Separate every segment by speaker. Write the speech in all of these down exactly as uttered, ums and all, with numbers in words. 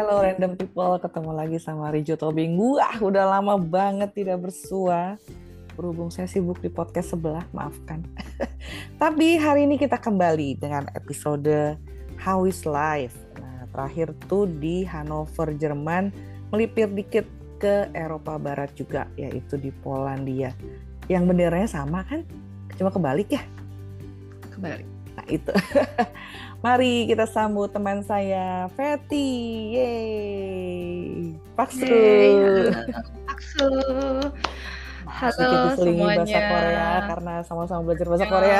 Speaker 1: Hello random people, ketemu lagi sama Rijo Tobing. Wah, udah lama banget tidak bersua. Berhubung saya sibuk di podcast sebelah, maafkan. Tapi hari ini kita kembali dengan episode How is Life. Nah, terakhir tuh di Hannover, Jerman, melipir dikit ke Eropa Barat juga, yaitu di Polandia. Yang benderanya sama kan? Cuma kebalik ya?
Speaker 2: Kebalik.
Speaker 1: Nah, itu. Mari kita sambut teman saya, Fetty. Yeay. Paksu.
Speaker 2: Yeay, Paksu. Halo
Speaker 1: Sedikit diselingi
Speaker 2: semuanya.
Speaker 1: bahasa Korea karena sama-sama belajar bahasa Korea.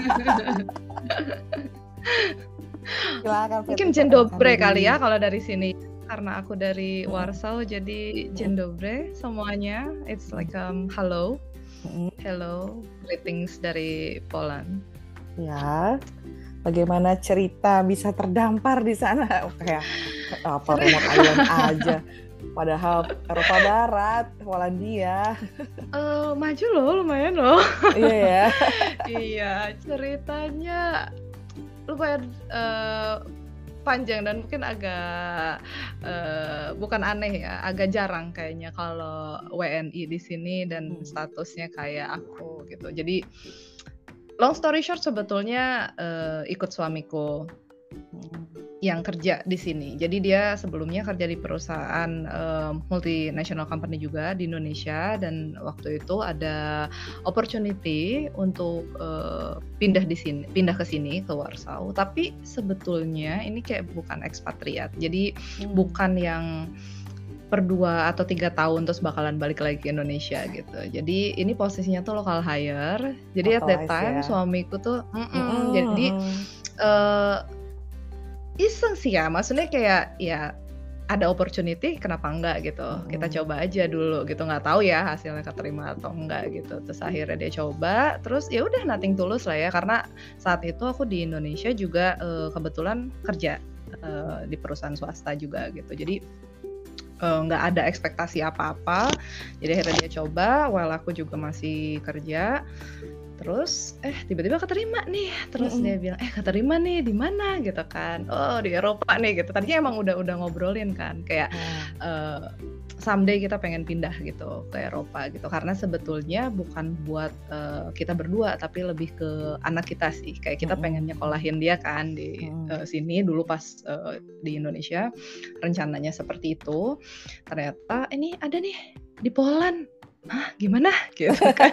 Speaker 1: Silakan Fetty.
Speaker 2: Mungkin jendobre kali ya kalau dari sini. Karena aku dari hmm. Warsaw, jadi jendobre semuanya. It's like um, hello. Hmm. Hello, greetings dari Poland.
Speaker 1: Ya. Bagaimana cerita bisa terdampar di sana? Kayak apa remote island aja. Padahal Eropa Barat, Polandia.
Speaker 2: Uh, maju loh, lumayan loh.
Speaker 1: Iya ya.
Speaker 2: Iya, ceritanya lumayan uh, panjang dan mungkin agak uh, bukan aneh ya, agak jarang kayaknya kalau W N I di sini dan hmm. statusnya kayak aku gitu. Jadi long story short, sebetulnya uh, ikut suamiku hmm. yang kerja di sini. Jadi dia sebelumnya kerja di perusahaan uh, multinational company juga di Indonesia, dan waktu itu ada opportunity untuk uh, pindah di sini, pindah ke sini ke Warsaw. Tapi sebetulnya ini kayak bukan ekspatriat. Jadi hmm. bukan yang per dua atau tiga tahun terus bakalan balik lagi ke Indonesia gitu. Jadi ini posisinya tuh local hire. Jadi at that time ya. Suamiku tuh mm-mm, mm. jadi uh, iseng sih ya. Maksudnya kayak ya ada opportunity, kenapa enggak gitu. Mm. Kita coba aja dulu gitu. Nggak tahu ya hasilnya keterima atau enggak gitu. Terus akhirnya dia coba. Terus ya udah nothing tulus lah ya. Karena saat itu aku di Indonesia juga uh, kebetulan kerja uh, di perusahaan swasta juga gitu. Jadi nggak uh, ada ekspektasi apa-apa, jadi akhirnya dia coba, while aku juga masih kerja, terus eh tiba-tiba keterima nih, terus mm-hmm. dia bilang eh keterima nih di mana gitu kan, oh di Eropa nih gitu. Tadinya emang udah udah ngobrolin kan, kayak mm. uh, someday kita pengen pindah gitu ke Eropa gitu, karena sebetulnya bukan buat uh, kita berdua, tapi lebih ke anak kita sih, kayak kita mm-hmm. pengen nyekolahin dia kan di mm. uh, sini dulu pas uh, di Indonesia, rencananya seperti itu. Ternyata ini ada nih di Poland. Hah, gimana? Gitu kan.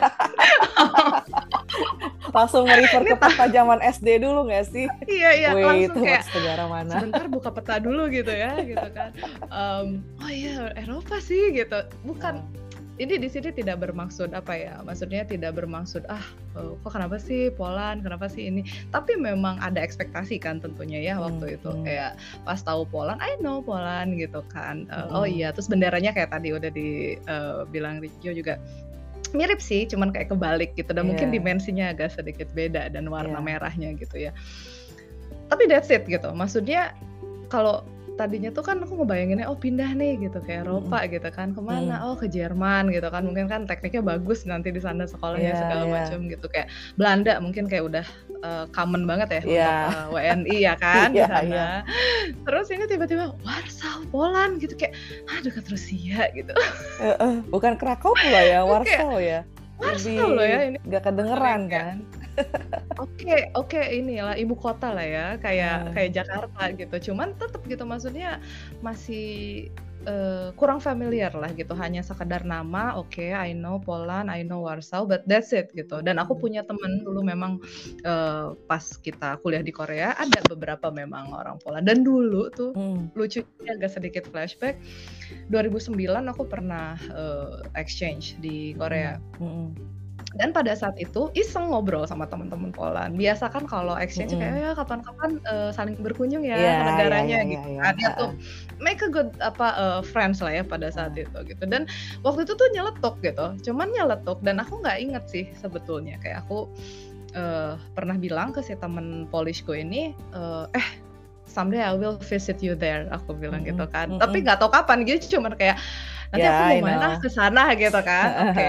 Speaker 1: Langsung nge-refer ke peta zaman S D dulu nggak sih?
Speaker 2: Iya, iya.
Speaker 1: Wait,
Speaker 2: langsung kayak,
Speaker 1: negara mana?
Speaker 2: Sebentar buka peta dulu gitu ya, gitu kan. Um, oh iya, Eropa sih gitu. Bukan, oh. Ini di sini tidak bermaksud apa ya, maksudnya tidak bermaksud, ah oh, kok kenapa sih Poland, kenapa sih ini. Tapi memang ada ekspektasi kan tentunya ya waktu hmm, itu. Hmm. Kayak pas tahu Poland, I know Poland gitu kan. Uh, hmm. Oh iya, terus benderanya kayak tadi udah dibilang uh, Rijo juga. Mirip sih, cuman kayak kebalik gitu. Dan yeah. mungkin dimensinya agak sedikit beda dan warna yeah. merahnya gitu ya. Tapi that's it gitu. Maksudnya kalau tadinya tuh kan aku ngebayanginnya oh pindah nih gitu ke Eropa mm. gitu kan, kemana mm. oh ke Jerman gitu kan, mungkin kan tekniknya bagus nanti di sana sekolahnya yeah, segala yeah. macam gitu, kayak Belanda mungkin kayak udah uh, common banget ya yeah. untuk uh, W N I ya kan yeah, di sana yeah. Terus ini tiba-tiba Warsaw Poland gitu, kayak ah dekat Rusia gitu. uh, uh,
Speaker 1: bukan Krakow pula ya, Warsaw ya.
Speaker 2: Warsaw loh ya ini.
Speaker 1: Gak kedengeran kan.
Speaker 2: Oke, oke inilah ibu kota lah ya, kayak hmm. kayak Jakarta gitu. Cuman tetap gitu, maksudnya masih uh, kurang familiar lah gitu. Hanya sekedar nama, oke, okay, I know Poland, I know Warsaw, but that's it gitu. Dan aku punya teman dulu memang uh, pas kita kuliah di Korea ada beberapa memang orang Poland. Dan dulu tuh hmm. lucunya agak sedikit flashback. dua ribu sembilan aku pernah uh, exchange di Korea. Hmm. Hmm. Dan pada saat itu iseng ngobrol sama teman-teman Poland. Biasa kan kalau exchange mm-hmm. kayak ya kapan-kapan uh, saling berkunjung ya yeah, ke negaranya yeah, yeah, gitu. Yeah, yeah. Dia tuh make a good apa uh, friends lah ya pada saat uh. itu gitu. Dan waktu itu tuh nyeletuk gitu. Cuman nyeletuk dan aku nggak inget sih sebetulnya, kayak aku uh, pernah bilang ke si teman Polishku ini uh, eh someday I will visit you there, aku bilang mm-hmm. gitu kan. Mm-hmm. Tapi nggak tahu kapan gitu, cuman kayak nanti yeah, aku mau main ke sana gitu kan. Oke. Okay.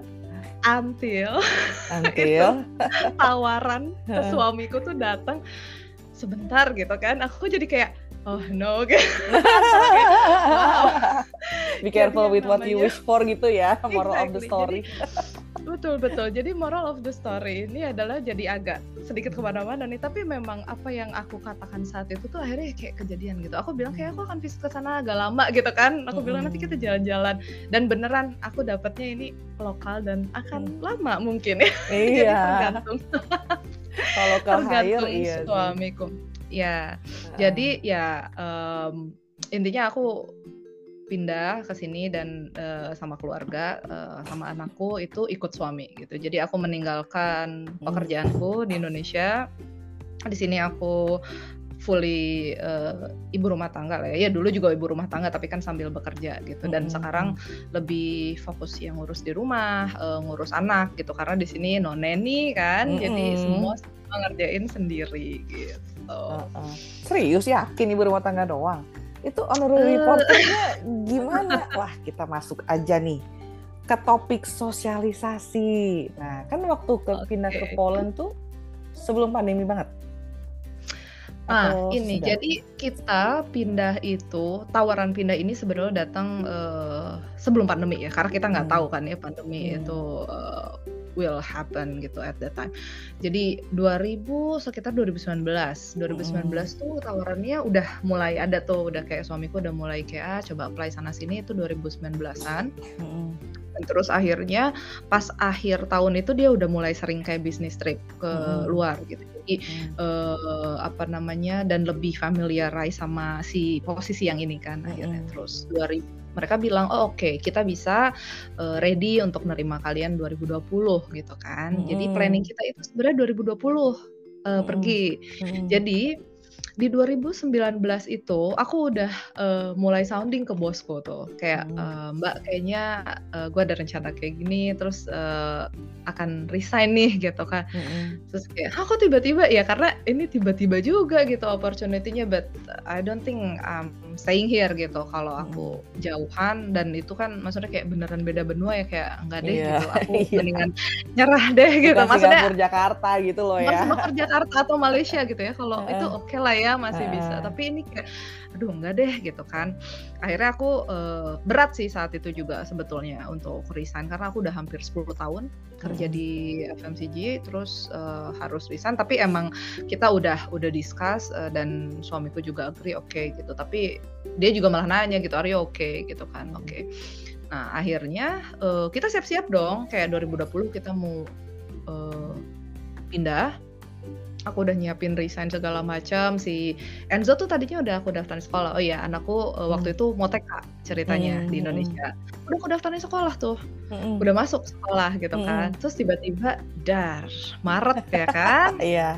Speaker 2: Until,
Speaker 1: Until.
Speaker 2: tawaran ke suamiku tuh datang sebentar gitu kan, aku jadi kayak Oh no, kayak kayak wow.
Speaker 1: Be
Speaker 2: Jadi
Speaker 1: careful
Speaker 2: yang
Speaker 1: with what you
Speaker 2: namanya
Speaker 1: wish for gitu ya, moral of the
Speaker 2: exactly. Jadi
Speaker 1: story.
Speaker 2: betul betul. Jadi moral of the story ini adalah jadi agak sedikit kemana-mana nih. Tapi memang apa yang aku katakan saat itu tuh akhirnya kayak kejadian gitu. Aku bilang kayak aku akan visit ke sana agak lama gitu kan. Aku bilang nanti kita jalan-jalan. Dan beneran aku dapetnya ini lokal dan akan
Speaker 1: Hmm.
Speaker 2: lama mungkin ya. Jadi
Speaker 1: Iya.
Speaker 2: tergantung
Speaker 1: Kalau ke hire
Speaker 2: tergantung
Speaker 1: iya sih.
Speaker 2: suamiku. Ya,
Speaker 1: Heeh.
Speaker 2: jadi ya em, intinya aku pindah ke sini dan eh, sama keluarga eh, sama anakku itu ikut suami gitu. Jadi aku meninggalkan
Speaker 1: Hmm.
Speaker 2: pekerjaanku di Indonesia. Di sini aku fully eh, ibu rumah tangga lah ya. Ya dulu juga ibu rumah tangga tapi kan sambil bekerja gitu. Dan
Speaker 1: Mm-mm.
Speaker 2: sekarang lebih fokus yang ngurus di rumah, eh, ngurus anak gitu. Karena di sini no nanny kan. Jadi
Speaker 1: Mm-mm.
Speaker 2: semua semua ngerjain sendiri gitu.
Speaker 1: Heeh. Serius yakin ibu rumah tangga doang? Itu honorary
Speaker 2: Eh.
Speaker 1: reporternya gimana? Wah, kita masuk aja nih ke topik sosialisasi. Nah, kan waktu ke pindah ke
Speaker 2: Oke.
Speaker 1: Poland tuh sebelum pandemi banget.
Speaker 2: Ah,
Speaker 1: Atau
Speaker 2: ini
Speaker 1: sudah?
Speaker 2: jadi kita pindah itu tawaran pindah ini sebenarnya datang eh, sebelum pandemi ya, karena kita nggak
Speaker 1: Hmm.
Speaker 2: tahu kan ya pandemi
Speaker 1: Hmm.
Speaker 2: itu eh, will happen gitu at that time. Jadi dua ribu sekitar dua ribu sembilan belas, dua ribu sembilan belas tuh tawarannya udah mulai ada tuh, udah kayak suamiku udah mulai kayak ah, coba apply sana sini itu dua ribu sembilan belasan.
Speaker 1: Mm-mm.
Speaker 2: Dan terus akhirnya pas akhir tahun itu dia udah mulai sering kayak business trip ke
Speaker 1: Mm-mm.
Speaker 2: luar gitu. Jadi
Speaker 1: Mm.
Speaker 2: eh, apa namanya dan lebih familiarize sama si posisi yang ini kan akhirnya.
Speaker 1: Mm-mm.
Speaker 2: Terus dua ribu mereka bilang oh oke kita bisa eh, ready untuk nerima kalian dua ribu dua puluh gitu kan. Jadi
Speaker 1: Mm-mm.
Speaker 2: planning kita itu sebenarnya dua ribu dua puluh eh,
Speaker 1: Mm-mm.
Speaker 2: pergi.
Speaker 1: Mm-mm.
Speaker 2: Jadi di dua ribu sembilan belas itu aku udah eh, mulai sounding ke bosku tuh kayak
Speaker 1: Hmm.
Speaker 2: eh, Mbak kayaknya eh, gue ada rencana kayak gini terus eh, akan resign nih gitu kan.
Speaker 1: Mm-mm.
Speaker 2: Terus kayak, "Hah kok tiba-tiba?" Ya karena ini tiba-tiba juga gitu opportunity-nya, but I don't think I'm staying here gitu. Kalau aku jauhan dan itu kan maksudnya kayak beneran beda benua ya kayak enggak deh
Speaker 1: Iya.
Speaker 2: gitu. Aku
Speaker 1: Iya.
Speaker 2: mendingan nyerah deh gitu.
Speaker 1: Bukan
Speaker 2: Maksudnya
Speaker 1: Singapura, Jakarta gitu loh ya.
Speaker 2: masih bekerja Jakarta atau Malaysia gitu ya. Kalau
Speaker 1: Heeh.
Speaker 2: itu oke lah ya masih bisa.
Speaker 1: Heeh.
Speaker 2: Tapi ini kayak aduh enggak deh gitu kan. Akhirnya aku eh, berat sih saat itu juga sebetulnya untuk resign karena aku udah hampir sepuluh tahun kerja
Speaker 1: Mm-mm.
Speaker 2: di F M C G terus eh, harus resign tapi emang kita udah udah discuss eh, dan suamiku juga agree oke gitu. Tapi dia juga malah nanya gitu, "Are you oke?" gitu kan. Oke. Nah, akhirnya eh, kita siap-siap dong kayak dua ribu dua puluh kita mau eh, pindah. Aku udah nyiapin resign segala macam. Si Enzo tuh tadinya udah aku daftarin sekolah. Oh iya, anakku uh, waktu itu mau T K ceritanya
Speaker 1: Hmm,
Speaker 2: di
Speaker 1: hmm,
Speaker 2: Indonesia. Udah aku daftarin sekolah tuh.
Speaker 1: Mm-mm.
Speaker 2: Udah masuk sekolah gitu kan.
Speaker 1: Mm-mm.
Speaker 2: Terus tiba-tiba dar Maret ya kan.
Speaker 1: Iya.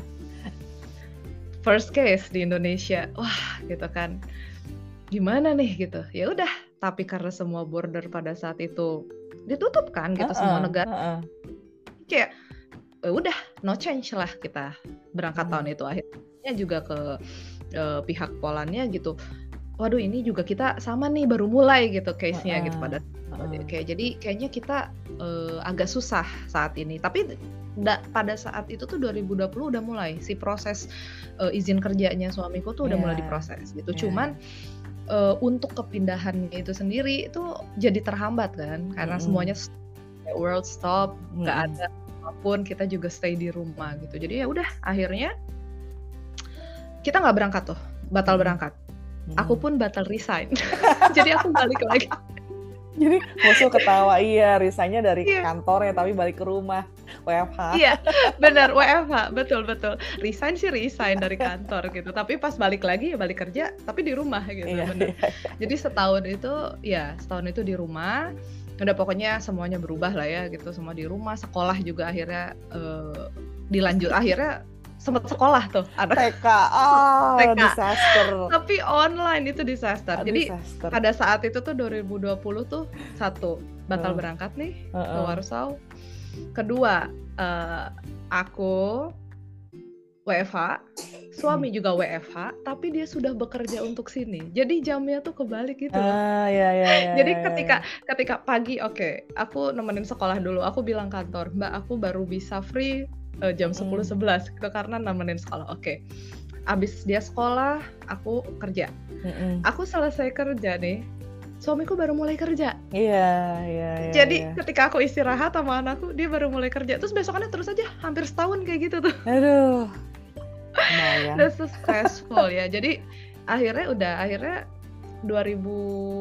Speaker 2: First case di Indonesia. Wah, gitu kan. Gimana nih gitu. Ya udah, tapi karena semua border pada saat itu ditutup kan gitu semua
Speaker 1: Heeh,
Speaker 2: negara.
Speaker 1: heeh.
Speaker 2: Kayak eh, udah no change lah kita berangkat
Speaker 1: Hmm.
Speaker 2: tahun itu akhirnya juga ke eh, pihak Polandnya gitu. Waduh ini juga kita sama nih baru mulai gitu case-nya gitu pada
Speaker 1: Heeh.
Speaker 2: kayak jadi kayaknya kita eh, agak susah saat ini. Tapi da- pada saat itu tuh dua ribu dua puluh udah mulai si proses eh, izin kerjanya suamiku tuh udah
Speaker 1: Iya.
Speaker 2: mulai diproses gitu.
Speaker 1: Iya.
Speaker 2: Cuman eh, untuk kepindahannya itu sendiri itu jadi terhambat kan karena
Speaker 1: Mm-mm.
Speaker 2: semuanya world stop, nggak
Speaker 1: Mm-mm.
Speaker 2: ada apapun, kita juga stay di rumah gitu. Jadi ya udah akhirnya kita nggak berangkat tuh, batal
Speaker 1: Mm-mm.
Speaker 2: berangkat.
Speaker 1: Mm-mm.
Speaker 2: Aku pun batal resign. Jadi aku balik lagi.
Speaker 1: Jadi musuh ketawa, iya resignnya dari
Speaker 2: Iya.
Speaker 1: kantornya tapi balik ke rumah W F H.
Speaker 2: Iya, benar W F H, betul betul. Resign sih resign dari kantor gitu. Tapi pas balik lagi ya balik kerja, tapi di rumah gitu.
Speaker 1: Iya,
Speaker 2: Bener.
Speaker 1: iya.
Speaker 2: Jadi setahun itu, ya setahun itu di rumah. Udah pokoknya semuanya berubah lah ya gitu. Semua di rumah, sekolah juga akhirnya eh, dilanjut. Akhirnya sempat sekolah tuh anak.
Speaker 1: T K, oh
Speaker 2: T K.
Speaker 1: disaster.
Speaker 2: Tapi online itu disaster.
Speaker 1: Ah,
Speaker 2: Jadi
Speaker 1: disaster.
Speaker 2: pada saat itu tuh dua ribu dua puluh tuh satu batal
Speaker 1: Hmm.
Speaker 2: berangkat nih ke
Speaker 1: Heeh.
Speaker 2: Warsaw. Kedua eh, aku W F H, suami juga W F H, tapi dia sudah bekerja untuk sini. Jadi jamnya tuh kebalik gitu loh.
Speaker 1: Ah, ya, ya, ya,
Speaker 2: Jadi
Speaker 1: ya, ya.
Speaker 2: ketika ketika pagi oke, aku nemenin sekolah dulu. Aku bilang kantor, "Mbak, aku baru bisa free eh, jam sepuluh
Speaker 1: Hmm.
Speaker 2: sebelas gitu karena nemenin sekolah." Oke. abis dia sekolah, aku kerja.
Speaker 1: Mm-mm.
Speaker 2: Aku selesai kerja nih, suamiku baru mulai kerja.
Speaker 1: Iya, iya, iya.
Speaker 2: Jadi
Speaker 1: iya.
Speaker 2: ketika aku istirahat sama anakku, dia baru mulai kerja. Terus besokannya terus aja hampir setahun kayak gitu tuh.
Speaker 1: Aduh. Lumayan.
Speaker 2: That's so stressful ya. Jadi akhirnya udah akhirnya dua ribu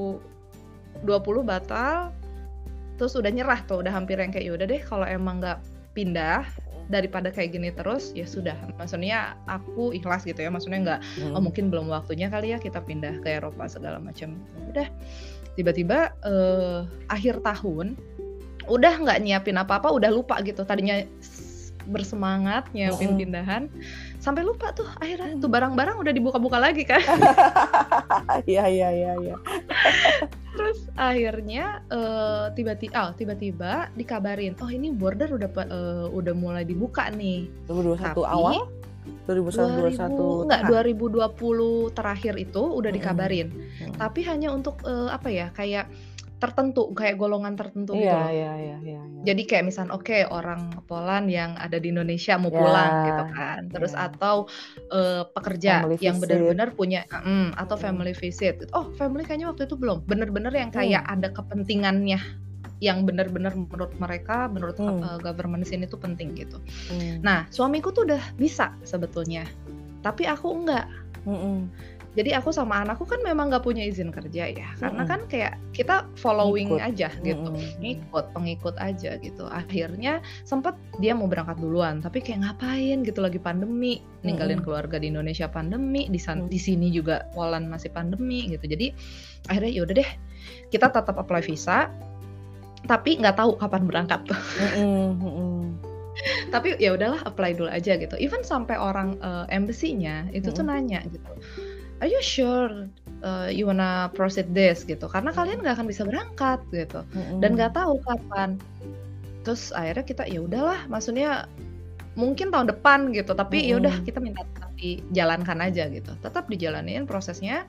Speaker 2: dua puluh batal. Terus udah nyerah tuh, udah hampir yang kayak ya udah deh kalau emang nggak pindah daripada kayak gini terus ya sudah. Maksudnya aku ikhlas gitu ya. Maksudnya nggak
Speaker 1: Hmm.
Speaker 2: oh mungkin belum waktunya kali ya kita pindah ke Eropa segala macam. Udah tiba-tiba eh, akhir tahun udah nggak nyiapin apa-apa, udah lupa gitu. Tadinya s- bersemangat nyiapin
Speaker 1: Mm-mm.
Speaker 2: pindahan sampai lupa tuh akhirnya tuh barang-barang udah dibuka-buka lagi kan.
Speaker 1: Iya, iya, iya, iya.
Speaker 2: Terus akhirnya eh, tiba-tiba oh, tiba-tiba dikabarin, oh ini border udah pa- eh, udah mulai dibuka nih.
Speaker 1: dua ribu dua puluh satu
Speaker 2: Tapi
Speaker 1: awal, dua ribu dua puluh satu
Speaker 2: dua ribu enggak
Speaker 1: tengah.
Speaker 2: dua ribu dua puluh terakhir itu udah
Speaker 1: Mm-mm.
Speaker 2: dikabarin.
Speaker 1: Mm.
Speaker 2: Tapi hanya untuk eh, apa ya kayak tertentu, kayak golongan tertentu gitu
Speaker 1: Iya,
Speaker 2: loh.
Speaker 1: iya, iya, iya, iya.
Speaker 2: Jadi kayak misal oke orang Poland yang ada di Indonesia mau
Speaker 1: Ya,
Speaker 2: pulang gitu kan. Terus
Speaker 1: ya.
Speaker 2: atau eh, pekerja
Speaker 1: Family
Speaker 2: yang
Speaker 1: visit.
Speaker 2: benar-benar punya mm, atau
Speaker 1: Hmm.
Speaker 2: family visit. Oh, family kayaknya waktu itu belum. Bener-bener yang kayak
Speaker 1: Hmm.
Speaker 2: ada kepentingannya yang benar-benar menurut mereka, menurut
Speaker 1: Hmm.
Speaker 2: uh, government di sini tuh penting gitu.
Speaker 1: Hmm.
Speaker 2: Nah, suamiku tuh udah bisa sebetulnya. Tapi aku enggak.
Speaker 1: Mm-mm.
Speaker 2: Jadi aku sama anakku kan memang nggak punya izin kerja ya, karena
Speaker 1: Mm-mm.
Speaker 2: kan kayak kita following
Speaker 1: Ngikut.
Speaker 2: aja gitu,
Speaker 1: Mm-mm.
Speaker 2: ngikut, pengikut aja gitu. Akhirnya sempet dia mau berangkat duluan, tapi kayak ngapain gitu lagi pandemi, ninggalin
Speaker 1: Mm-mm.
Speaker 2: keluarga di Indonesia pandemi, di san-
Speaker 1: Mm.
Speaker 2: di sini juga Poland masih pandemi gitu. Jadi akhirnya yaudah deh, kita tetap apply visa, tapi nggak tahu kapan berangkat tuh.
Speaker 1: Mm-mm. Mm-mm.
Speaker 2: Tapi ya udahlah apply dulu aja gitu. Even sampai orang uh, embassy-nya itu tuh
Speaker 1: Mm-mm.
Speaker 2: nanya gitu. Are you sure uh, you wanna proceed this gitu? Karena kalian nggak akan bisa berangkat gitu
Speaker 1: Mm-mm.
Speaker 2: dan nggak tahu kapan. Terus akhirnya kita ya udahlah, maksudnya mungkin tahun depan gitu. Tapi ya udah
Speaker 1: Mm-mm.
Speaker 2: kita minta tetap dijalankan aja gitu. Tetap dijalanin prosesnya.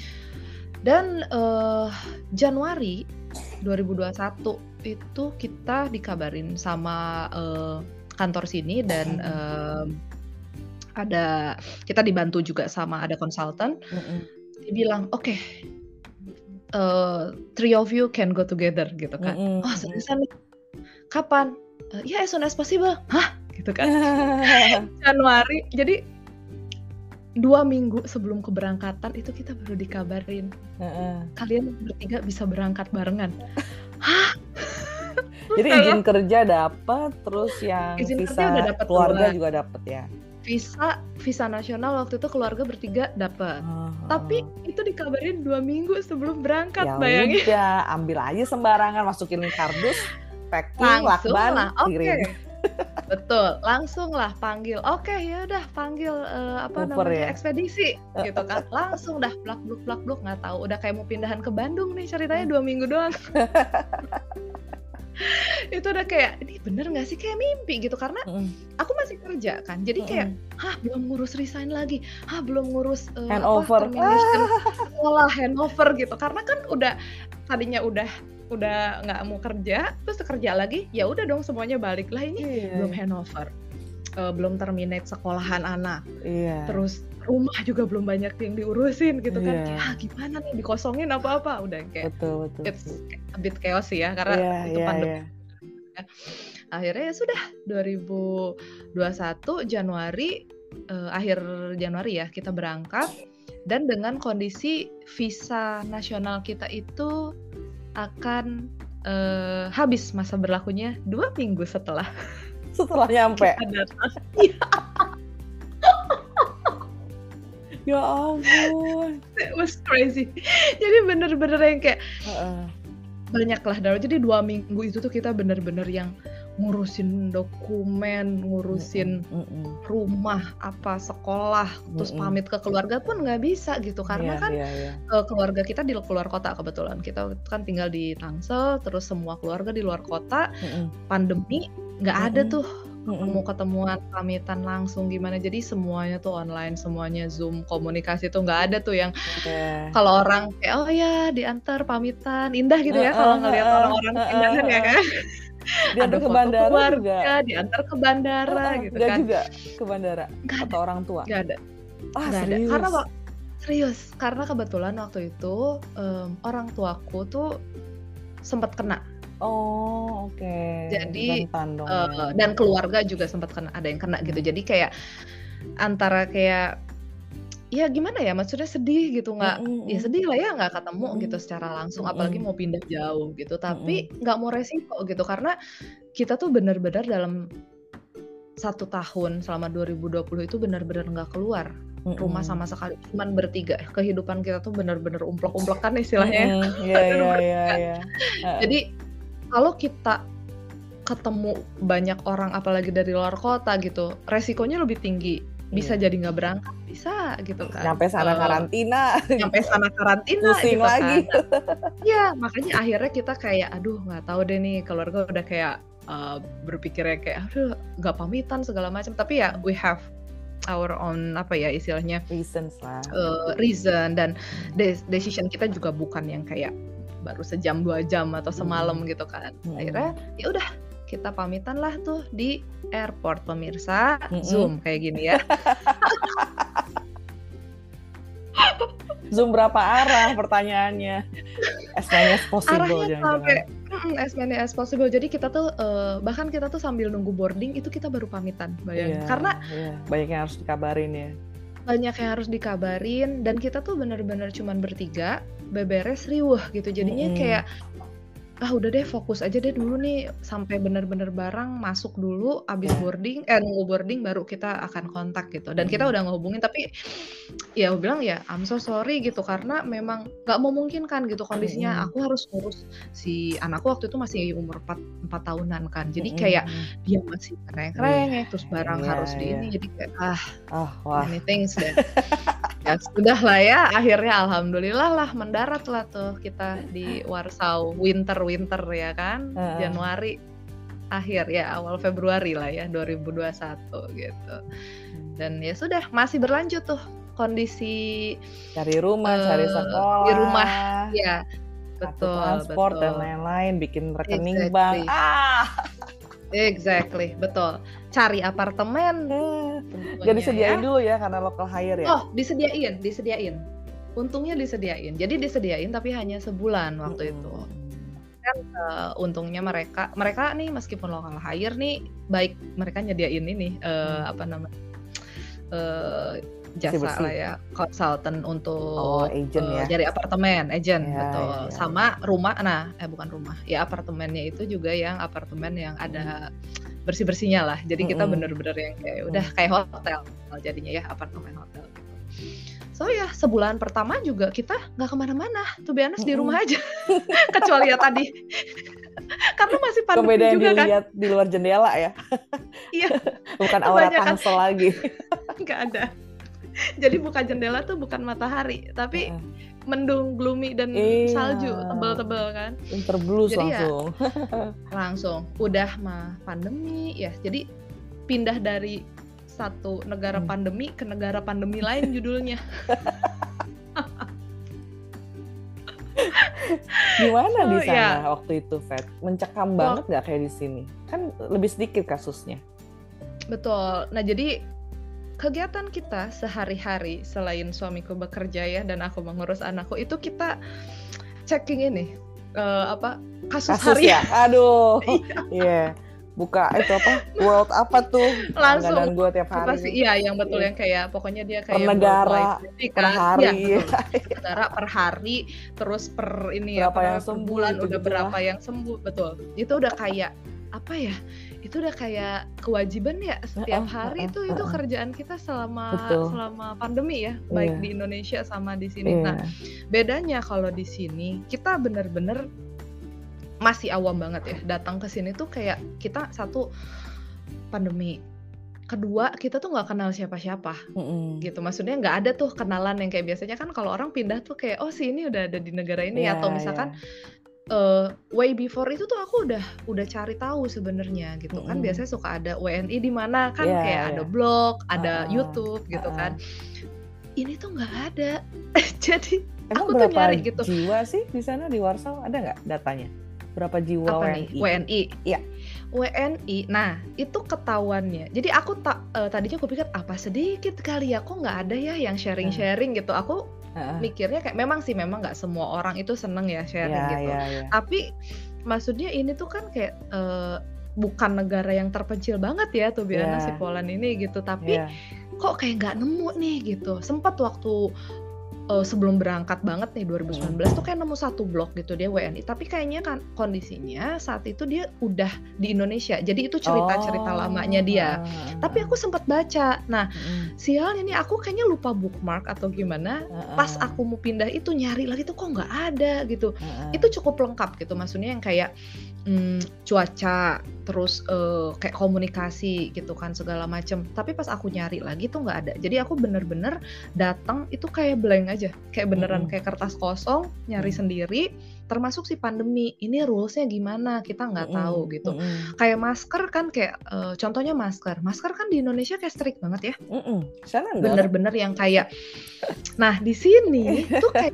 Speaker 2: Dan uh, Januari dua ribu dua puluh satu itu kita dikabarin sama uh, kantor sini dan um, ada kita dibantu juga sama ada konsultan.
Speaker 1: Mm-mm.
Speaker 2: Dia bilang oke, uh, three of you can go together gitu kan.
Speaker 1: Mm-mm.
Speaker 2: Oh seriusan nih? Kapan? "Uh, ya as soon as possible. Hah? Gitu kan. Januari. Jadi dua minggu sebelum keberangkatan itu kita baru dikabarin
Speaker 1: Heeh.
Speaker 2: kalian bertiga bisa berangkat barengan.
Speaker 1: Jadi
Speaker 2: Kayak
Speaker 1: izin kerja dapat, terus yang
Speaker 2: izin kerja
Speaker 1: visa
Speaker 2: udah dapat
Speaker 1: keluarga
Speaker 2: duluan.
Speaker 1: juga dapat ya.
Speaker 2: Visa visa nasional waktu itu keluarga bertiga dapat.
Speaker 1: Oh,
Speaker 2: Tapi
Speaker 1: oh.
Speaker 2: itu dikabarin dua minggu sebelum berangkat,
Speaker 1: Ya
Speaker 2: bayangin.
Speaker 1: udah, ambil aja sembarangan, masukin kardus, packing,
Speaker 2: Langsung
Speaker 1: lakban,
Speaker 2: lah, oke.
Speaker 1: kirim.
Speaker 2: Betul, langsung lah panggil. Oke, ya udah panggil eh, apa
Speaker 1: Uber
Speaker 2: namanya
Speaker 1: ya.
Speaker 2: ekspedisi gitu kan. Langsung dah blak bluk blak bluk nggak tahu. Udah kayak mau pindahan ke Bandung nih ceritanya dua minggu doang. Itu udah kayak ini bener nggak sih kayak mimpi gitu karena
Speaker 1: Mm-mm.
Speaker 2: aku masih kerja kan. Jadi kayak
Speaker 1: Mm-mm.
Speaker 2: hah belum ngurus resign lagi, hah belum ngurus eh, apa
Speaker 1: Handover.
Speaker 2: termination sekolah handover gitu. Karena kan udah tadinya udah udah nggak mau kerja, terus kerja lagi, ya udah dong semuanya balik lah ini
Speaker 1: Iya.
Speaker 2: belum handover, eh, belum terminate sekolahan anak,
Speaker 1: Iya.
Speaker 2: terus rumah juga belum banyak yang diurusin gitu kan.
Speaker 1: Iya.
Speaker 2: Kayak, ah gimana nih dikosongin apa-apa, udah kayak
Speaker 1: Betul, betul.
Speaker 2: it's
Speaker 1: betul.
Speaker 2: a bit chaos sih ya karena
Speaker 1: Iya,
Speaker 2: itu
Speaker 1: iya,
Speaker 2: pandemi.
Speaker 1: iya.
Speaker 2: Akhirnya ya sudah dua ribu dua puluh satu Januari eh, akhir Januari ya kita berangkat dan dengan kondisi visa nasional kita itu akan eh, habis masa berlakunya dua minggu setelah
Speaker 1: Setelah nyampe.
Speaker 2: kita datang.
Speaker 1: Ya ampun.
Speaker 2: It was crazy. Jadi bener-bener yang kayak
Speaker 1: Heeh.
Speaker 2: banyak lah. Jadi dua minggu itu tuh kita bener-bener yang ngurusin dokumen, ngurusin
Speaker 1: Mm-mm.
Speaker 2: rumah, apa sekolah, terus
Speaker 1: Mm-mm.
Speaker 2: pamit ke keluarga pun nggak bisa gitu karena
Speaker 1: Iya,
Speaker 2: kan
Speaker 1: iya, iya.
Speaker 2: eh, keluarga kita di keluar kota kebetulan kita kan tinggal di Tangsel, terus semua keluarga di luar kota,
Speaker 1: Mm-mm.
Speaker 2: pandemi nggak ada
Speaker 1: Mm-mm.
Speaker 2: tuh
Speaker 1: Mm-mm.
Speaker 2: mau ketemuan pamitan langsung gimana, jadi semuanya tuh online, semuanya Zoom, komunikasi tuh nggak ada tuh yang
Speaker 1: Iya.
Speaker 2: kalau orang kayak oh ya diantar pamitan indah gitu ya
Speaker 1: Heeh,
Speaker 2: kalau ngelihat
Speaker 1: heeh,
Speaker 2: orang-orang
Speaker 1: heeh,
Speaker 2: pindahan ya kan.
Speaker 1: Diantar
Speaker 2: Ada
Speaker 1: ke
Speaker 2: foto
Speaker 1: bandara
Speaker 2: keluarga,
Speaker 1: juga.
Speaker 2: diantar ke bandara
Speaker 1: Heeh,
Speaker 2: gitu
Speaker 1: nggak
Speaker 2: kan.
Speaker 1: juga ke bandara
Speaker 2: Nggak ada,
Speaker 1: atau orang tua.
Speaker 2: nggak ada.
Speaker 1: Ah,
Speaker 2: nggak ada. Karena
Speaker 1: serius?
Speaker 2: wak serius, karena kebetulan waktu itu, mmm, orang tuaku tuh sempat kena.
Speaker 1: Oh, oke.
Speaker 2: Jadi,
Speaker 1: Rentan dong
Speaker 2: eee,
Speaker 1: ya.
Speaker 2: dan keluarga juga sempat kena, ada yang kena gitu.
Speaker 1: Hmm.
Speaker 2: Jadi kayak antara kayak ya gimana ya, maksudnya sedih gitu, nggak
Speaker 1: Mhm
Speaker 2: ya
Speaker 1: mhm.
Speaker 2: sedih lah ya nggak ketemu gitu
Speaker 1: Mhm.
Speaker 2: secara langsung, apalagi
Speaker 1: Mhm.
Speaker 2: mau pindah jauh gitu,
Speaker 1: Mhm.
Speaker 2: tapi nggak mau resiko gitu. Karena kita tuh bener-bener dalam satu tahun selama dua ribu dua puluh itu bener-bener nggak keluar rumah
Speaker 1: Mhm.
Speaker 2: sama sekali, cuman bertiga. Kehidupan kita tuh bener-bener umplek-umplekan istilahnya ya,
Speaker 1: Mhm, iya
Speaker 2: aduh
Speaker 1: iya iya
Speaker 2: bertiga.
Speaker 1: iya, heeh.
Speaker 2: Jadi kalau kita ketemu banyak orang apalagi dari luar kota gitu, resikonya lebih tinggi. Bisa
Speaker 1: Iya.
Speaker 2: jadi nggak berangkat, bisa gitu kan,
Speaker 1: Nyampe sana
Speaker 2: eee,
Speaker 1: karantina
Speaker 2: nyampe
Speaker 1: gitu kan,
Speaker 2: sana karantina
Speaker 1: pusing
Speaker 2: gitu kan.
Speaker 1: lagi.
Speaker 2: Nah iya, makanya akhirnya kita kayak, aduh nggak tahu deh nih, keluarga udah kayak, eee, berpikirnya kayak, aduh nggak pamitan segala macam. Tapi ya we have our own apa ya istilahnya,
Speaker 1: Reasons lah.
Speaker 2: eee, reason dan
Speaker 1: Hmm.
Speaker 2: des decision kita juga bukan yang kayak baru sejam, dua jam atau semalam
Speaker 1: Mhm.
Speaker 2: gitu kan.
Speaker 1: Mhm.
Speaker 2: Akhirnya ya udah kita pamitan lah tuh di airport pemirsa,
Speaker 1: Mhm.
Speaker 2: Zoom kayak gini ya.
Speaker 1: Zoom berapa arah pertanyaannya? As many as possible
Speaker 2: Arahnya sampai
Speaker 1: jangan-jangan?
Speaker 2: mhm, as many as possible. Jadi kita tuh, eee, bahkan kita tuh sambil nunggu boarding itu kita baru pamitan,
Speaker 1: Iya
Speaker 2: bayangin. Karena
Speaker 1: iya, banyak yang harus dikabarin ya.
Speaker 2: banyak yang harus dikabarin dan kita tuh bener-bener cuman bertiga, beberes riweuh gitu. Jadinya
Speaker 1: Mhm.
Speaker 2: kayak, ah udah deh fokus aja deh dulu nih sampai bener-bener barang masuk dulu, abis
Speaker 1: Iya.
Speaker 2: boarding eh nunggu boarding baru kita akan kontak gitu. Dan kita
Speaker 1: Mhm.
Speaker 2: udah ngehubungin tapi ya aku bilang ya, "I'm so sorry," gitu, karena memang nggak memungkinkan gitu kondisinya.
Speaker 1: Mhm.
Speaker 2: Aku harus ngurus si anakku waktu itu masih umur empat empat tahunan kan. Jadi
Speaker 1: Mhm
Speaker 2: kayak
Speaker 1: mhm.
Speaker 2: dia masih
Speaker 1: Iya
Speaker 2: ngerengek-ngerengek, terus barang
Speaker 1: iya
Speaker 2: harus di
Speaker 1: iya.
Speaker 2: ini, jadi kayak, ah
Speaker 1: Ah, wah.
Speaker 2: many things deh. Ya sudahlah ya, akhirnya alhamdulillah lah mendarat lah tuh kita di Warsaw, winter-winter ya kan,
Speaker 1: Heeh.
Speaker 2: Januari akhir ya awal Februari lah ya dua ribu dua puluh satu gitu.
Speaker 1: Hmm.
Speaker 2: Dan ya sudah masih berlanjut tuh kondisi,
Speaker 1: Cari rumah, cari
Speaker 2: eee, di rumah
Speaker 1: sekolah,
Speaker 2: iya,
Speaker 1: kartu
Speaker 2: betul
Speaker 1: transport dan
Speaker 2: betul.
Speaker 1: lain-lain, bikin rekening bank,
Speaker 2: Exactly.
Speaker 1: ah.
Speaker 2: Exactly, betul. Cari apartemen
Speaker 1: Nggak
Speaker 2: tentunya ya.
Speaker 1: disediain dulu ya karena local hire ya?
Speaker 2: Oh disediain disediain. Untungnya disediain. Jadi disediain tapi hanya sebulan waktu
Speaker 1: Mhm
Speaker 2: itu.
Speaker 1: mhm.
Speaker 2: Kan, eee, untungnya mereka mereka nih meskipun local hire nih, baik mereka nyediain ini, eee,
Speaker 1: Hmm.
Speaker 2: apa namanya, eee, jasa
Speaker 1: Bersih-bersih.
Speaker 2: lah ya, konsultan
Speaker 1: Oh,
Speaker 2: untuk,
Speaker 1: agent
Speaker 2: eee,
Speaker 1: ya?
Speaker 2: nyari apartemen, agent,
Speaker 1: Iya iya
Speaker 2: betul.
Speaker 1: iya iya.
Speaker 2: Sama rumah nah, eh bukan rumah, ya apartemennya itu juga yang apartemen yang
Speaker 1: Mhm.
Speaker 2: ada bersih-bersihnya lah. Jadi kita
Speaker 1: Mhm.
Speaker 2: bener-bener yang kayak udah
Speaker 1: Mhm.
Speaker 2: kayak hotel jadinya ya, apartemen hotel gitu. So ya sebulan pertama juga kita nggak ke mana-mana, to be honest di
Speaker 1: Mhm.
Speaker 2: rumah aja. Kecuali ya tadi, karena masih
Speaker 1: Beda
Speaker 2: pandemi
Speaker 1: yang
Speaker 2: juga kan.
Speaker 1: dilihat di luar jendela ya?
Speaker 2: Iya,
Speaker 1: Bukan aura
Speaker 2: kebanyakan
Speaker 1: Tangsel lagi.
Speaker 2: nggak ada. Jadi buka jendela tuh bukan matahari, tapi
Speaker 1: Heeh.
Speaker 2: mendung, gloomy, dan
Speaker 1: Iya,
Speaker 2: salju tebel-tebel kan.
Speaker 1: winter blues
Speaker 2: Jadi ya
Speaker 1: langsung.
Speaker 2: langsung, udah mah pandemi ya, jadi pindah dari satu negara
Speaker 1: Hmm.
Speaker 2: pandemi ke negara pandemi lain judulnya.
Speaker 1: Gimana di
Speaker 2: Oh,
Speaker 1: sana
Speaker 2: ya.
Speaker 1: waktu itu, Vet? Mencekam
Speaker 2: Wak
Speaker 1: banget nggak kayak di sini? Kan lebih sedikit kasusnya.
Speaker 2: Betul. Nah jadi kegiatan kita sehari-hari selain suamiku bekerja ya dan aku mengurus anakku, itu kita checking ini, eee, apa, kasus
Speaker 1: Kasus ya?
Speaker 2: harian.
Speaker 1: Aduh,
Speaker 2: Iya.
Speaker 1: iya. Buka itu apa, world apa tuh,
Speaker 2: Langsung
Speaker 1: langganan gue tiap
Speaker 2: apa
Speaker 1: hari
Speaker 2: sih
Speaker 1: tuh.
Speaker 2: iya yang betul
Speaker 1: Iya.
Speaker 2: yang kayak pokoknya dia
Speaker 1: Per
Speaker 2: kayak worldwide
Speaker 1: negara,
Speaker 2: gitu
Speaker 1: per
Speaker 2: kan.
Speaker 1: hari,
Speaker 2: Iya
Speaker 1: iya.
Speaker 2: betul, per negara, per hari, terus per ini
Speaker 1: Berapa
Speaker 2: apa
Speaker 1: yang
Speaker 2: namanya, per
Speaker 1: sembuh
Speaker 2: bulan udah
Speaker 1: gitu-gitulah.
Speaker 2: berapa yang sembuh, betul. Itu udah kayak apa ya, itu udah kayak kewajiban ya setiap
Speaker 1: Heeh
Speaker 2: hari
Speaker 1: heeh
Speaker 2: itu itu
Speaker 1: heeh.
Speaker 2: kerjaan kita selama
Speaker 1: Betul.
Speaker 2: selama pandemi ya, baik
Speaker 1: Iya.
Speaker 2: di Indonesia sama di sini. Nah,
Speaker 1: Iya.
Speaker 2: bedanya kalau di sini kita bener-bener masih awam banget ya, datang ke sini tuh kayak kita satu pandemi, kedua kita tuh nggak kenal siapa-siapa
Speaker 1: Mhm.
Speaker 2: gitu. Maksudnya nggak ada tuh kenalan yang kayak biasanya kan kalau orang pindah tuh kayak, "Oh si ini udah ada di negara ini,"
Speaker 1: Iya
Speaker 2: atau misalkan,
Speaker 1: iya.
Speaker 2: eee, way before itu tuh aku udah udah cari tahu sebenarnya gitu kan.
Speaker 1: Mhm.
Speaker 2: Biasanya suka ada W N I di mana kan
Speaker 1: Iya
Speaker 2: kayak
Speaker 1: iya.
Speaker 2: ada blog, ada
Speaker 1: Heeh
Speaker 2: YouTube gitu
Speaker 1: heeh.
Speaker 2: kan. Ini tuh nggak ada. Jadi
Speaker 1: Emang
Speaker 2: aku tuh
Speaker 1: berapa
Speaker 2: nyari gitu.
Speaker 1: jiwa sih di sana di Warsaw, ada nggak datanya? Berapa jiwa
Speaker 2: Apa nih?
Speaker 1: W N I?
Speaker 2: W N I?
Speaker 1: Iya.
Speaker 2: W N I, nah itu ketahuannya. Jadi aku tak uh, tadinya aku pikir apa sedikit kali ya, kok nggak ada ya yang sharing-sharing gitu. Aku
Speaker 1: Heeh.
Speaker 2: mikirnya kayak memang sih memang nggak semua orang itu seneng ya sharing
Speaker 1: Ya,
Speaker 2: gitu.
Speaker 1: ya, ya.
Speaker 2: Tapi maksudnya ini tuh kan kayak uh, bukan negara yang terpencil banget ya tuh Biana si
Speaker 1: Ya,
Speaker 2: Poland ini gitu. Tapi
Speaker 1: ya.
Speaker 2: kok kayak nggak nemu nih gitu. Sempat waktu uh, sebelum berangkat banget nih dua ribu sembilan belas
Speaker 1: Mm.
Speaker 2: tuh kayak nemu satu blog gitu dia W N I, tapi kayaknya kan kondisinya saat itu dia udah di Indonesia, jadi itu cerita-cerita lamanya
Speaker 1: Oh,
Speaker 2: dia.
Speaker 1: heeh,
Speaker 2: Tapi aku
Speaker 1: heeh.
Speaker 2: sempat baca, nah
Speaker 1: Mm-mm.
Speaker 2: sialnya nih aku kayaknya lupa bookmark atau gimana, pas
Speaker 1: Heeh,
Speaker 2: aku mau pindah itu nyari lagi tuh kok nggak ada gitu.
Speaker 1: heeh.
Speaker 2: Itu cukup lengkap gitu, maksudnya yang kayak mm, cuaca, terus eh, kayak komunikasi gitu kan segala macem. Tapi pas aku nyari lagi tuh nggak ada. Jadi aku bener-bener datang itu kayak blank aja, kayak beneran
Speaker 1: Mm-mm.
Speaker 2: kayak kertas kosong, nyari
Speaker 1: Mm.
Speaker 2: sendiri. Termasuk si pandemi, ini rulesnya gimana kita nggak tahu
Speaker 1: Mm-mm.
Speaker 2: gitu.
Speaker 1: Mm-mm.
Speaker 2: Kayak masker kan kayak eh, contohnya masker, masker kan di Indonesia kayak strict banget ya,
Speaker 1: Mm-mm. Sana enggak?
Speaker 2: bener-bener yang kayak. Nah di sini tuh kayak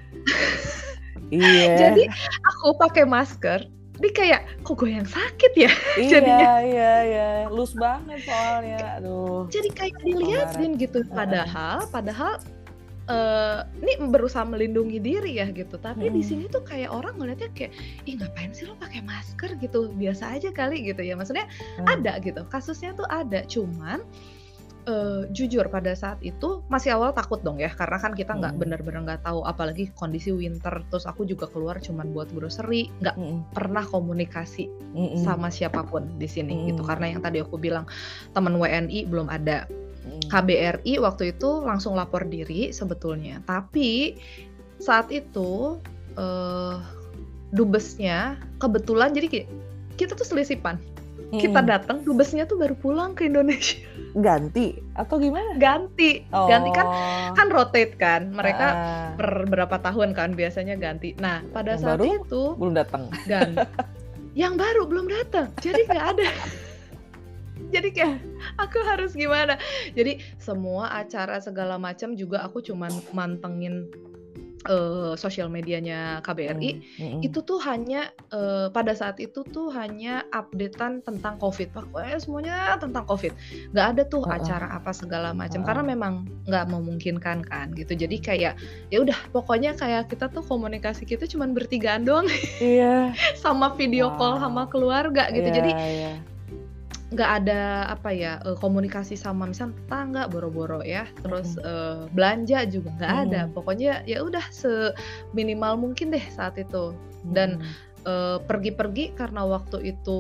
Speaker 1: Iya,
Speaker 2: jadi aku pakai masker, ini kayak kok gue yang sakit ya
Speaker 1: iya,
Speaker 2: jadinya.
Speaker 1: iya, iya. Loose banget soalnya. Aduh,
Speaker 2: Jadi kayak
Speaker 1: Maret.
Speaker 2: diliatin gitu,
Speaker 1: Heeh.
Speaker 2: padahal padahal eh ini berusaha melindungi diri ya gitu. Tapi di
Speaker 1: Mm-mm.
Speaker 2: sini tuh kayak orang ngeliatnya kayak, ih ngapain sih lo pakai masker gitu, biasa aja kali gitu ya. Maksudnya
Speaker 1: Hmm.
Speaker 2: ada gitu, kasusnya tuh ada. Cuman eh, jujur pada saat itu masih awal takut dong ya, karena kan kita nggak
Speaker 1: Mm-mm.
Speaker 2: benar-benar nggak tahu, apalagi kondisi winter. Terus aku juga keluar cuman buat grocery, nggak
Speaker 1: Mm-mm.
Speaker 2: pernah komunikasi
Speaker 1: Mm-mm.
Speaker 2: sama siapapun di sini gitu.
Speaker 1: Mm.
Speaker 2: Karena yang tadi aku bilang teman W N I belum ada.
Speaker 1: Mm.
Speaker 2: K B R I waktu itu langsung lapor diri sebetulnya, tapi saat itu eh, dubesnya kebetulan jadi ki- kita tuh selisipan. Kita
Speaker 1: Mm-mm.
Speaker 2: datang, dubesnya tuh baru pulang ke Indonesia.
Speaker 1: Ganti atau gimana?
Speaker 2: Ganti,
Speaker 1: Oh.
Speaker 2: ganti kan kan rotate kan, mereka
Speaker 1: Ah,
Speaker 2: per berapa tahun kan biasanya ganti. Nah pada
Speaker 1: Yang
Speaker 2: saat
Speaker 1: baru
Speaker 2: itu
Speaker 1: belum datang.
Speaker 2: ganti, yang baru belum datang, jadi nggak ada. Jadi kayak aku harus gimana? Jadi semua acara segala macam juga aku cuman mantengin eh, sosial medianya K B R I.
Speaker 1: Mm-mm.
Speaker 2: Itu tuh hanya eh, pada saat itu tuh hanya updatean tentang COVID. Pokoknya semuanya tentang COVID. Nggak ada tuh
Speaker 1: Uh-uh.
Speaker 2: acara apa segala macam
Speaker 1: Uh-uh.
Speaker 2: karena memang nggak memungkinkan kan gitu. Jadi kayak ya udah pokoknya kayak kita tuh komunikasi kita cuman bertigaan doang
Speaker 1: Iya.
Speaker 2: sama video call
Speaker 1: Wow.
Speaker 2: sama keluarga gitu.
Speaker 1: Iya,
Speaker 2: Jadi
Speaker 1: iya.
Speaker 2: nggak ada apa ya eh, komunikasi sama misal tetangga boro-boro ya, terus eh, belanja juga nggak ada.
Speaker 1: Mm.
Speaker 2: Pokoknya ya udah seminimal mungkin deh saat itu. Dan
Speaker 1: Mm.
Speaker 2: eh, pergi-pergi karena waktu itu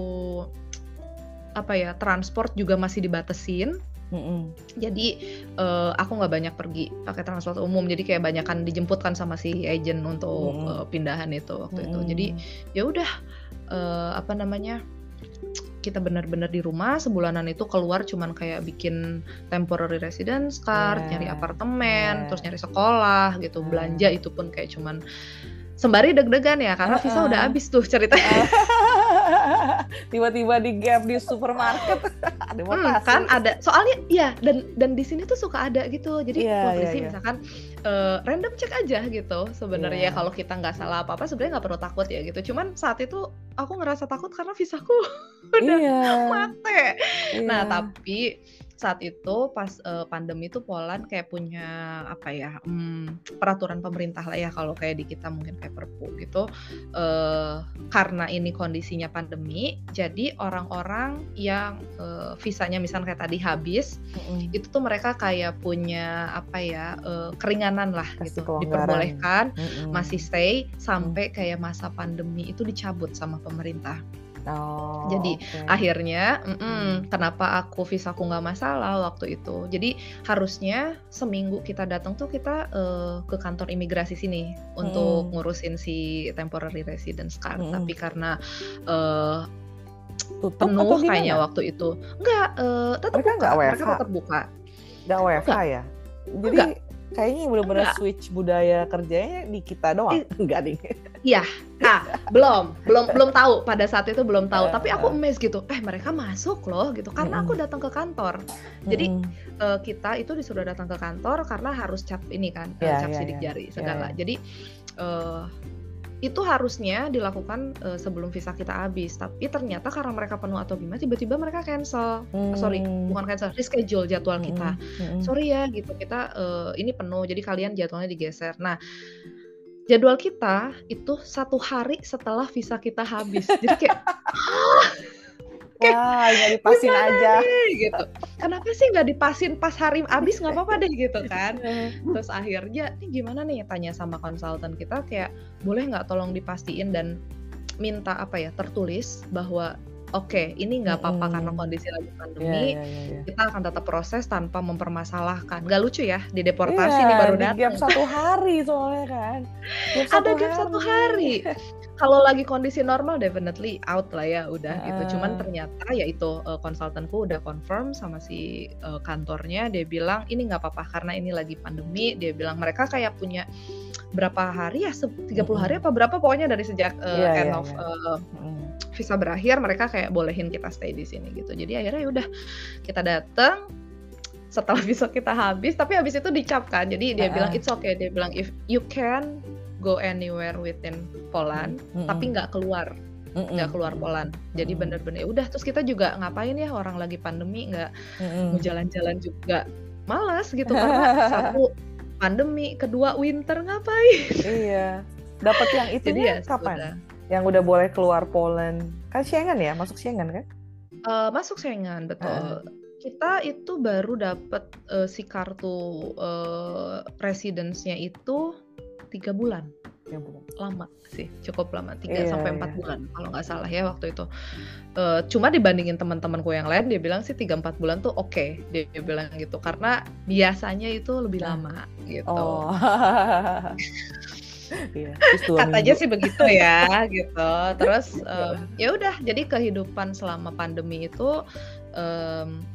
Speaker 2: apa ya, transport juga masih dibatasin.
Speaker 1: Mm-mm.
Speaker 2: Jadi eh, aku nggak banyak pergi pakai transport umum. Jadi kayak banyakan dijemput kan sama si agent untuk
Speaker 1: Mm-mm.
Speaker 2: eh, pindahan itu waktu itu.
Speaker 1: Mm-mm.
Speaker 2: Jadi ya udah eh, apa namanya, kita benar-benar di rumah sebulanan itu keluar cuman kayak bikin temporary residence card,
Speaker 1: Yeah.
Speaker 2: nyari apartemen,
Speaker 1: Yeah.
Speaker 2: terus nyari sekolah gitu,
Speaker 1: Yeah.
Speaker 2: belanja itu pun kayak cuman sembari deg-degan ya karena visa
Speaker 1: Uh-uh.
Speaker 2: udah habis tuh ceritanya.
Speaker 1: Tiba-tiba di Gap di supermarket ada
Speaker 2: Hmm,
Speaker 1: mutasi.
Speaker 2: kan ada soalnya ya, dan dan di sini tuh suka ada gitu. Jadi
Speaker 1: Iya,
Speaker 2: polisi
Speaker 1: iya, iya.
Speaker 2: misalkan eh, random cek aja gitu. Sebenarnya
Speaker 1: Iya.
Speaker 2: kalau kita nggak salah apa-apa sebenarnya nggak perlu takut ya gitu. Cuman saat itu aku ngerasa takut karena visaku udah
Speaker 1: Iya.
Speaker 2: mate.
Speaker 1: Iya.
Speaker 2: Nah, tapi saat itu pas eh, pandemi itu Poland kayak punya apa ya, hmm, peraturan pemerintah lah ya, kalau kayak di kita mungkin kayak Perpu gitu. Eh, karena ini kondisinya pandemi, jadi orang-orang yang eh, visanya misalnya kayak tadi habis,
Speaker 1: Mm-mm.
Speaker 2: itu tuh mereka kayak punya apa ya, eh, keringanan lah
Speaker 1: Kasih
Speaker 2: gitu,
Speaker 1: kelonggaran.
Speaker 2: diperbolehkan
Speaker 1: Mm-mm.
Speaker 2: masih stay sampai kayak masa pandemi itu dicabut sama pemerintah.
Speaker 1: Oh,
Speaker 2: Jadi
Speaker 1: oke.
Speaker 2: akhirnya, mm-mm,
Speaker 1: Hmm.
Speaker 2: kenapa aku visaku nggak masalah waktu itu. Jadi harusnya seminggu kita datang tuh kita eh, ke kantor imigrasi sini untuk
Speaker 1: Mm-mm.
Speaker 2: ngurusin si temporary residence card.
Speaker 1: Mm-mm.
Speaker 2: Tapi karena eh,
Speaker 1: Tutup atau
Speaker 2: penuh kayaknya
Speaker 1: gimana?
Speaker 2: waktu itu, enggak, eh, tetap
Speaker 1: Mereka
Speaker 2: buka,
Speaker 1: nggak
Speaker 2: mereka
Speaker 1: W F H?
Speaker 2: tetap buka.
Speaker 1: Nggak W F H
Speaker 2: Enggak,
Speaker 1: ya? Jadi
Speaker 2: enggak,
Speaker 1: kayaknya bener-bener
Speaker 2: enggak.
Speaker 1: switch budaya kerjanya di kita doang.
Speaker 2: I-
Speaker 1: Enggak ding.
Speaker 2: Iya, nah belum, belum, belum tahu pada saat itu belum tahu. Tapi aku
Speaker 1: Eh,
Speaker 2: amazed gitu, eh mereka masuk loh gitu, karena aku
Speaker 1: Mm-mm.
Speaker 2: datang ke kantor. Jadi
Speaker 1: Mm-mm.
Speaker 2: eh, kita itu disuruh datang ke kantor karena harus cap ini kan, eh,
Speaker 1: Ya,
Speaker 2: cap
Speaker 1: ya,
Speaker 2: sidik
Speaker 1: ya.
Speaker 2: jari
Speaker 1: Ya,
Speaker 2: segala.
Speaker 1: ya.
Speaker 2: Jadi eh, itu harusnya dilakukan, eee, sebelum visa kita habis, tapi ternyata karena mereka penuh atau gimana tiba-tiba mereka cancel, eh, sorry
Speaker 1: Mmm.
Speaker 2: bukan cancel, reschedule jadwal kita.
Speaker 1: Mhm mhm.
Speaker 2: "Sorry ya gitu kita, eee, ini penuh jadi kalian jadwalnya digeser." Nah, jadwal kita itu satu hari setelah visa kita habis. Jadi kayak, hah? Kayak
Speaker 1: Wah, nggak dipasin
Speaker 2: gimana
Speaker 1: aja.
Speaker 2: nih gitu, kenapa sih nggak dipasin pas hari habis nggak apa-apa deh gitu kan. Terus akhirnya, "Ini gimana nih?" Tanya sama konsultan kita kayak, "Boleh nggak tolong dipastiin dan minta apa ya, tertulis bahwa oke ini nggak apa-apa karena
Speaker 1: Mhm.
Speaker 2: kondisi lagi
Speaker 1: Iya
Speaker 2: pandemi,
Speaker 1: iya iya iya.
Speaker 2: kita akan tetap proses tanpa mempermasalahkan." Nggak lucu ya,
Speaker 1: Iya,
Speaker 2: dideportasi nih baru
Speaker 1: di gap
Speaker 2: dateng.
Speaker 1: satu hari soalnya kan, gap
Speaker 2: Ada
Speaker 1: satu
Speaker 2: gap satu
Speaker 1: hari.
Speaker 2: hari. Kalau lagi kondisi normal definitely out lah ya udah gitu, cuman
Speaker 1: Heeh.
Speaker 2: ternyata ya itu, eee, konsultanku udah confirm sama si, eee, kantornya, dia bilang, "Ini nggak apa-apa karena ini lagi pandemi," dia bilang. Mereka kayak punya berapa hari ya, seb tiga puluh hari
Speaker 1: Mhm.
Speaker 2: apa berapa pokoknya dari sejak, eee,
Speaker 1: Iya
Speaker 2: end
Speaker 1: iya
Speaker 2: of,
Speaker 1: iya.
Speaker 2: eee,
Speaker 1: Mhm.
Speaker 2: visa berakhir mereka kayak bolehin kita stay di sini gitu. Jadi akhirnya ya udah, kita dateng, setelah visa kita habis, tapi habis itu dicap kan, jadi dia bilang,
Speaker 1: Heeh.
Speaker 2: "It's okay," dia bilang, "if you can go anywhere within Poland,
Speaker 1: Mhm
Speaker 2: tapi
Speaker 1: mhm.
Speaker 2: nggak keluar, nggak
Speaker 1: Mhm
Speaker 2: keluar
Speaker 1: mhm
Speaker 2: Poland." Jadi
Speaker 1: mhm.
Speaker 2: bener-bener ya udah, terus kita juga ngapain ya orang lagi pandemi nggak mau
Speaker 1: Mhm.
Speaker 2: jalan-jalan juga malas gitu, karena satu pandemi, kedua winter, ngapain.
Speaker 1: Iya, dapet yang
Speaker 2: Jadi
Speaker 1: itunya
Speaker 2: ya
Speaker 1: kapan?
Speaker 2: sudah.
Speaker 1: Yang udah boleh keluar Poland, kan Schengen ya, masuk Schengen kan?
Speaker 2: Eee, masuk Schengen,
Speaker 1: Heeh.
Speaker 2: betul. Kita itu baru dapet, eee, si kartu, eee, residence-nya itu tiga bulan.
Speaker 1: tiga bulan.
Speaker 2: Lama sih, cukup lama, tiga
Speaker 1: Iya
Speaker 2: sampai empat
Speaker 1: iya.
Speaker 2: bulan kalau nggak salah ya waktu itu. Eee, cuma dibandingin teman-temanku yang lain dia bilang sih tiga, empat bulan tuh oke, dia bilang gitu, karena biasanya itu lebih
Speaker 1: Nah.
Speaker 2: lama gitu.
Speaker 1: Oh. Iya, terus dua
Speaker 2: Katanya
Speaker 1: minggu.
Speaker 2: sih begitu ya gitu. Terus,
Speaker 1: Heeh.
Speaker 2: mmm, ya udah jadi kehidupan selama pandemi itu, mmm,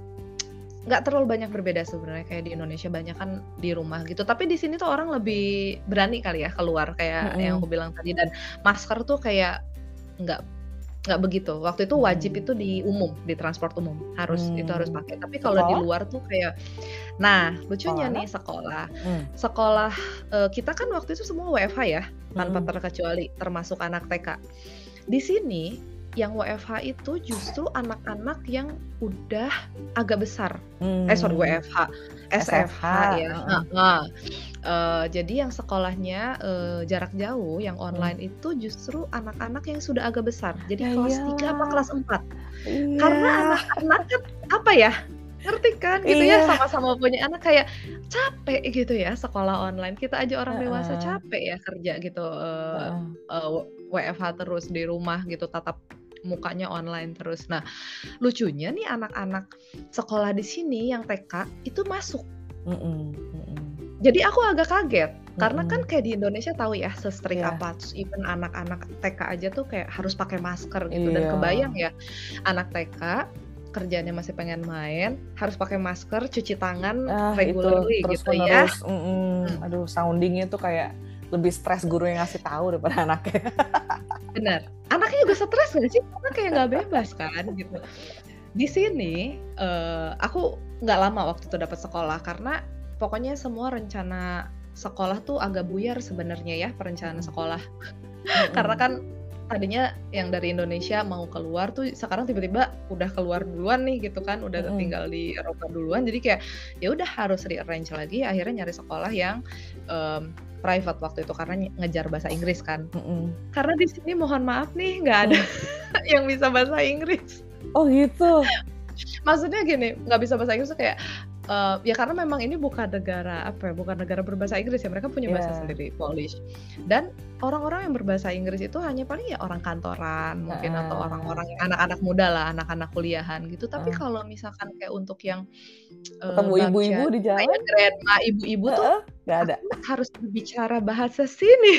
Speaker 2: nggak terlalu banyak berbeda sebenarnya kayak di Indonesia, banyakan di rumah gitu. Tapi di sini tuh orang lebih berani kali ya keluar kayak yang aku
Speaker 1: Mhm.
Speaker 2: bilang tadi, dan masker tuh kayak nggak nggak begitu. Waktu itu wajib
Speaker 1: Mmm.
Speaker 2: itu di umum, di transport umum, harus itu harus
Speaker 1: Mmm,
Speaker 2: pakai. Tapi kalau di
Speaker 1: sekolah?
Speaker 2: luar tuh kayak nah
Speaker 1: Sekolah
Speaker 2: lucunya nih
Speaker 1: anak?
Speaker 2: sekolah,
Speaker 1: Mmm.
Speaker 2: sekolah, eee, kita kan waktu itu semua W F H ya, tanpa
Speaker 1: Mhm.
Speaker 2: terkecuali, termasuk anak T K. Di sini yang W F H itu justru anak-anak yang udah agak besar. Eh sorry
Speaker 1: Mmm.
Speaker 2: W F H, S F
Speaker 1: S-F-H,
Speaker 2: H ya,
Speaker 1: heeh.
Speaker 2: heeh. Eee, jadi yang sekolahnya, eee, jarak jauh yang
Speaker 1: Mmm.
Speaker 2: online itu justru anak-anak yang sudah agak besar. Jadi
Speaker 1: Ya
Speaker 2: kelas tiga apa
Speaker 1: iyalah.
Speaker 2: kelas empat. Karena
Speaker 1: Iya.
Speaker 2: anak-anak kan apa ya, ngerti kan gitu ya,
Speaker 1: Iya.
Speaker 2: sama-sama punya anak kayak capek gitu ya sekolah online. Kita aja orang dewasa
Speaker 1: Heeh.
Speaker 2: capek ya kerja gitu, eee
Speaker 1: Heeh.
Speaker 2: eee, W F H terus di rumah gitu, tatap mukanya online terus. Nah, lucunya nih anak-anak sekolah di sini yang T K itu masuk.
Speaker 1: Mhm mhm.
Speaker 2: Jadi aku agak kaget, karena kan
Speaker 1: Mhm.
Speaker 2: kayak di Indonesia tahu ya se-strict
Speaker 1: Iya.
Speaker 2: apa, terus even anak-anak T K aja tuh kayak harus pakai masker gitu, dan
Speaker 1: Iya.
Speaker 2: kebayang ya anak T K kerjaannya masih pengen main, harus pakai masker, cuci tangan
Speaker 1: Ah, itu
Speaker 2: regularly gitu ya.
Speaker 1: terus-menerus, mhm.
Speaker 2: Mhm.
Speaker 1: Aduh sounding-nya tuh kayak lebih stres guru yang ngasih tahu daripada anaknya.
Speaker 2: Bener, anaknya juga stres nggak sih? Karena kayak nggak bebas kan gitu. Di sini, eee, aku nggak lama waktu itu dapat sekolah, karena pokoknya semua rencana sekolah tuh agak buyar sebenarnya ya, perencanaan
Speaker 1: Mhm.
Speaker 2: sekolah. Karena
Speaker 1: Mhm.
Speaker 2: kan tadinya yang dari Indonesia mau keluar tuh sekarang tiba-tiba udah keluar duluan nih gitu kan, udah
Speaker 1: Mhm.
Speaker 2: tinggal di Eropa duluan. Jadi kayak ya udah harus rearrange lagi, akhirnya nyari sekolah yang, mmm, private waktu itu karena nye ngejar bahasa Inggris kan.
Speaker 1: Mhm.
Speaker 2: Karena di sini mohon maaf nih nggak ada
Speaker 1: Mmm.
Speaker 2: yang bisa bahasa Inggris.
Speaker 1: Oh gitu?
Speaker 2: Maksudnya gini, nggak bisa bahasa Inggris tuh kayak, eee, ya karena memang ini bukan negara apa ya, bukan negara berbahasa Inggris ya, mereka punya bahasa
Speaker 1: Iya.
Speaker 2: sendiri, Polish. Dan orang-orang yang berbahasa Inggris itu hanya paling ya orang kantoran mungkin, atau
Speaker 1: Heeh.
Speaker 2: orang-orang anak-anak muda lah, anak-anak kuliahan gitu. Tapi
Speaker 1: Heeh.
Speaker 2: kalau misalkan kayak untuk yang, eee,
Speaker 1: Ketemu ibu-ibu
Speaker 2: bagja
Speaker 1: di
Speaker 2: kayak
Speaker 1: jalan?
Speaker 2: grandma, ibu-ibu tuh,
Speaker 1: Heeh, nggak ada?
Speaker 2: aku harus berbicara bahasa sini.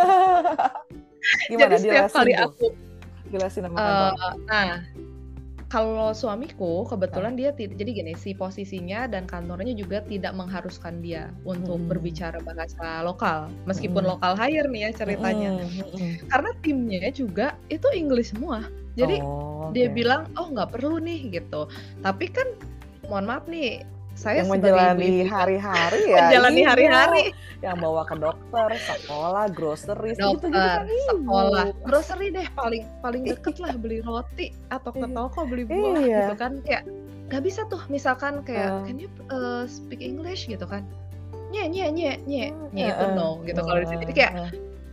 Speaker 2: Jadi
Speaker 1: Gimana
Speaker 2: setiap kali
Speaker 1: dijelasin tuh?
Speaker 2: aku
Speaker 1: Jelasin sama
Speaker 2: eee,
Speaker 1: kantor.
Speaker 2: nah, kalau suamiku
Speaker 1: Heeh.
Speaker 2: kebetulan dia tid jadi gini, si posisinya dan kantornya juga tidak mengharuskan dia untuk
Speaker 1: Mhm.
Speaker 2: berbicara bahasa lokal, meskipun
Speaker 1: Mhm.
Speaker 2: lokal hire nih ya ceritanya.
Speaker 1: Mhm mhm.
Speaker 2: Karena timnya juga itu English semua. Jadi
Speaker 1: Oh,
Speaker 2: dia
Speaker 1: oke.
Speaker 2: bilang, "Oh nggak perlu nih," gitu. Tapi kan mohon maaf nih, saya
Speaker 1: Yang
Speaker 2: sebagai
Speaker 1: menjalani
Speaker 2: ibu-ibu yang
Speaker 1: hari-hari ya
Speaker 2: menjalani
Speaker 1: ibu,
Speaker 2: hari-hari.
Speaker 1: yang bawa ke dokter, sekolah, groceries, gitu-gitu
Speaker 2: Dokter,
Speaker 1: kan
Speaker 2: sekolah,
Speaker 1: ibu.
Speaker 2: grocery deh paling paling deket
Speaker 1: Iya.
Speaker 2: lah beli roti atau ke
Speaker 1: Iya.
Speaker 2: toko beli buah gitu
Speaker 1: Iya.
Speaker 2: kan, kayak nggak bisa tuh misalkan kayak,
Speaker 1: Heeh.
Speaker 2: "Can you, eee, speak English?" Gitu kan. "Nye nye nye nye,"
Speaker 1: Mmm,
Speaker 2: nye itu
Speaker 1: heeh,
Speaker 2: no gitu kalau di sini. Jadi
Speaker 1: heeh
Speaker 2: kayak,
Speaker 1: heeh.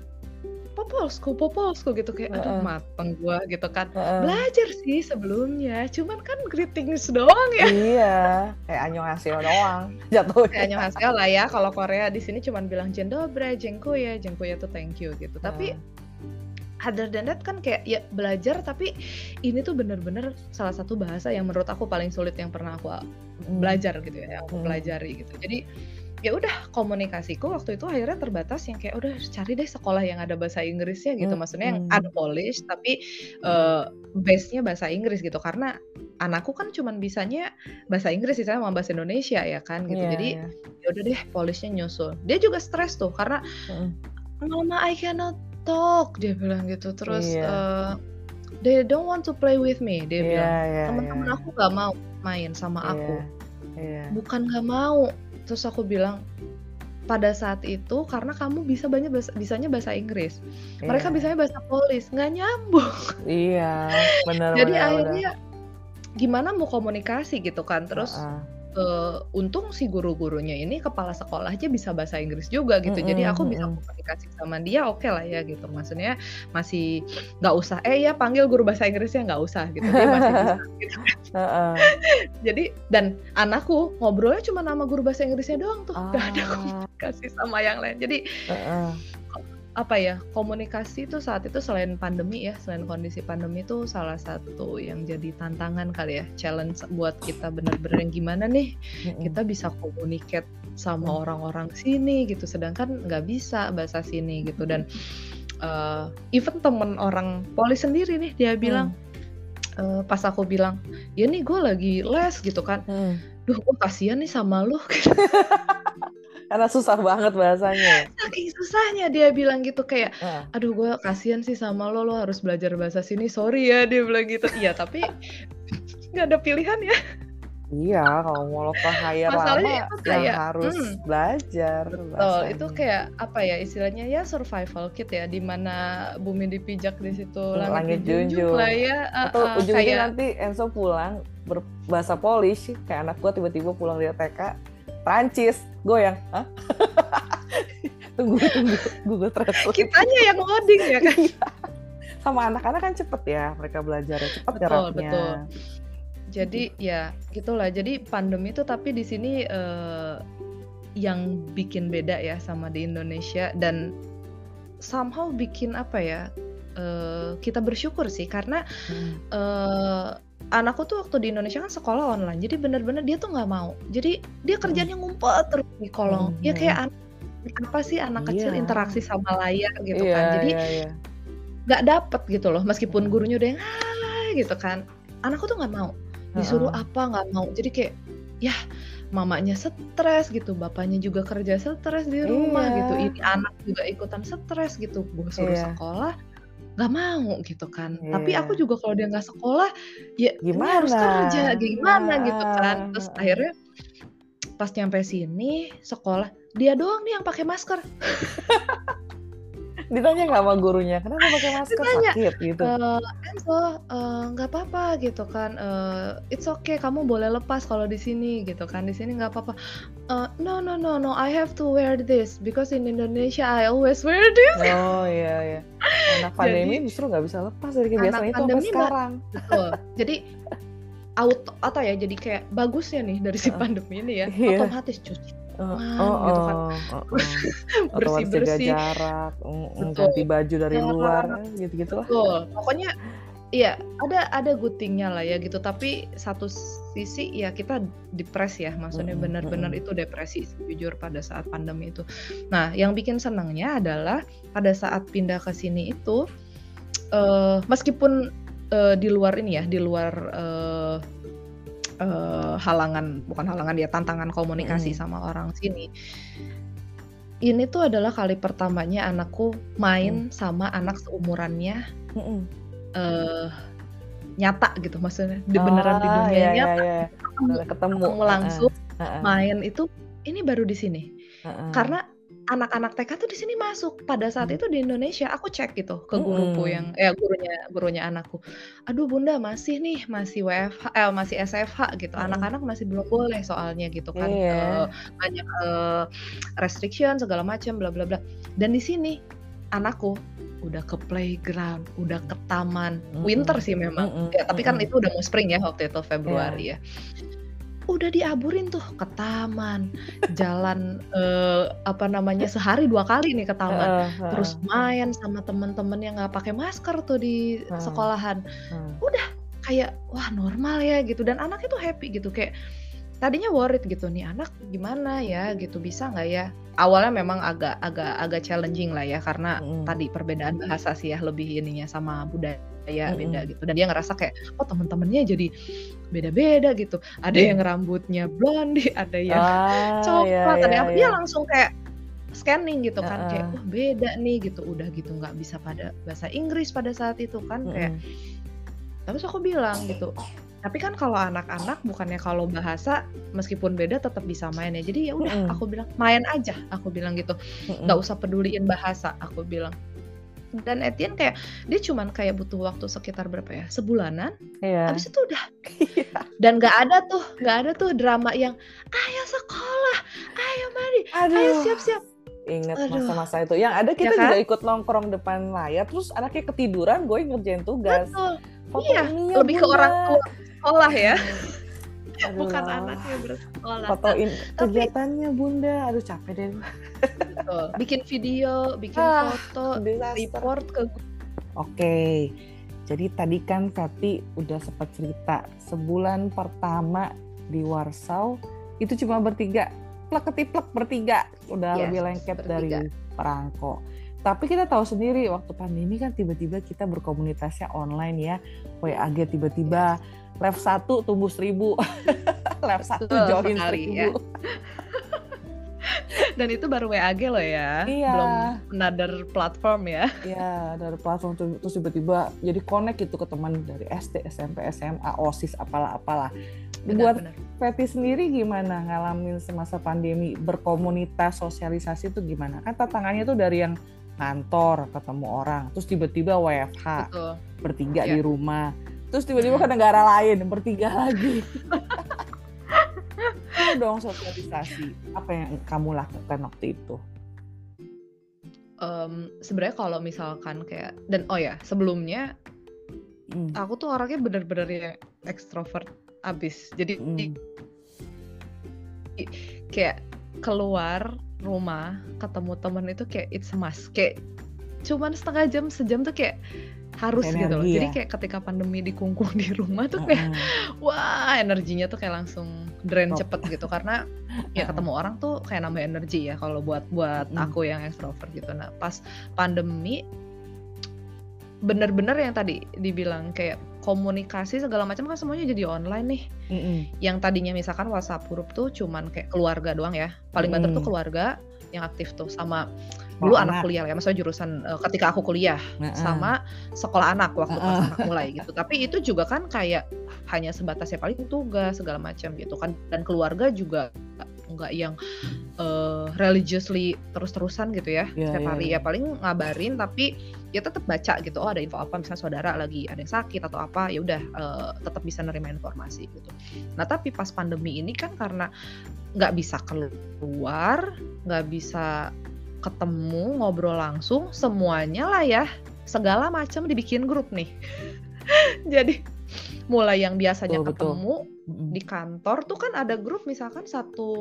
Speaker 2: "Popolsku popolsku," gitu kayak, aduh
Speaker 1: Heeh.
Speaker 2: mateng gua gitu kan.
Speaker 1: Heeh.
Speaker 2: Belajar sih sebelumnya, cuman kan greetings doang ya.
Speaker 1: Iya, kayak annyeonghaseyo doang jatuhnya.
Speaker 2: Kayak annyeonghaseyo lah ya, kalau Korea di sini cuman bilang jendobre, jengkoye, jengkoye tuh thank you gitu. Tapi
Speaker 1: Heeh.
Speaker 2: other than that kan kayak ya belajar, tapi ini tuh bener-bener salah satu bahasa yang menurut aku paling sulit yang pernah aku a
Speaker 1: Mhm.
Speaker 2: belajar gitu ya, yang aku
Speaker 1: Mhm.
Speaker 2: pelajari gitu. Jadi ya udah komunikasiku waktu itu akhirnya terbatas yang kayak udah cari deh sekolah yang ada bahasa Inggrisnya gitu, maksudnya yang
Speaker 1: Mhm.
Speaker 2: unpolished tapi, eee, base-nya bahasa Inggris gitu. Karena anakku kan cuman bisanya bahasa Inggris sisanya sama bahasa Indonesia ya kan gitu.
Speaker 1: Iya
Speaker 2: Jadi
Speaker 1: iya.
Speaker 2: ya udah deh polish-nya nyusul. Dia juga stres tuh karena,
Speaker 1: Mhm.
Speaker 2: "Mama, I cannot talk," dia bilang gitu. Terus,
Speaker 1: Iya.
Speaker 2: eee, "They don't want to play with me," dia
Speaker 1: Iya
Speaker 2: bilang.
Speaker 1: iya iya
Speaker 2: "Temen-temen
Speaker 1: iya.
Speaker 2: aku nggak mau main sama
Speaker 1: Iya,
Speaker 2: aku."
Speaker 1: iya.
Speaker 2: "Bukan nggak mau," terus aku bilang, "pada saat itu karena kamu bisa banyak bahasa bisanya bahasa Inggris. Mereka
Speaker 1: Iya.
Speaker 2: bisanya bahasa Polish, nggak nyambung."
Speaker 1: Iya, bener
Speaker 2: Jadi
Speaker 1: bener bener.
Speaker 2: akhirnya gimana mau komunikasi gitu kan. Terus,
Speaker 1: Heeh.
Speaker 2: eee, untung si guru-gurunya ini kepala sekolahnya bisa bahasa Inggris juga gitu. Jadi
Speaker 1: Mhm
Speaker 2: aku bisa
Speaker 1: mhm.
Speaker 2: komunikasi sama dia okelah ya gitu. Maksudnya masih nggak usah, "Eh, ya panggil guru bahasa Inggrisnya," nggak usah gitu, dia masih bisa gitu kan.
Speaker 1: Heeh.
Speaker 2: Jadi dan anakku ngobrolnya cuma sama guru bahasa Inggrisnya doang tuh, nggak ada
Speaker 1: Ah.
Speaker 2: komunikasi sama yang lain. Jadi
Speaker 1: Heeh.
Speaker 2: apa ya, komunikasi itu saat itu selain pandemi ya, selain kondisi pandemi itu salah satu yang jadi tantangan kali ya, challenge buat kita bener-bener yang gimana nih
Speaker 1: Mhm.
Speaker 2: kita bisa communicate sama
Speaker 1: Mhm.
Speaker 2: orang-orang sini gitu, sedangkan nggak bisa bahasa sini gitu. Dan, eee, even temen orang Polish sendiri nih dia bilang,
Speaker 1: Mmm.
Speaker 2: eee, pas aku bilang, "Ya nih gua lagi les," gitu kan.
Speaker 1: Mhm.
Speaker 2: "Duh gua kasihan nih sama lu," gitu.
Speaker 1: Karena susah banget bahasanya ya?
Speaker 2: Saking susahnya dia bilang gitu kayak,
Speaker 1: Heeh.
Speaker 2: "Aduh gua kasihan sih sama lo, lo harus belajar bahasa sini, sorry ya," dia bilang gitu. Iya tapi nggak ada pilihan ya.
Speaker 1: Iya, kalau mau lo ke-hire
Speaker 2: Masalahnya
Speaker 1: lama
Speaker 2: itu
Speaker 1: ya
Speaker 2: kayak
Speaker 1: harus
Speaker 2: mmm,
Speaker 1: belajar
Speaker 2: betul, itu
Speaker 1: bahasanya.
Speaker 2: kayak apa ya, istilahnya ya survival kit ya, di mana bumi dipijak di situ
Speaker 1: Mmm,
Speaker 2: langit
Speaker 1: langit
Speaker 2: dijunjung lah
Speaker 1: junjung.
Speaker 2: ya,
Speaker 1: Atau
Speaker 2: heeh,
Speaker 1: ujung-ujungnya
Speaker 2: kayak
Speaker 1: nanti Enzo pulang berbahasa Polish, kayak anak gua tiba-tiba pulang dari T K, Prancis, gua yang, "Hah? Tunggu tunggu, Google Translate."
Speaker 2: kitanya yang loading ya kan?
Speaker 1: Iya. Sama anak-anak kan cepet ya mereka belajarnya, cepet
Speaker 2: Betul
Speaker 1: nyerapnya.
Speaker 2: betul.
Speaker 1: Gitu.
Speaker 2: Jadi ya gitulah, jadi pandemi itu tapi di sini, eee, yang bikin beda ya sama di Indonesia dan somehow bikin apa ya, eee, kita bersyukur sih karena,
Speaker 1: Mhm.
Speaker 2: eee, anakku tuh waktu di Indonesia kan sekolah online, jadi bener-bener dia tuh nggak mau. Jadi dia
Speaker 1: Mhm.
Speaker 2: kerjanya ngumpet terus di kolong.
Speaker 1: Mhm
Speaker 2: Ya
Speaker 1: mhm.
Speaker 2: kayak an apa sih anak kecil
Speaker 1: Iya.
Speaker 2: interaksi sama layar gitu
Speaker 1: Iya
Speaker 2: kan. Jadi
Speaker 1: iya iya.
Speaker 2: nggak dapet gitu loh, meskipun
Speaker 1: Mhm.
Speaker 2: gurunya udah yang, "Hai," gitu kan. Anakku tuh nggak mau. Disuruh
Speaker 1: Heeh.
Speaker 2: apa nggak mau. Jadi kayak, yah mamanya stres gitu, bapaknya juga kerja stres di rumah gitu,
Speaker 1: Iya.
Speaker 2: ini anak juga ikutan stres gitu, gua suruh
Speaker 1: Iya.
Speaker 2: sekolah nggak mau gitu kan. Tapi aku
Speaker 1: Iya.
Speaker 2: juga kalau dia nggak sekolah, ya ini harus
Speaker 1: Gimana?
Speaker 2: kerja, gimana gitu kan.
Speaker 1: Heeh
Speaker 2: Terus
Speaker 1: heeh.
Speaker 2: akhirnya pas nyampe sini sekolah, dia doang nih yang pakai masker.
Speaker 1: Ditanya nggak sama gurunya, "Kenapa pakai masker,
Speaker 2: Ditanya,
Speaker 1: sakit?" Gitu?
Speaker 2: eee, "Enzo, eee, nggak apa-apa," gitu kan, eee, "it's okay, kamu boleh lepas kalau di sini," gitu kan, "di sini nggak apa-apa." Eee, "No no no no, I have to wear this because in Indonesia I always wear this."
Speaker 1: Oh, iya iya. Anak pandemi
Speaker 2: Jadi
Speaker 1: justru nggak bisa lepas dari
Speaker 2: anak
Speaker 1: kebiasaan itu sampai
Speaker 2: pandemi ma
Speaker 1: sekarang.
Speaker 2: betul. Jadi auto atau ya, jadi kayak bagusnya nih dari si
Speaker 1: Heeh.
Speaker 2: pandemi ini ya,
Speaker 1: Iya.
Speaker 2: otomatis cuci
Speaker 1: Eee,
Speaker 2: tangan gitu kan.
Speaker 1: heeh heeh. Otomatis jaga
Speaker 2: Bersih-bersih.
Speaker 1: jarak, mhm,
Speaker 2: Betul.
Speaker 1: ganti baju dari luar, gitu-gitulah.
Speaker 2: Betul. Pokoknya iya, ada ada good thing-nya lah ya gitu, tapi satu sisi ya kita depres ya, maksudnya
Speaker 1: Mhm
Speaker 2: bener-bener
Speaker 1: mhm.
Speaker 2: itu depresi sih jujur pada saat pandemi itu. Nah, yang bikin senangnya adalah pada saat pindah ke sini itu, eee, meskipun, eee, di luar ini ya, di luar, eee eee, halangan bukan halangan ya, tantangan komunikasi
Speaker 1: Mhm.
Speaker 2: sama orang sini. Ini tuh adalah kali pertamanya anakku
Speaker 1: Mhm.
Speaker 2: main sama anak seumurannya,
Speaker 1: Mhm.
Speaker 2: eee, nyata gitu maksudnya, di beneran di
Speaker 1: Oh,
Speaker 2: dunia
Speaker 1: iya iya
Speaker 2: nyata
Speaker 1: iya.
Speaker 2: gitu, ketemu
Speaker 1: Bener ketemu,
Speaker 2: ketemu
Speaker 1: heeh,
Speaker 2: langsung
Speaker 1: Heeh.
Speaker 2: main itu ini baru di sini.
Speaker 1: Heeh.
Speaker 2: Karena anak-anak T K tuh di sini masuk. Pada saat
Speaker 1: Hmm.
Speaker 2: itu di Indonesia aku cek gitu ke guruku yang
Speaker 1: Mm-mm.
Speaker 2: eh gurunya gurunya anakku. Aduh Bunda masih nih, masih W F H, eh masih S F H gitu.
Speaker 1: Mm-mm.
Speaker 2: Anak-anak masih belum boleh soalnya gitu kan.
Speaker 1: Iya.
Speaker 2: Eh, banyak eh, restriction segala macam bla bla bla. Dan di sini anakku udah ke playground, udah ke taman.
Speaker 1: Mm-mm.
Speaker 2: Winter sih memang.
Speaker 1: Mm-mm.
Speaker 2: Ya, tapi kan
Speaker 1: Mm-mm.
Speaker 2: itu udah mau spring ya waktu itu Februari
Speaker 1: Iya.
Speaker 2: ya. Udah diaburin tuh ke taman, jalan eh, apa namanya sehari dua kali nih ke taman,
Speaker 1: Heeh, heeh.
Speaker 2: terus main sama temen-temen yang nggak pakai masker tuh di
Speaker 1: Heeh.
Speaker 2: sekolahan.
Speaker 1: Heeh.
Speaker 2: Udah kayak wah normal ya gitu dan anak itu happy gitu kayak tadinya worried gitu nih anak gimana ya gitu bisa nggak ya awalnya memang agak agak agak challenging lah ya karena
Speaker 1: Mm-mm.
Speaker 2: tadi perbedaan bahasa sih ya lebih ininya sama budaya
Speaker 1: Mm-mm.
Speaker 2: beda gitu dan dia ngerasa kayak oh teman-temannya jadi beda-beda gitu ada yang rambutnya blonde ada yang
Speaker 1: Ah, ya,
Speaker 2: coklat ada
Speaker 1: ya,
Speaker 2: yang apa dia
Speaker 1: ya.
Speaker 2: langsung kayak scanning gitu kan kayak
Speaker 1: Heeh.
Speaker 2: wah beda nih gitu udah gitu nggak bisa pada bahasa Inggris pada saat itu kan kayak
Speaker 1: Mm-mm.
Speaker 2: terus aku bilang gitu tapi kan kalau anak-anak bukannya kalau bahasa meskipun beda tetap bisa main ya jadi ya udah
Speaker 1: Mm-mm.
Speaker 2: aku bilang main aja aku bilang gitu
Speaker 1: Mm-mm.
Speaker 2: nggak usah peduliin bahasa aku bilang dan Etienne kayak dia cuman kayak butuh waktu sekitar berapa ya sebulanan
Speaker 1: Iya.
Speaker 2: habis itu udah dan nggak ada tuh nggak ada tuh drama yang ayo sekolah ayo mari ayo
Speaker 1: Aduh.
Speaker 2: siap-siap
Speaker 1: Ingat
Speaker 2: Aduh.
Speaker 1: masa-masa itu. Yang ada kita
Speaker 2: Ya kan?
Speaker 1: juga ikut nongkrong depan layar, terus anaknya ketiduran, gue ngerjain tugas.
Speaker 2: betul
Speaker 1: Foto
Speaker 2: iya
Speaker 1: ini ya,
Speaker 2: lebih ke
Speaker 1: Bunda.
Speaker 2: orang tua sekolah ya
Speaker 1: Aduh.
Speaker 2: bukan anaknya bersekolah
Speaker 1: Fotoin
Speaker 2: Tapi-
Speaker 1: kegiatannya Bunda. Aduh capek deh.
Speaker 2: Betul. Bikin video, bikin
Speaker 1: Ah,
Speaker 2: foto,
Speaker 1: disaster.
Speaker 2: report ke
Speaker 1: Oke, jadi tadi kan Kati udah sempat cerita sebulan pertama di Warsaw itu cuma bertiga, plek ketiplek bertiga, udah
Speaker 2: Yes,
Speaker 1: lebih lengket
Speaker 2: bertiga.
Speaker 1: dari perangko. Tapi kita tahu sendiri waktu pandemi kan tiba-tiba kita berkomunitasnya online ya, W A G tiba-tiba live satu tumbuh seribu, live satu
Speaker 2: Betul
Speaker 1: join
Speaker 2: sekali,
Speaker 1: seribu.
Speaker 2: Dan itu baru W A G loh ya,
Speaker 1: Iya.
Speaker 2: belum another platform ya.
Speaker 1: Ya dari platform tuh- terus tiba-tiba jadi connect gitu ke teman dari S D, S M P, S M A, OSIS, apalah-apalah. Buat
Speaker 2: Benar-benar.
Speaker 1: Feti sendiri gimana ngalamin semasa pandemi berkomunitas sosialisasi itu gimana? Kan tantangannya tuh dari yang kantor ketemu orang, terus tiba-tiba W F H
Speaker 2: Betul.
Speaker 1: bertiga
Speaker 2: Iya.
Speaker 1: di rumah, terus tiba-tiba
Speaker 2: Hmm.
Speaker 1: ke negara lain bertiga lagi. Itu dong sosialisasi. Apa yang kamu lakukan waktu itu?
Speaker 2: Em, sebenarnya kalau misalkan kayak dan oh ya sebelumnya
Speaker 1: Hmm.
Speaker 2: aku tuh orangnya bener-bener yang ekstrovert abis. Jadi
Speaker 1: Hmm.
Speaker 2: kayak keluar rumah ketemu temen itu kayak it's a must. Kayak cuman setengah jam sejam tuh kayak harus
Speaker 1: Energi
Speaker 2: gitu loh.
Speaker 1: ya?
Speaker 2: Jadi kayak ketika pandemi dikungkung di rumah tuh kayak
Speaker 1: Mm-mm.
Speaker 2: wah energinya tuh kayak langsung drain
Speaker 1: Drop.
Speaker 2: cepet gitu karena ya ketemu orang tuh kayak nambah energi ya kalau buat buat
Speaker 1: Mm.
Speaker 2: aku yang extrovert gitu. Nah pas pandemi bener-bener yang tadi dibilang kayak komunikasi segala macam kan semuanya jadi online nih.
Speaker 1: Mm-mm.
Speaker 2: Yang tadinya misalkan WhatsApp grup tuh cuman kayak keluarga doang ya. Paling banter tuh
Speaker 1: Mm.
Speaker 2: keluarga yang aktif tuh sama dulu
Speaker 1: Sekolah
Speaker 2: anak
Speaker 1: anak.
Speaker 2: kuliah ya, maksudnya jurusan uh, ketika aku kuliah
Speaker 1: Nah,
Speaker 2: sama sekolah anak waktu pas
Speaker 1: Uh-uh.
Speaker 2: anak mulai gitu. Tapi itu juga kan kayak hanya sebatas ya paling tugas segala macam gitu kan. Dan keluarga juga nggak yang uh, religiously terus-terusan gitu ya
Speaker 1: Iya,
Speaker 2: setiap
Speaker 1: iya,
Speaker 2: hari
Speaker 1: iya.
Speaker 2: ya paling ngabarin tapi ya tetap baca gitu. Oh ada info apa misalnya saudara lagi ada yang sakit atau apa ya udah uh, tetap bisa nerima informasi gitu. Nah tapi pas pandemi ini kan karena nggak bisa keluar, nggak bisa ketemu ngobrol langsung semuanya lah ya segala macam dibikin grup nih. Jadi mulai yang biasanya
Speaker 1: Betul, betul.
Speaker 2: ketemu
Speaker 1: Mm-mm.
Speaker 2: di kantor tuh kan ada grup misalkan satu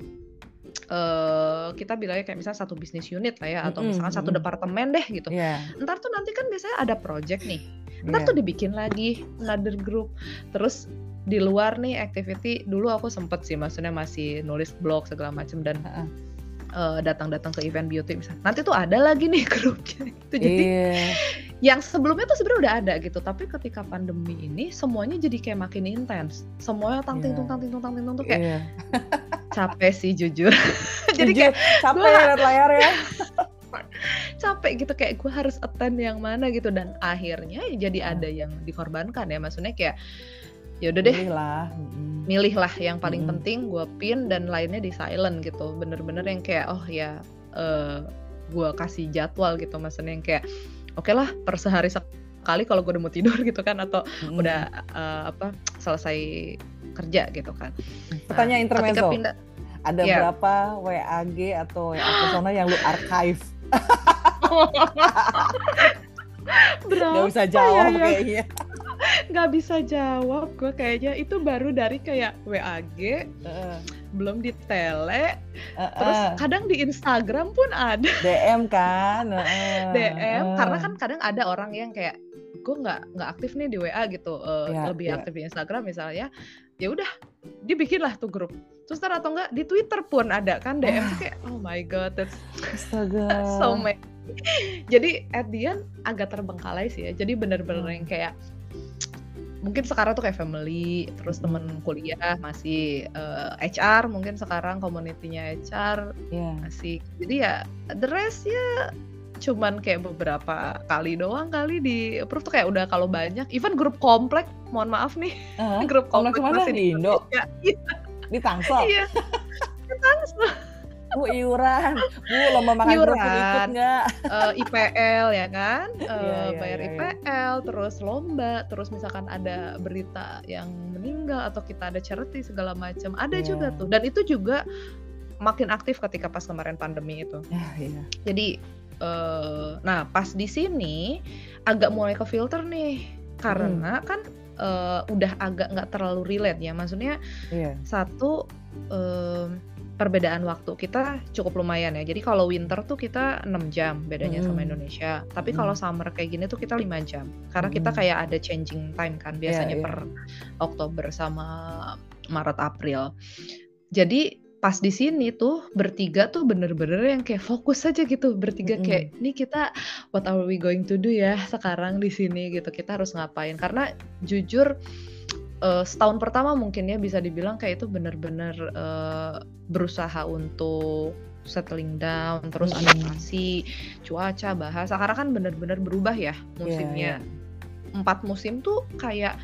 Speaker 2: eh kita bilangnya kayak misalnya satu bisnis unit lah ya atau
Speaker 1: Mm-mm,
Speaker 2: misalkan satu
Speaker 1: mm-mm.
Speaker 2: departemen deh gitu.
Speaker 1: Iya,
Speaker 2: Ntar tuh nanti kan biasanya ada project nih. Ntar
Speaker 1: iya.
Speaker 2: tuh dibikin lagi another group. Terus di luar nih activity dulu aku sempet sih maksudnya masih nulis blog segala macam dan
Speaker 1: Heeh.
Speaker 2: eh, datang-datang ke event beauty misalnya. Nanti tuh ada lagi nih grupnya gitu. Jadi
Speaker 1: Iya.
Speaker 2: yang sebelumnya tuh sebenarnya udah ada gitu, tapi ketika pandemi ini semuanya jadi kayak makin intens. Semuanya tang ting tung
Speaker 1: Iya.
Speaker 2: tang ting tung tang ting tung tuh kayak
Speaker 1: Iya.
Speaker 2: capek sih jujur. Jadi
Speaker 1: Jujur,
Speaker 2: kayak
Speaker 1: capek
Speaker 2: gua-
Speaker 1: liat layar ya.
Speaker 2: capek gitu kayak gue harus attend yang mana gitu dan akhirnya ya jadi
Speaker 1: Hmm.
Speaker 2: ada yang dikorbankan ya maksudnya kayak ya udah deh,
Speaker 1: Milih lah. Mm-mm.
Speaker 2: milih lah yang paling
Speaker 1: Mm-mm.
Speaker 2: penting gue pin dan lainnya di silent gitu. Bener-bener yang kayak oh ya eh gue kasih jadwal gitu, maksudnya yang kayak oke lah per sehari sekali kalau gue udah mau tidur gitu kan, atau
Speaker 1: Mm-mm.
Speaker 2: udah eh, apa selesai kerja gitu kan.
Speaker 1: Pertanyaan
Speaker 2: Nah, ketika
Speaker 1: intermezzo.
Speaker 2: pindah,
Speaker 1: Ada
Speaker 2: ya
Speaker 1: berapa W A G atau W A personal yang lu archive? Gak
Speaker 2: berapa
Speaker 1: bisa
Speaker 2: ya
Speaker 1: jawab
Speaker 2: yang
Speaker 1: kayaknya.
Speaker 2: nggak bisa jawab gue kayaknya. Itu baru dari kayak W A G,
Speaker 1: Heeh.
Speaker 2: belum di tele, terus
Speaker 1: Heeh.
Speaker 2: kadang di Instagram pun ada
Speaker 1: D M kan. Heeh.
Speaker 2: D M, karena
Speaker 1: Heeh.
Speaker 2: kan kadang ada orang yang kayak gue nggak nggak aktif nih di W A gitu, eh,
Speaker 1: Ya,
Speaker 2: lebih
Speaker 1: ya.
Speaker 2: aktif di Instagram misalnya, ya udah dibikin lah tuh grup. Terus ntar atau enggak di Twitter pun ada kan D M tuh kayak oh my god, that's
Speaker 1: Astaga.
Speaker 2: so many. Jadi at the end agak terbengkalai sih ya. Jadi bener-bener
Speaker 1: Hmm.
Speaker 2: yang kayak mungkin sekarang tuh kayak family, terus
Speaker 1: Mm-mm.
Speaker 2: temen kuliah masih eh, H R, mungkin sekarang community-nya H R
Speaker 1: Ya.
Speaker 2: masih. Jadi ya the rest ya cuman kayak beberapa kali doang kali di approve tuh, kayak udah kalau banyak. Even grup komplek, mohon maaf nih,
Speaker 1: Heeh.
Speaker 2: grup
Speaker 1: Kompleks
Speaker 2: komplek
Speaker 1: mana?
Speaker 2: masih
Speaker 1: Di Indo?
Speaker 2: Indonesia. Iya,
Speaker 1: Di Tangsel?
Speaker 2: iya. Tangsel.
Speaker 1: Bu, iuran. Bu, lomba makan kerupuk ikut
Speaker 2: Iuran,
Speaker 1: nggak?
Speaker 2: eh, I P L ya kan, eh,
Speaker 1: Iya, iya,
Speaker 2: bayar
Speaker 1: iya,
Speaker 2: I P
Speaker 1: iya.
Speaker 2: L, terus lomba, terus misalkan ada berita yang meninggal atau kita ada charity segala macam, ada
Speaker 1: Iya.
Speaker 2: juga tuh. Dan itu juga makin aktif ketika pas kemarin pandemi itu.
Speaker 1: Ya, iya.
Speaker 2: Jadi, eh, nah pas di sini agak mulai ke filter nih, karena kan eh, udah agak nggak terlalu relate ya. Maksudnya
Speaker 1: Iya.
Speaker 2: satu em, perbedaan waktu kita cukup lumayan ya. Jadi kalau winter tuh kita enam jam bedanya sama
Speaker 1: Mm-mm.
Speaker 2: Indonesia. Tapi
Speaker 1: Mm.
Speaker 2: kalau summer kayak gini tuh kita lima jam. Karena kita
Speaker 1: Mm-mm.
Speaker 2: kayak ada changing time kan biasanya
Speaker 1: Iya, iya.
Speaker 2: per Oktober sama Maret April. Jadi pas di sini tuh bertiga tuh bener-bener yang kayak fokus aja gitu. Bertiga
Speaker 1: Mm-mm.
Speaker 2: kayak nih kita what are we going to do ya sekarang di sini gitu. Kita harus ngapain? Karena jujur eh, setahun pertama mungkin ya bisa dibilang kayak itu bener-bener eh, berusaha untuk settling down, terus
Speaker 1: Mm-mm.
Speaker 2: adaptasi cuaca, bahasa. Karena kan bener-bener berubah ya musimnya.
Speaker 1: Iya,
Speaker 2: Empat musim tuh kayak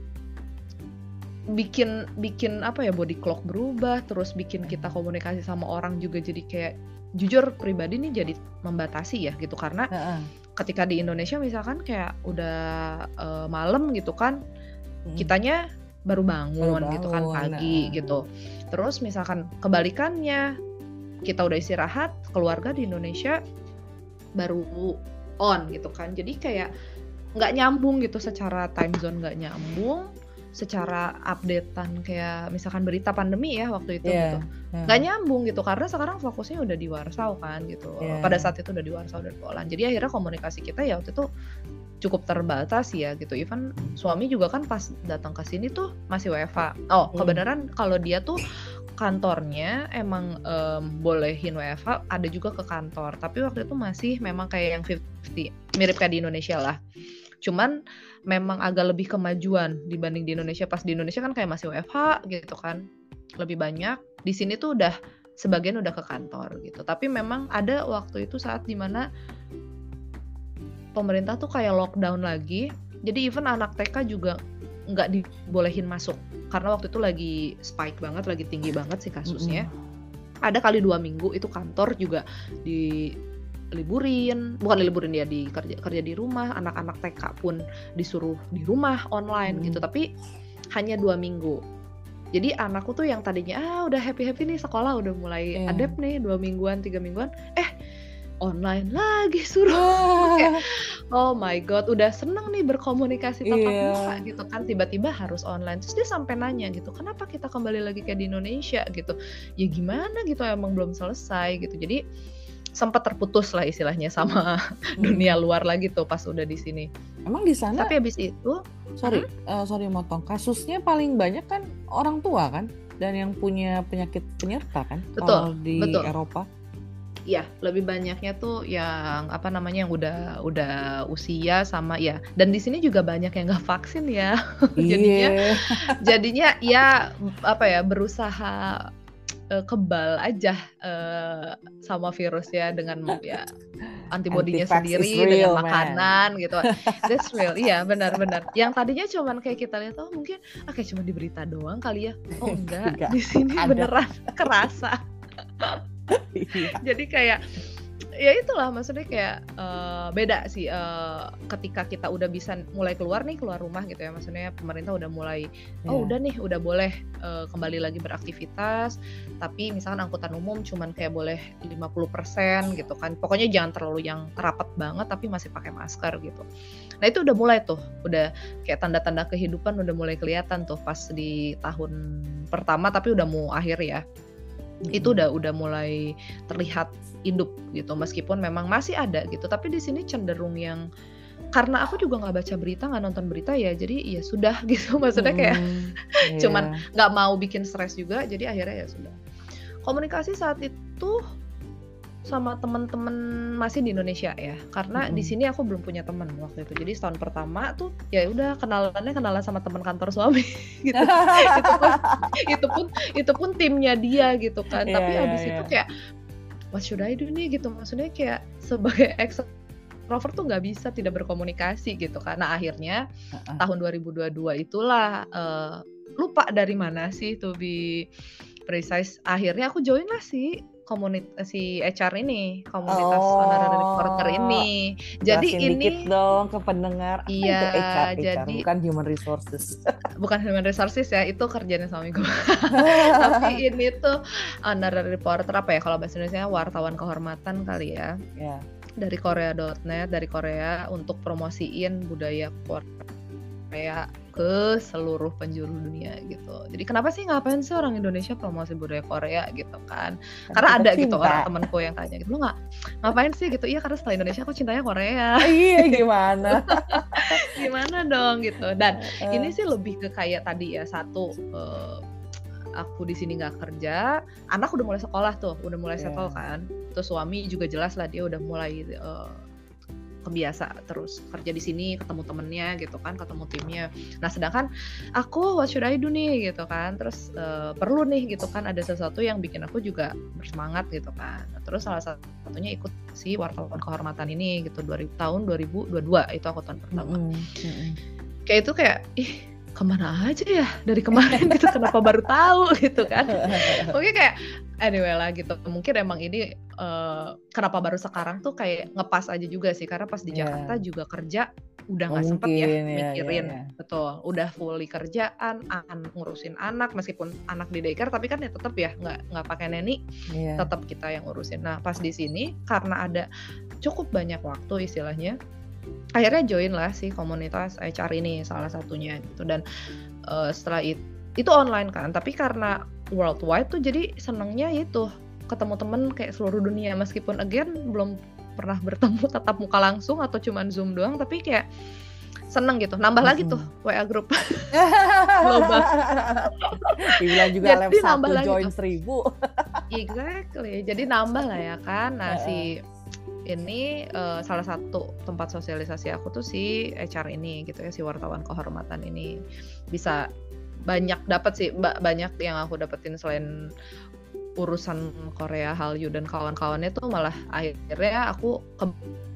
Speaker 2: bikin bikin apa ya, body clock berubah, terus bikin kita komunikasi sama orang juga jadi kayak jujur pribadi nih jadi membatasi ya gitu. Karena
Speaker 1: Heeh.
Speaker 2: ketika di Indonesia misalkan kayak udah eh, malam gitu kan,
Speaker 1: Mm-mm.
Speaker 2: kitanya baru bangun,
Speaker 1: Baru
Speaker 2: gitu kan
Speaker 1: bangun,
Speaker 2: pagi
Speaker 1: nah.
Speaker 2: gitu. Terus misalkan kebalikannya, kita udah istirahat, keluarga di Indonesia baru on gitu kan. Jadi kayak nggak nyambung gitu, secara time zone nggak nyambung, secara updatean kayak misalkan berita pandemi ya waktu itu
Speaker 1: Iya.
Speaker 2: gitu,
Speaker 1: Heeh.
Speaker 2: nggak nyambung gitu. Karena sekarang fokusnya udah di Warsaw kan gitu.
Speaker 1: Iya.
Speaker 2: Pada saat itu udah di Warsaw dan Poland. Jadi akhirnya komunikasi kita ya waktu itu cukup terbatas ya gitu. Even suami juga kan pas datang ke sini tuh masih W F H. Oh,
Speaker 1: Hmm.
Speaker 2: kebenaran kalau dia tuh kantornya emang em, bolehin W F H, ada juga ke kantor. Tapi waktu itu masih memang kayak yang lima puluh, mirip kayak di Indonesia lah. Cuman memang agak lebih kemajuan dibanding di Indonesia. Pas di Indonesia kan kayak masih W F H gitu kan, lebih banyak. Di sini tuh udah sebagian udah ke kantor gitu. Tapi memang ada waktu itu saat dimana pemerintah tuh kayak lockdown lagi. Jadi even anak T K juga nggak dibolehin masuk. Karena waktu itu lagi spike banget, lagi tinggi banget sih kasusnya.
Speaker 1: Mm-mm.
Speaker 2: Ada kali dua minggu itu kantor juga diliburin, bukan diliburin dia di kerja kerja di rumah. Anak-anak T K pun disuruh di rumah online
Speaker 1: Hmm.
Speaker 2: gitu. Tapi hanya dua minggu. Jadi anakku tuh yang tadinya ah udah happy happy nih sekolah, udah mulai
Speaker 1: Iya.
Speaker 2: adapt nih dua mingguan tiga mingguan, eh online lagi suruh.
Speaker 1: Wah.
Speaker 2: Kayak, oh my god, udah seneng nih berkomunikasi tatap
Speaker 1: Iya.
Speaker 2: muka gitu kan, tiba-tiba harus online. Terus dia sampai nanya gitu, kenapa kita kembali lagi kayak di Indonesia gitu? Ya gimana gitu, emang belum selesai gitu. Jadi sempat terputus lah istilahnya sama dunia luar lagi tuh pas udah di sini.
Speaker 1: Emang di sana,
Speaker 2: Tapi habis itu,
Speaker 1: sorry, eh, sorry motong, kasusnya paling banyak kan orang tua kan, dan yang punya penyakit penyerta kan,
Speaker 2: Betul,
Speaker 1: kalau di
Speaker 2: betul.
Speaker 1: Eropa.
Speaker 2: ya lebih banyaknya tuh yang apa namanya yang udah udah usia sama ya. Dan di sini juga banyak yang nggak vaksin ya. Jadinya
Speaker 1: Iya.
Speaker 2: jadinya ya apa ya, berusaha eh, kebal aja eh, sama virus ya, dengan ya antibodinya
Speaker 1: Anti-vax is
Speaker 2: sendiri
Speaker 1: real,
Speaker 2: dengan
Speaker 1: man.
Speaker 2: makanan gitu. That's real. Iya, benar-benar. Yang tadinya cuman kayak kita lihat oh mungkin ah kayak cuma di berita doang kali ya. Oh enggak,
Speaker 1: Enggak,
Speaker 2: di sini
Speaker 1: ada.
Speaker 2: beneran kerasa.
Speaker 1: Iya.
Speaker 2: Jadi kayak ya itulah maksudnya kayak eh, beda sih eh, ketika kita udah bisa mulai keluar nih keluar rumah gitu ya, maksudnya pemerintah udah mulai oh
Speaker 1: Iya.
Speaker 2: udah nih udah boleh eh, kembali lagi beraktivitas, tapi misalkan angkutan umum cuman kayak boleh lima puluh persen gitu kan, pokoknya jangan terlalu yang rapat banget tapi masih pakai masker gitu. Nah itu udah mulai tuh, udah kayak tanda-tanda kehidupan udah mulai kelihatan tuh pas di tahun pertama tapi udah mau akhir ya. Itu udah udah mulai terlihat hidup gitu, meskipun memang masih ada gitu, tapi di sini cenderung yang karena aku juga nggak baca berita, nggak nonton berita ya, jadi ya sudah gitu, maksudnya kayak
Speaker 1: Mm-mm.
Speaker 2: cuman
Speaker 1: Iya.
Speaker 2: nggak mau bikin stres juga, jadi akhirnya ya sudah. Komunikasi saat itu sama teman-teman masih di Indonesia ya, karena di
Speaker 1: Mm-mm.
Speaker 2: sini aku belum punya teman waktu itu, jadi setahun pertama tuh ya udah kenalannya kenalan sama teman kantor suami gitu. Itu pun itu pun itu pun timnya dia gitu kan,
Speaker 1: Iya,
Speaker 2: tapi
Speaker 1: iya,
Speaker 2: abis
Speaker 1: iya.
Speaker 2: itu kayak what should I do nih gitu, maksudnya kayak sebagai extrovert tuh nggak bisa tidak berkomunikasi gitu kan. Nah akhirnya
Speaker 1: Heeh.
Speaker 2: tahun dua ribu dua puluh dua itulah eh, lupa dari mana sih to be precise, akhirnya aku join lah si komunitas si H R ini, komunitas honorary reporter
Speaker 1: Oh,
Speaker 2: ini. Jadi
Speaker 1: jelasin dikit
Speaker 2: ini
Speaker 1: dong ke pendengar. Apa itu
Speaker 2: iya,
Speaker 1: H R? H R
Speaker 2: jadi
Speaker 1: bukan human resources.
Speaker 2: bukan human resources ya, itu kerjanya suamiku. Tapi ini tuh honorary reporter apa ya kalau bahasa Indonesia wartawan kehormatan kali ya.
Speaker 1: Ya.
Speaker 2: Dari korea dot net, dari Korea untuk promosiin budaya Korea ke seluruh penjuru dunia gitu. Jadi kenapa sih ngapain sih orang Indonesia promosi budaya Korea gitu kan? Karena
Speaker 1: Kita
Speaker 2: ada gitu
Speaker 1: cinta.
Speaker 2: orang temanku yang tanya gitu, lu nggak ngapain sih gitu? Iya karena setelah Indonesia aku cintanya Korea.
Speaker 1: Iya gimana?
Speaker 2: Gimana dong gitu. Dan
Speaker 1: Eh,
Speaker 2: ini sih lebih ke kayak tadi ya, satu eh, aku di sini nggak kerja, anak udah mulai sekolah tuh, udah mulai
Speaker 1: Iya.
Speaker 2: settle kan. Terus suami juga jelas lah dia udah mulai eh, kebiasa terus kerja di sini, ketemu temennya gitu kan, ketemu timnya. Nah sedangkan aku what should I do nih gitu kan, terus eh, perlu nih gitu kan ada sesuatu yang bikin aku juga bersemangat gitu kan. Nah, terus salah satunya ikut si wartawan kehormatan ini gitu dua ribu, tahun dua ribu dua puluh dua itu aku tahun pertama.
Speaker 1: mm-mm, mm-mm.
Speaker 2: Kayak itu kayak ih kemana aja ya dari kemarin gitu, kenapa baru tahu gitu kan. Mungkin kayak anyway lah gitu, mungkin emang ini eh, kenapa baru sekarang tuh kayak ngepas aja juga sih, karena pas di
Speaker 1: Iya.
Speaker 2: Jakarta juga kerja udah
Speaker 1: Oh,
Speaker 2: nggak sempet ya
Speaker 1: mungkin, ya,
Speaker 2: mikirin,
Speaker 1: ya, ya.
Speaker 2: betul, udah fully kerjaan, an- ngurusin anak, meskipun anak di daycare tapi kan ya tetap ya nggak nggak pakai neni,
Speaker 1: Iya.
Speaker 2: tetap kita yang urusin. Nah pas di sini karena ada cukup banyak waktu istilahnya, akhirnya join lah si komunitas H R ini salah satunya gitu. Dan eh, setelah itu itu online kan, tapi karena worldwide tuh jadi senengnya itu ketemu temen kayak seluruh dunia, meskipun again belum pernah bertemu tatap muka langsung atau cuman zoom doang, tapi kayak seneng gitu, nambah lagi tuh W A group global.
Speaker 1: Dibilang juga lab
Speaker 2: Jadi nambah
Speaker 1: satu
Speaker 2: lagi
Speaker 1: join
Speaker 2: tuh.
Speaker 1: seribu.
Speaker 2: Exactly, jadi nambah lah ya kan. Nah si ini eh, salah satu tempat sosialisasi aku tuh si H R ini gitu ya, si wartawan kehormatan ini. Bisa banyak dapat sih, ba- banyak yang aku dapetin selain urusan Korea, Hallyu dan kawan-kawannya tuh malah akhirnya aku ke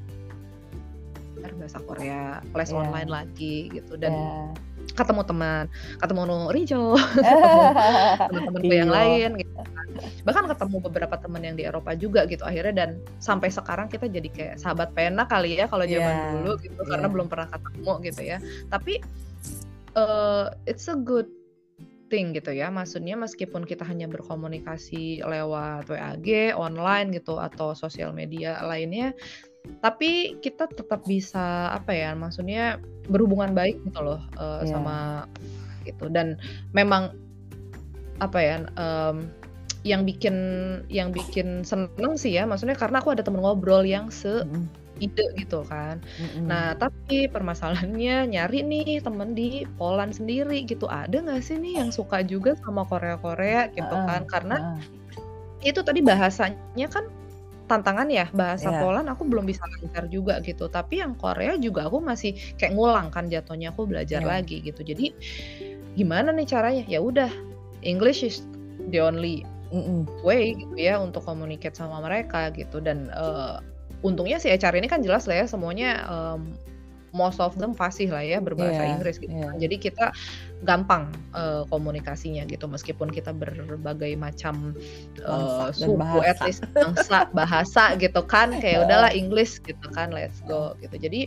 Speaker 2: bahasa Korea, les
Speaker 1: Iya.
Speaker 2: online lagi gitu, dan
Speaker 1: Ya.
Speaker 2: ketemu teman, ketemu Nu Rijo, ketemu teman-temanku yang
Speaker 1: Iya.
Speaker 2: lain gitu kan. Bahkan ketemu beberapa teman yang di Eropa juga gitu akhirnya, dan sampai sekarang kita jadi kayak sahabat pena kali ya kalau zaman
Speaker 1: Iya,
Speaker 2: dulu gitu, karena
Speaker 1: iya.
Speaker 2: belum pernah ketemu gitu ya. Tapi eh, it's a good thing gitu ya, maksudnya meskipun kita hanya berkomunikasi lewat W A G, online gitu atau sosial media lainnya, tapi kita tetap bisa apa ya, maksudnya berhubungan baik gitu loh eh,
Speaker 1: Iya.
Speaker 2: sama gitu. Dan memang apa ya, em, yang bikin yang bikin seneng sih ya, maksudnya karena aku ada temen ngobrol yang se
Speaker 1: Mm-mm,
Speaker 2: ide gitu kan.
Speaker 1: mm-mm.
Speaker 2: Nah tapi permasalahannya nyari nih temen di Poland sendiri gitu, ada nggak sih nih yang suka juga sama Korea-Korea gitu
Speaker 1: Heeh,
Speaker 2: kan, karena
Speaker 1: heeh.
Speaker 2: itu tadi bahasanya kan tantangan ya, bahasa
Speaker 1: Iya.
Speaker 2: Poland aku belum bisa lancar juga gitu, tapi yang Korea juga aku masih kayak ngulang kan jatuhnya, aku belajar
Speaker 1: Iya.
Speaker 2: lagi gitu. Jadi gimana nih caranya? Ya udah, English is the only
Speaker 1: Mm-mm.
Speaker 2: way gitu ya untuk communicate sama mereka gitu. Dan eh, untungnya si H R ini kan jelas lah ya semuanya, mmm, most of them fasih lah ya berbahasa
Speaker 1: Iya,
Speaker 2: Inggris gitu
Speaker 1: iya.
Speaker 2: kan. Jadi kita gampang, eee, komunikasinya gitu meskipun kita berbagai macam,
Speaker 1: Bangsa
Speaker 2: eee,
Speaker 1: dan
Speaker 2: suku,
Speaker 1: bahasa.
Speaker 2: etnis, bangsa, bahasa gitu kan, kayak
Speaker 1: Heeh.
Speaker 2: udahlah English gitu kan, let's
Speaker 1: Heeh.
Speaker 2: go gitu. Jadi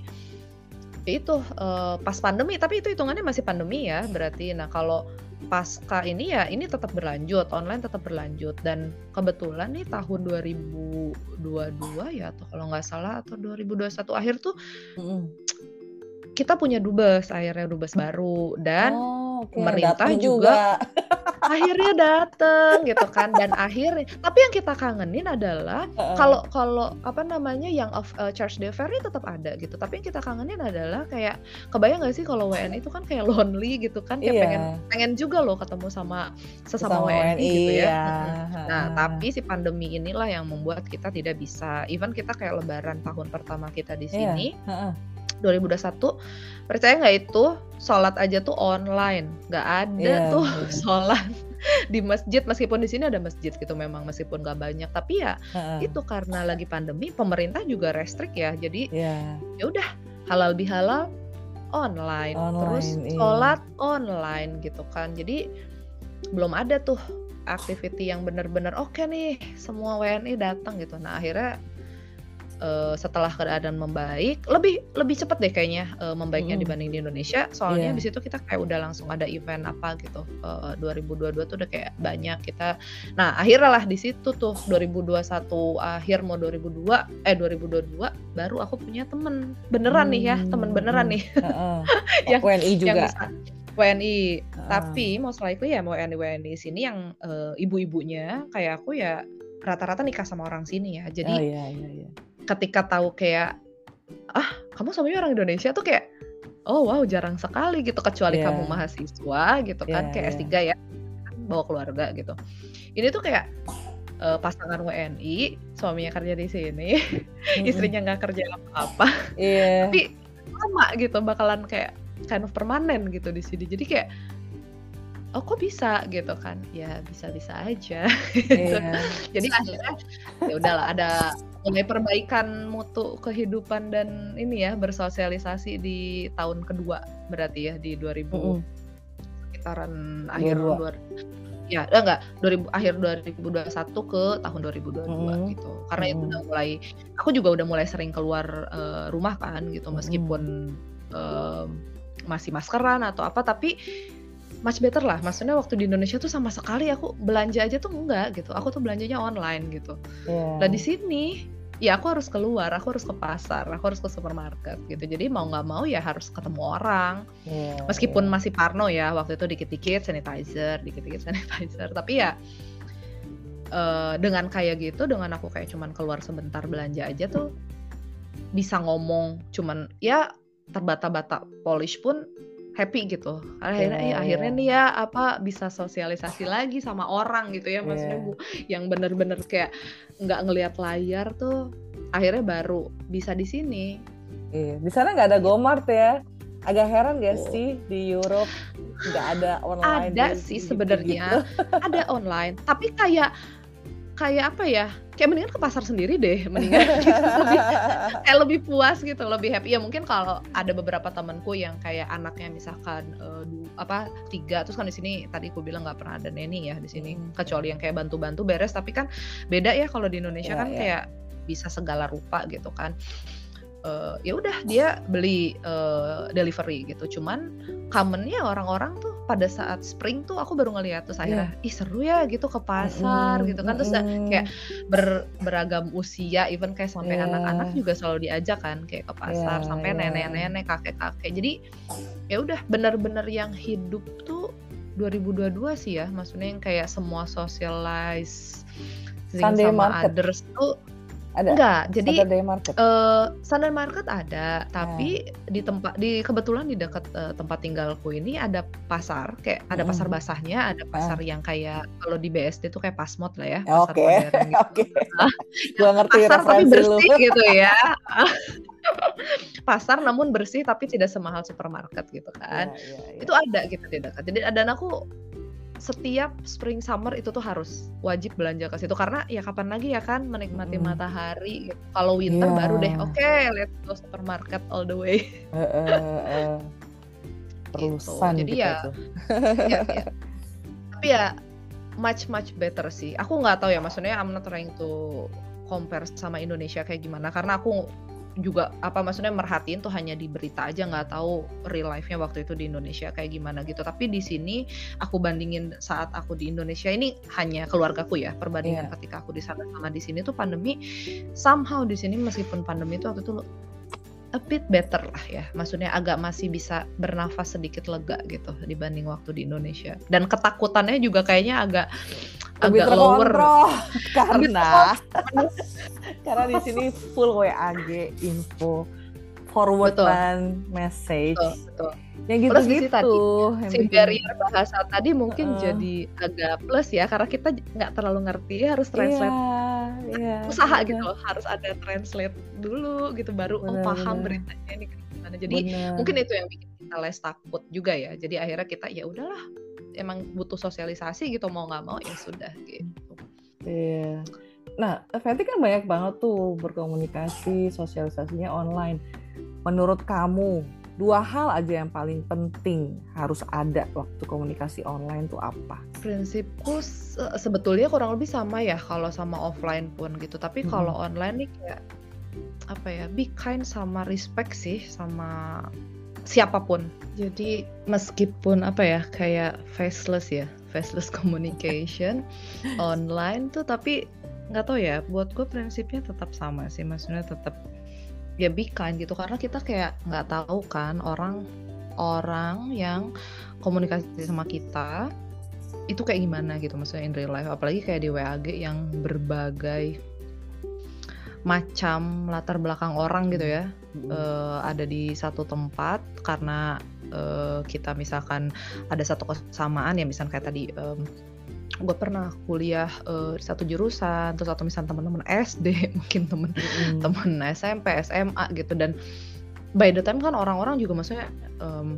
Speaker 2: ya itu, eee, pas pandemi, tapi itu hitungannya masih pandemi ya berarti. Nah kalau pasca ini ya ini tetap berlanjut, online tetap berlanjut dan kebetulan nih tahun dua ribu dua dua ya atau kalau nggak salah atau dua ribu dua puluh satu akhir tuh
Speaker 1: Mhm.
Speaker 2: kita punya dubes, akhirnya dubes baru dan
Speaker 1: Oh, oke,
Speaker 2: pemerintah
Speaker 1: dateng
Speaker 2: juga
Speaker 1: juga.
Speaker 2: akhirnya dateng gitu kan dan akhirnya tapi yang kita kangenin adalah
Speaker 1: Heeh.
Speaker 2: kalau kalau apa namanya yang of eee, charge d'affaires tetap ada gitu, tapi yang kita kangenin adalah kayak kebayang nggak sih kalau W N I itu kan kayak lonely gitu kan, kayak pengen
Speaker 1: Iya.
Speaker 2: pengen juga loh ketemu sama sesama
Speaker 1: Sesama
Speaker 2: W N I gitu
Speaker 1: W N I,
Speaker 2: ya,
Speaker 1: iya,
Speaker 2: mhm. Nah
Speaker 1: heeh.
Speaker 2: tapi si pandemi inilah yang membuat kita tidak bisa even kita kayak lebaran tahun pertama kita di
Speaker 1: Iya,
Speaker 2: sini
Speaker 1: heeh.
Speaker 2: dua ribu dua puluh satu percaya nggak itu sholat aja tuh online, nggak ada
Speaker 1: Iya,
Speaker 2: tuh
Speaker 1: iya.
Speaker 2: sholat di masjid meskipun di sini ada masjid gitu memang meskipun nggak banyak, tapi ya
Speaker 1: Heeh.
Speaker 2: itu karena lagi pandemi pemerintah juga restrict ya, jadi
Speaker 1: Iya.
Speaker 2: ya udah halal bihalal online, terus
Speaker 1: Online, iya.
Speaker 2: sholat online gitu kan. Jadi belum ada tuh activity yang bener-bener oke nih semua W N I datang gitu. Nah akhirnya, eee, setelah keadaan membaik, lebih lebih cepet deh kayaknya, eee, membaiknya
Speaker 1: Mhm.
Speaker 2: dibanding di Indonesia. Soalnya
Speaker 1: Iya.
Speaker 2: di situ kita kayak udah langsung ada event apa gitu, eee, dua ribu dua puluh dua tuh udah kayak banyak kita nah akhirnya lah di situ tuh dua ribu dua puluh satu akhir mau dua ribu dua eh dua ribu dua puluh dua baru aku punya temen, beneran nih ya, temen
Speaker 1: Mmm,
Speaker 2: beneran
Speaker 1: mhm,
Speaker 2: nih
Speaker 1: heeh.
Speaker 2: yang
Speaker 1: W N I
Speaker 2: yang
Speaker 1: juga?
Speaker 2: bisa W N I. Tapi
Speaker 1: Heeh.
Speaker 2: most likely ya W N I-W N I sini yang, eee, ibu-ibunya kayak aku ya rata-rata nikah sama orang sini ya.
Speaker 1: Oh,
Speaker 2: Jadi
Speaker 1: iya iya iya.
Speaker 2: ketika tahu kayak, "Ah, kamu suaminya orang Indonesia?" tuh kayak, "Oh wow jarang sekali," gitu, kecuali kamu
Speaker 1: Iya.
Speaker 2: mahasiswa gitu
Speaker 1: Iya
Speaker 2: kan, kayak S
Speaker 1: iya.
Speaker 2: tiga ya, kan bawa keluarga gitu. Ini tuh kayak, eee, pasangan W N I, suaminya kerja di sini,
Speaker 1: Mhm.
Speaker 2: istrinya nggak kerja apa-apa,
Speaker 1: Iya.
Speaker 2: tapi lama gitu bakalan kayak kind of permanen gitu di sini. Jadi kayak, "Oh kok bisa?" gitu kan, ya bisa-bisa aja gitu.
Speaker 1: Iya.
Speaker 2: Jadi akhirnya ya udahlah ada mulai perbaikan mutu kehidupan dan ini ya bersosialisasi di tahun kedua berarti ya di dua ribu
Speaker 1: Mhm.
Speaker 2: sekitaran akhir
Speaker 1: dua dua.
Speaker 2: dua ya eh, enggak, dua ribu akhir dua ribu dua puluh satu ke tahun dua ribu dua puluh dua
Speaker 1: Mhm,
Speaker 2: gitu. Karena itu udah
Speaker 1: mhm.
Speaker 2: mulai aku juga udah mulai sering keluar, eee, rumah kan gitu
Speaker 1: Mhm.
Speaker 2: meskipun, mmm, masih maskeran atau apa, tapi much better lah. Maksudnya waktu di Indonesia tuh sama sekali aku belanja aja tuh enggak gitu, aku tuh belanjanya online gitu. Lah di
Speaker 1: Iya.
Speaker 2: sini, ya aku harus keluar, aku harus ke pasar, aku harus ke supermarket gitu. Jadi mau nggak mau ya harus ketemu orang.
Speaker 1: Iya
Speaker 2: Meskipun
Speaker 1: iya.
Speaker 2: masih parno ya waktu itu dikit-dikit sanitizer dikit-dikit sanitizer, tapi ya eee, dengan kayak gitu, dengan aku kayak cuman keluar sebentar belanja aja tuh bisa ngomong cuman ya terbata-bata Polish pun happy gitu.
Speaker 1: Iya
Speaker 2: Akhirnya, "Ih,
Speaker 1: iya.
Speaker 2: akhirnya nih ya, apa, bisa sosialisasi lagi sama orang," gitu ya, maksudnya
Speaker 1: Iya.
Speaker 2: bu yang bener-bener kayak nggak ngelihat layar tuh akhirnya baru bisa di sini.
Speaker 1: Iya, di sana nggak ada
Speaker 2: Gitu.
Speaker 1: GoMart ya? Agak heran nggak
Speaker 2: Oh.
Speaker 1: sih di Europe nggak ada online
Speaker 2: Ada
Speaker 1: di
Speaker 2: sih
Speaker 1: gitu-gitu?
Speaker 2: sebenarnya, ada online, tapi kayak kayak apa ya, kayak mendingan ke pasar sendiri deh, mendingan gitu, lebih kayak lebih puas gitu, lebih happy. Ya mungkin kalau ada beberapa temenku yang kayak anaknya misalkan, eee, du apa, tiga, terus kan di sini tadi aku bilang nggak pernah ada nanny ya di sini,
Speaker 1: Mhm.
Speaker 2: kecuali yang kayak bantu-bantu beres, tapi kan beda ya kalau di Indonesia
Speaker 1: Iya
Speaker 2: kan
Speaker 1: iya.
Speaker 2: kayak bisa segala rupa gitu kan. Eee, ya udah dia beli, eee, delivery gitu, cuman common-nya orang-orang tuh pada saat spring tuh aku baru ngeliat, terus akhirnya,
Speaker 1: Iya.
Speaker 2: "Ih seru ya gitu ke pasar,"
Speaker 1: Mhm
Speaker 2: gitu kan, terus udah kayak
Speaker 1: mhm.
Speaker 2: ber beragam usia, even kayak sampai anak-anak
Speaker 1: Iya.
Speaker 2: juga selalu diajak kan kayak ke
Speaker 1: Iya
Speaker 2: pasar, sampai
Speaker 1: iya.
Speaker 2: nenek-nenek, kakek-kakek. Jadi ya udah bener-bener yang hidup tuh dua ribu dua puluh dua sih ya, maksudnya yang kayak semua socialize zing
Speaker 1: Sunday
Speaker 2: sama
Speaker 1: market?
Speaker 2: others tuh
Speaker 1: Ada?
Speaker 2: enggak, jadi,
Speaker 1: Saturday market?
Speaker 2: eee, Sunday market ada,
Speaker 1: Nah.
Speaker 2: tapi di tempat di kebetulan di dekat, eee, tempat tinggalku ini ada pasar, kayak ada pasar
Speaker 1: Mhm.
Speaker 2: basahnya, ada pasar
Speaker 1: Heeh.
Speaker 2: yang kayak kalau di B S D tuh kayak Pasmod lah ya,
Speaker 1: Ya
Speaker 2: pasar
Speaker 1: oke
Speaker 2: modern gitu.
Speaker 1: oke.
Speaker 2: Heeh,
Speaker 1: Gua
Speaker 2: yang
Speaker 1: ngerti
Speaker 2: pasar tapi
Speaker 1: referensi lu.
Speaker 2: bersih gitu ya, heeh. Pasar namun bersih tapi tidak semahal supermarket gitu kan.
Speaker 1: Iya iya iya.
Speaker 2: Itu ada gitu di dekat. Jadi dan aku setiap spring summer itu tuh harus wajib belanja ke situ karena ya kapan lagi ya kan menikmati
Speaker 1: Mm-mm.
Speaker 2: matahari gitu. Kalau winter
Speaker 1: Iya.
Speaker 2: baru deh, oke let's go supermarket all the way.
Speaker 1: Eh, eh, eh.
Speaker 2: Gitu.
Speaker 1: Perusan
Speaker 2: Jadi
Speaker 1: kita
Speaker 2: ya,
Speaker 1: tuh.
Speaker 2: ya, ya. Tapi ya much much better sih. Aku nggak tahu ya, maksudnya I'm not trying to compare sama Indonesia kayak gimana karena aku juga apa maksudnya merhatiin tuh hanya di berita aja, nggak tahu real life-nya waktu itu di Indonesia kayak gimana gitu. Tapi di sini aku bandingin saat aku di Indonesia, ini hanya keluargaku ya, perbandingan
Speaker 1: Iya.
Speaker 2: ketika aku di sana sama di sini tuh pandemi somehow di sini meskipun pandemi itu waktu itu a bit better lah ya, maksudnya agak masih bisa bernafas sedikit lega gitu dibanding waktu di Indonesia. Dan ketakutannya juga kayaknya agak
Speaker 1: Lebih
Speaker 2: agak lower.
Speaker 1: terkontrol
Speaker 2: Lebih
Speaker 1: karena
Speaker 2: terkontrol.
Speaker 1: karena di sini full W A G info, forwardan message,
Speaker 2: Betul, betul.
Speaker 1: yang
Speaker 2: Terus di sini
Speaker 1: gitu-gitu.
Speaker 2: tadi
Speaker 1: yang
Speaker 2: si
Speaker 1: bikin-
Speaker 2: barrier bahasa tadi mungkin
Speaker 1: Heeh.
Speaker 2: jadi agak plus ya karena kita nggak terlalu ngerti ya, harus translate.
Speaker 1: Iya, iya,
Speaker 2: Usaha
Speaker 1: bener.
Speaker 2: gitu loh, harus ada translate dulu gitu baru oh
Speaker 1: Bener,
Speaker 2: paham
Speaker 1: bener.
Speaker 2: beritanya ini kayak gimana. Jadi
Speaker 1: Bener.
Speaker 2: mungkin itu yang bikin kita less takut juga ya. Jadi akhirnya kita ya udahlah, emang butuh sosialisasi gitu, mau nggak mau ya sudah gitu.
Speaker 1: Iya. Nah, Fenty kan banyak banget tuh berkomunikasi, sosialisasinya online. Menurut kamu, dua hal aja yang paling penting harus ada waktu komunikasi online tuh apa?
Speaker 2: Prinsipku se- sebetulnya kurang lebih sama ya kalau sama offline pun gitu. Tapi
Speaker 1: Mm-mm.
Speaker 2: kalau online nih kayak apa ya, be kind sama respect sih sama siapapun. Jadi meskipun apa ya kayak faceless ya, faceless communication online tuh, tapi nggak tahu ya, buat gue prinsipnya tetap sama sih, maksudnya tetap ya be kind gitu karena kita kayak nggak tahu kan orang orang yang komunikasi sama kita itu kayak gimana gitu, maksudnya in real life, apalagi kayak di W A G yang berbagai macam latar belakang orang gitu ya.
Speaker 1: Mm-mm.
Speaker 2: eh, ada di satu tempat karena eh, kita misalkan ada satu kesamaan ya, misalkan kayak tadi em, gue pernah kuliah eh, di satu jurusan, terus atau misalkan teman-teman S D mungkin temen
Speaker 1: Mm-mm.
Speaker 2: temen S M P, S M A gitu, dan by the time kan orang-orang juga maksudnya em,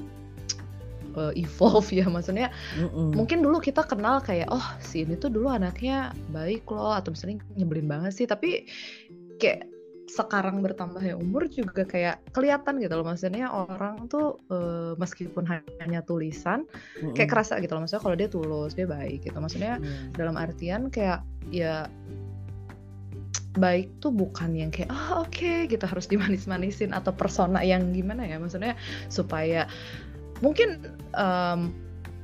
Speaker 2: eh, evolve ya, maksudnya
Speaker 1: Mm-mm.
Speaker 2: mungkin dulu kita kenal kayak oh si ini tuh dulu anaknya baik loh atau misalnya nyebelin banget sih, tapi kayak sekarang bertambahnya umur juga kayak kelihatan gitu loh, maksudnya orang tuh eh, meskipun hanya tulisan
Speaker 1: Mm-mm.
Speaker 2: kayak kerasa gitu loh, maksudnya kalau dia tulus, dia baik gitu, maksudnya
Speaker 1: Mm.
Speaker 2: dalam artian kayak ya baik tuh bukan yang kayak oh oke gitu harus dimanis-manisin atau persona yang gimana ya, maksudnya supaya mungkin um,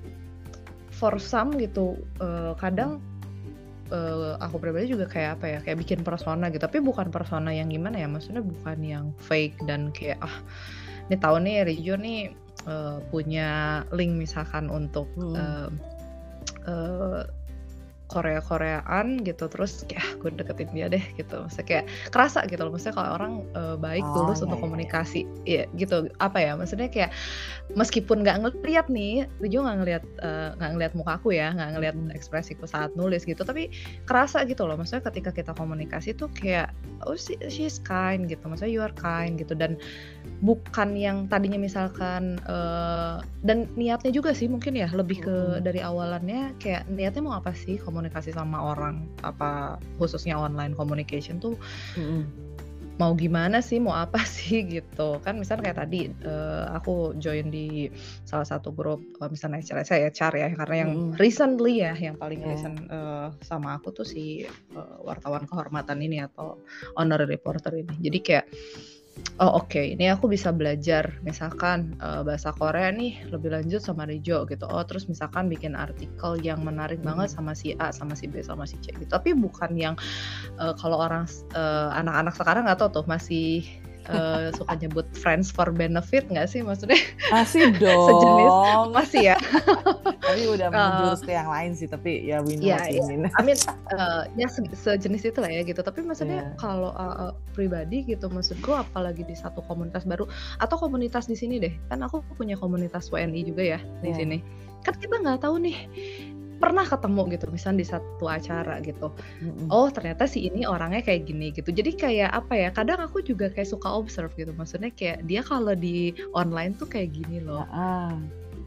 Speaker 2: for some gitu uh, kadang uh, aku pribadi juga kayak apa ya, kayak bikin persona gitu, tapi bukan persona yang gimana ya, maksudnya bukan yang fake dan kayak ah ini tahu nih Rijo nih uh, punya link misalkan untuk
Speaker 1: Hmm.
Speaker 2: uh, uh, Korea-Koreaan gitu, terus kayak ah, gue deketin dia deh gitu, maksudnya kayak kerasa gitu loh, maksudnya kalau orang uh, baik
Speaker 1: Oh,
Speaker 2: tulus
Speaker 1: iya,
Speaker 2: untuk
Speaker 1: iya.
Speaker 2: komunikasi ya gitu, apa ya maksudnya kayak meskipun nggak ngeliat nih, Rijo nggak ngeliat uh, nggak ngeliat mukaku ya, nggak ngeliat
Speaker 1: Hmm.
Speaker 2: ekspresiku saat nulis gitu, tapi kerasa gitu loh, maksudnya ketika kita komunikasi tuh kayak oh she, she's kind gitu, maksudnya you are kind gitu, dan bukan yang tadinya misalkan uh, dan niatnya juga sih mungkin ya lebih ke
Speaker 1: Mm-mm.
Speaker 2: dari awalannya kayak niatnya mau apa sih komunikasi sama orang, apa khususnya online communication tuh
Speaker 1: Mm-mm.
Speaker 2: mau gimana sih, mau apa sih gitu kan. Misalnya kayak tadi uh, aku join di salah satu grup uh, misalnya saya H R ya, karena yang
Speaker 1: Mm-mm.
Speaker 2: recently ya yang paling
Speaker 1: Yeah.
Speaker 2: recent uh, sama aku tuh si uh, wartawan kehormatan ini atau honorary reporter ini, jadi kayak oh oke, ini aku bisa belajar misalkan uh, bahasa Korea nih lebih lanjut sama Rijo gitu. Oh terus misalkan bikin artikel yang menarik
Speaker 1: Hmm.
Speaker 2: banget sama si A, sama si B, sama si C gitu. Tapi bukan yang uh, kalau orang uh, anak-anak sekarang nggak tahu tuh masih uh, suka nyebut friends for benefit nggak sih, maksudnya
Speaker 1: Masih
Speaker 2: sejenis
Speaker 1: dong.
Speaker 2: masih ya.
Speaker 1: Tapi udah
Speaker 2: Uh,
Speaker 1: menjurus ke yang lain sih, tapi ya we know
Speaker 2: Iya,
Speaker 1: what you
Speaker 2: iya.
Speaker 1: mean.
Speaker 2: I mean, uh, ya se- sejenis itu lah ya gitu. Tapi maksudnya
Speaker 1: Iya.
Speaker 2: kalau uh, uh, pribadi gitu, maksudku apalagi di satu komunitas baru atau komunitas di sini deh. Kan aku punya komunitas W N I juga ya di
Speaker 1: Iya.
Speaker 2: sini. Kan kita nggak tahu nih, pernah ketemu gitu, misalnya di satu acara gitu.
Speaker 1: Mm-mm.
Speaker 2: Oh ternyata si ini orangnya kayak gini gitu. Jadi kayak apa ya? Kadang aku juga kayak suka observe gitu. Maksudnya kayak dia kalau di online tuh kayak gini loh.
Speaker 1: Ah,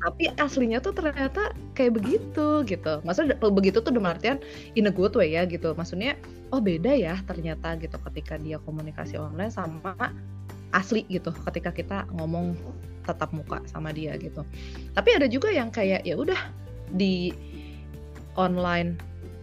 Speaker 2: tapi aslinya tuh ternyata kayak begitu gitu. Maksudnya d begitu tuh dalam artian in a good way ya gitu. Maksudnya, oh beda ya ternyata gitu ketika dia komunikasi online sama asli gitu, ketika kita ngomong tatap muka sama dia gitu. Tapi ada juga yang kayak ya udah di online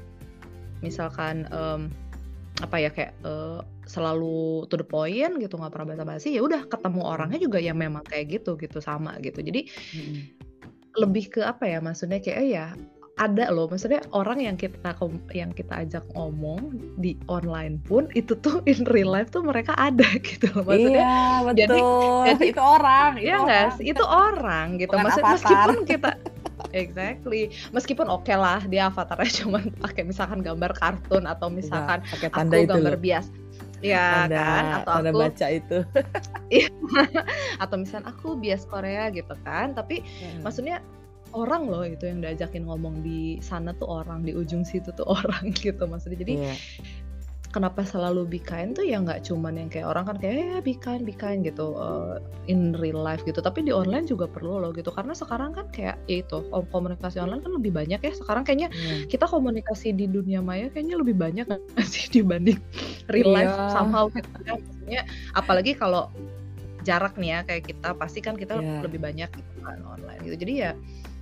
Speaker 2: misalkan, mmm, apa ya, kayak, eee, selalu to the point gitu, nggak pernah basa-basi, ya udah ketemu orangnya
Speaker 1: Mhm.
Speaker 2: juga yang memang kayak gitu gitu, sama gitu. Jadi
Speaker 1: Mhm.
Speaker 2: lebih ke apa ya, maksudnya kayak, oh ya ada loh, maksudnya orang yang kita kom yang kita ajak ngomong di online pun itu tuh in real life tuh mereka ada gitu loh.
Speaker 1: Iya,
Speaker 2: Maksudnya jadi
Speaker 1: betul.
Speaker 2: jadi
Speaker 1: Itu orang itu
Speaker 2: ya nggak
Speaker 1: orang.
Speaker 2: sih? Itu orang gitu.
Speaker 1: Bukan
Speaker 2: Maksud
Speaker 1: avatar.
Speaker 2: meskipun kita exactly, meskipun okelah dia avatar-nya cuman pakai misalkan gambar kartun atau
Speaker 1: Enggak,
Speaker 2: misalkan
Speaker 1: pakai tanda
Speaker 2: aku
Speaker 1: itu
Speaker 2: gambar
Speaker 1: loh.
Speaker 2: bias ya
Speaker 1: Tanda
Speaker 2: kan, atau
Speaker 1: tanda
Speaker 2: aku
Speaker 1: baca itu.
Speaker 2: iya, atau misalnya aku bias Korea gitu kan, tapi
Speaker 1: Heeh.
Speaker 2: maksudnya orang loh itu yang diajakin ngomong di sana tuh orang, di ujung situ tuh orang gitu maksudnya. Jadi
Speaker 1: Iya.
Speaker 2: kenapa selalu be kind tuh ya nggak cuman yang kayak orang kan kayak, "Ya be kind be kind," gitu, eee, in real life gitu, tapi di online juga perlu loh gitu. Karena sekarang kan kayak ya itu, kom komunikasi online kan lebih banyak ya, sekarang kayaknya
Speaker 1: Iya.
Speaker 2: kita komunikasi di dunia maya kayaknya lebih banyak nggak sih dibanding real life
Speaker 1: Iya.
Speaker 2: somehow gitu kan. Maksudnya apalagi kalau jarak nih ya kayak kita, pasti kan kita
Speaker 1: Iya.
Speaker 2: lebih banyak gitu kan online gitu. Jadi ya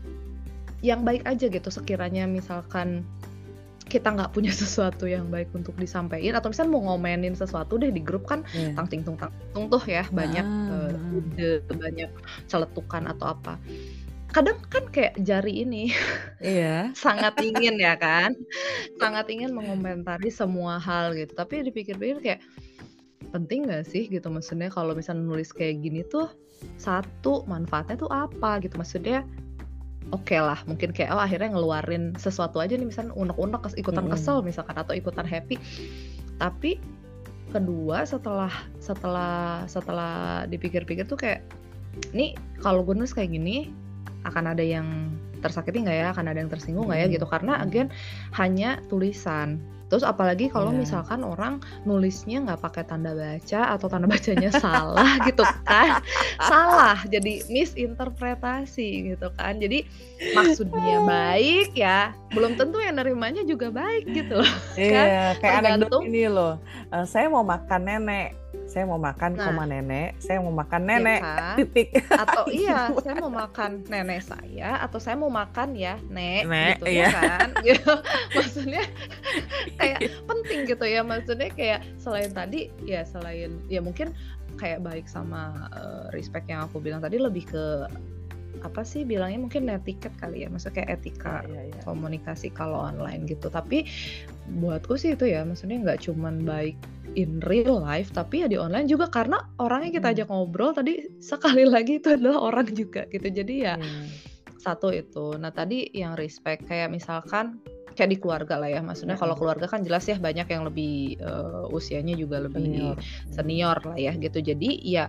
Speaker 2: yang baik aja gitu sekiranya misalkan kita nggak punya sesuatu yang baik untuk disampaiin atau misalnya mau ngomenin sesuatu deh di grup kan
Speaker 1: Iya.
Speaker 2: tang ting tung tang tung tuh ya banyak,
Speaker 1: Heeh
Speaker 2: eee,
Speaker 1: heeh.
Speaker 2: ide, banyak celetukan atau apa. Kadang kan kayak jari ini
Speaker 1: Iya.
Speaker 2: sangat ingin ya kan, sangat ingin mengomentari semua hal gitu, tapi dipikir-pikir kayak, penting nggak sih gitu, maksudnya kalau misalnya nulis kayak gini tuh, satu manfaatnya tuh apa gitu, maksudnya okelah mungkin kayak, oh akhirnya ngeluarin sesuatu aja nih misalnya unek-unek, kes ikutan kesel
Speaker 1: Mhm.
Speaker 2: misalkan atau ikutan happy. Tapi kedua setelah setelah setelah dipikir-pikir tuh kayak, nih kalau gue nulis kayak gini, akan ada yang tersakiti nggak ya? Akan ada yang tersinggung nggak ya?
Speaker 1: Mhm
Speaker 2: Gitu. Karena
Speaker 1: mhm.
Speaker 2: again hanya tulisan. Terus apalagi kalau
Speaker 1: Iya.
Speaker 2: misalkan orang nulisnya nggak pakai tanda baca atau tanda bacanya salah gitu kan, salah jadi misinterpretasi gitu kan. Jadi maksudnya baik ya, belum tentu yang nerimanya juga baik gitu loh kan,
Speaker 1: Iya, kayak anekdot
Speaker 2: tergantung
Speaker 1: ini loh, eee, "Saya mau makan nenek, saya mau makan, koma
Speaker 2: Nah.
Speaker 1: nenek, saya mau makan
Speaker 2: Iya
Speaker 1: nenek,
Speaker 2: kan?
Speaker 1: titik."
Speaker 2: Atau iya,
Speaker 1: Gitu.
Speaker 2: "Saya mau makan nenek saya," atau "Saya mau makan ya, Nek,"
Speaker 1: Nek,
Speaker 2: gitu, ya
Speaker 1: iya.
Speaker 2: kan? Gitu. Maksudnya kayak
Speaker 1: Iya.
Speaker 2: penting gitu ya, maksudnya kayak selain tadi, ya selain ya mungkin kayak baik sama, eee, respect yang aku bilang tadi lebih ke apa sih bilangnya, mungkin netiket kali ya, maksudnya kayak etika
Speaker 1: Iya iya iya.
Speaker 2: komunikasi kalau online gitu. Tapi buatku sih itu ya, maksudnya nggak cuman baik in real life, tapi ya di online juga karena orang yang kita
Speaker 1: Mhm.
Speaker 2: ajak ngobrol tadi sekali lagi itu adalah orang juga gitu. Jadi ya
Speaker 1: Iya.
Speaker 2: satu itu. Nah tadi yang respect kayak misalkan kayak di keluarga lah ya, maksudnya kalau
Speaker 1: Heeh.
Speaker 2: keluarga kan jelas ya banyak yang lebih, eee, usianya juga lebih
Speaker 1: Senior, mhm.
Speaker 2: senior lah ya gitu. Jadi ya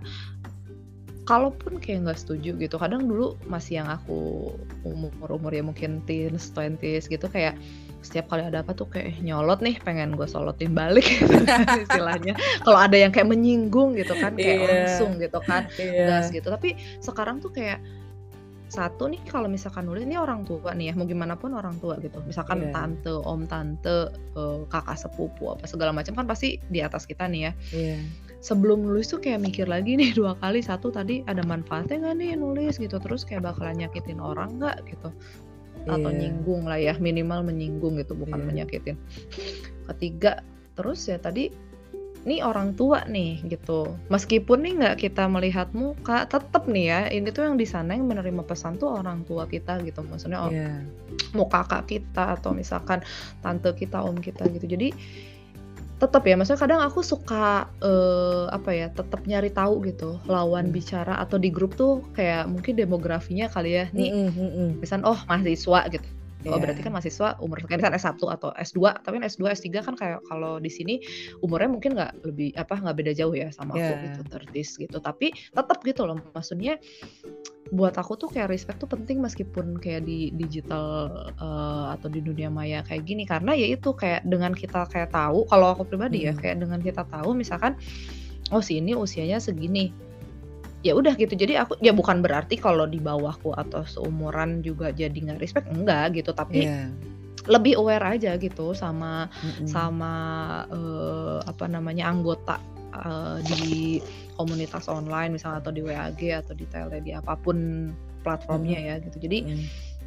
Speaker 2: kalaupun kayak nggak setuju gitu, kadang dulu masih yang aku umur-umur ya mungkin teens, twenties gitu kayak setiap kali ada apa tuh kayak nyolot nih, pengen gue solotin balik gitu kan istilahnya. Kalau ada yang kayak menyinggung gitu kan, kayak
Speaker 1: Iya.
Speaker 2: langsung gitu kan, gas
Speaker 1: Iya.
Speaker 2: gitu. Tapi sekarang tuh kayak, satu nih kalau misalkan nulis, ini orang tua nih ya, mau gimana pun orang tua gitu. Misalkan
Speaker 1: Iya.
Speaker 2: tante, om, tante, eee, kakak sepupu, apa segala macam kan pasti di atas kita nih ya.
Speaker 1: Iya.
Speaker 2: Sebelum nulis tuh kayak mikir lagi nih dua kali, satu tadi ada manfaatnya nggak nih nulis gitu, terus kayak bakalan nyakitin orang nggak gitu, atau
Speaker 1: Iya.
Speaker 2: nyinggung lah ya, minimal menyinggung gitu, bukan
Speaker 1: Iya.
Speaker 2: menyakitin. Ketiga, terus ya tadi, nih orang tua nih gitu, meskipun nih nggak kita melihat muka, tetep nih ya, ini tuh yang di sana yang menerima pesan tuh orang tua kita gitu, maksudnya o
Speaker 1: Iya.
Speaker 2: mau kakak kita atau misalkan tante kita, om kita gitu. Jadi tetep ya, maksudnya kadang aku suka, eee, apa ya, tetep nyari tahu gitu, lawan
Speaker 1: Mmm.
Speaker 2: bicara atau di grup tuh kayak mungkin demografinya kali ya, nih
Speaker 1: Mhm mhm.
Speaker 2: misal, oh mahasiswa gitu, oh berarti kan
Speaker 1: Iya.
Speaker 2: mahasiswa umur sekian, misal S satu atau S dua, tapi kan S dua, S tiga kan kayak kalau di sini umurnya mungkin nggak lebih apa, nggak beda jauh ya sama aku gitu,
Speaker 1: Iya.
Speaker 2: thirties gitu. Tapi tetep gitu loh, maksudnya buat aku tuh kayak respect tuh penting meskipun kayak di digital, eee, atau di dunia maya kayak gini. Karena ya itu, kayak dengan kita kayak tahu, kalau aku pribadi ya,
Speaker 1: Mhm.
Speaker 2: kayak dengan kita tahu misalkan, oh si ini usianya segini, ya udah gitu. Jadi aku ya bukan berarti kalau di bawahku atau seumuran juga jadi nggak respect, enggak gitu. Tapi
Speaker 1: Iya.
Speaker 2: lebih aware aja gitu sama
Speaker 1: Mm-mm.
Speaker 2: sama uh, apa namanya anggota uh, di komunitas online misalnya atau di W A G atau di Tele di apapun platformnya ya gitu. Jadi
Speaker 1: Mm.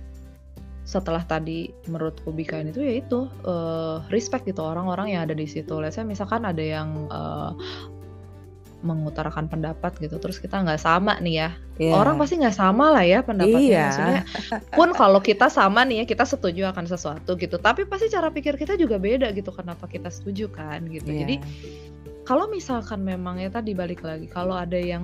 Speaker 2: setelah tadi menurutku Bikain itu ya itu uh, respect gitu orang-orang yang ada di situ. Let's say misalkan ada yang uh, mengutarakan pendapat gitu, terus kita nggak sama nih ya.
Speaker 1: Yeah.
Speaker 2: Orang pasti nggak sama lah ya pendapatnya.
Speaker 1: Iya.
Speaker 2: Maksudnya pun kalau kita sama nih ya, kita setuju akan sesuatu gitu, tapi pasti cara pikir kita juga beda gitu. Kenapa kita setuju kan gitu.
Speaker 1: Yeah.
Speaker 2: Jadi kalau misalkan memang ya tadi balik lagi, kalau ada yang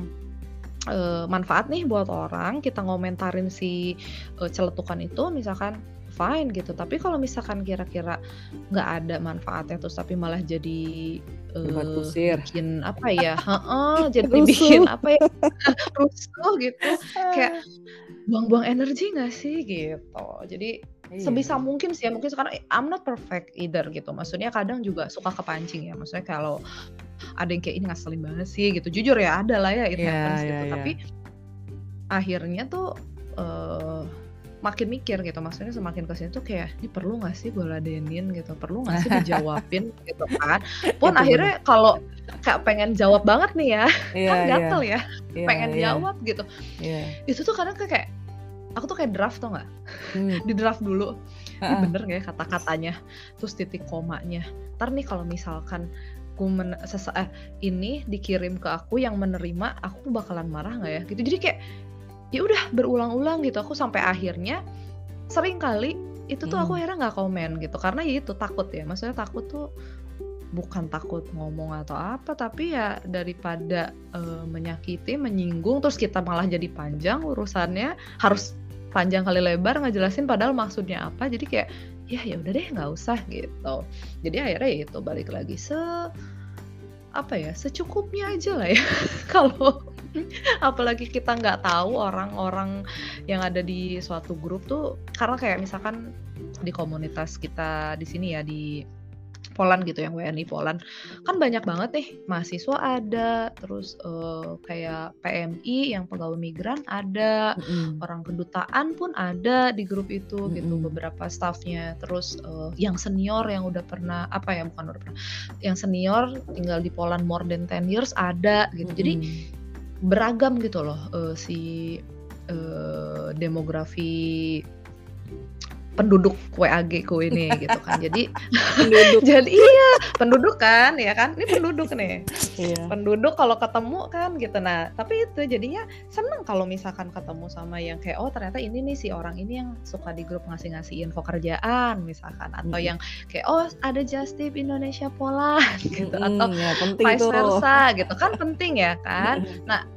Speaker 2: Uh, manfaat nih buat orang, kita ngomentarin si uh, celetukan itu misalkan fine gitu. Tapi kalau misalkan kira-kira nggak ada manfaatnya terus tapi malah jadi uh, bikin apa ya, heeh, jadi bikin apa ya, rusuh gitu, kayak buang-buang energi nggak sih gitu. Jadi iya. Sebisa mungkin sih ya, mungkin sekarang I'm not perfect either gitu. Maksudnya kadang juga suka kepancing ya. Maksudnya kalau ada yang kayak ini ngeselin banget sih gitu. Jujur ya ada lah ya it yeah, happens yeah, gitu. Yeah. Tapi akhirnya tuh uh, makin mikir gitu. Maksudnya semakin kesini tuh kayak ini perlu nggak sih gue ladenin gitu. Perlu nggak sih dijawabin gitu kan. Pun akhirnya kalau kayak pengen jawab banget nih ya. Yeah, kan gatel yeah. ya. Yeah, pengen yeah. jawab gitu. Yeah. Itu tuh kadang kayak aku tuh kayak draft tau gak? Hmm. Di draft dulu. Ini uh-uh. bener gak ya kata-katanya? Terus titik komanya. Ntar nih kalau misalkan aku men- sesa- eh, ini dikirim ke aku yang menerima, aku bakalan marah gak ya? Gitu. Jadi kayak ya udah berulang-ulang gitu. Aku sampai akhirnya sering kali itu tuh hmm. aku akhirnya gak komen gitu. Karena ya itu takut ya. Maksudnya takut tuh bukan takut ngomong atau apa, tapi ya daripada uh, menyakiti, menyinggung, terus kita malah jadi panjang urusannya, harus panjang kali lebar ngejelasin padahal maksudnya apa. Jadi kayak ya ya udah deh nggak usah gitu. Jadi akhirnya ya itu balik lagi se apa ya secukupnya aja lah ya. Kalau apalagi kita nggak tahu orang-orang yang ada di suatu grup tuh, karena kayak misalkan di komunitas kita di sini ya di Poland gitu, yang W N I Poland kan banyak banget nih mahasiswa ada, terus uh, kayak P M I yang pegawai migran ada, mm-hmm. orang kedutaan pun ada di grup itu mm-hmm. gitu, beberapa staffnya, terus uh, yang senior yang udah pernah apa ya bukan udah pernah, yang senior tinggal di Poland more than ten years ada gitu, mm-hmm. jadi beragam gitu loh uh, si uh, demografi penduduk W A G ku ini gitu kan. Jadi penduduk. Jadi iya, penduduk kan, ya kan? Ini penduduk nih. Iya. Penduduk kalau ketemu kan gitu. Nah, tapi itu jadinya seneng kalau misalkan ketemu sama yang kayak oh ternyata ini nih si orang ini yang suka di grup ngasih-ngasih info kerjaan misalkan, atau hmm. yang kayak oh ada Just Tip Indonesia Poland gitu, hmm, atau ya, vice versa gitu kan, penting ya kan. Nah,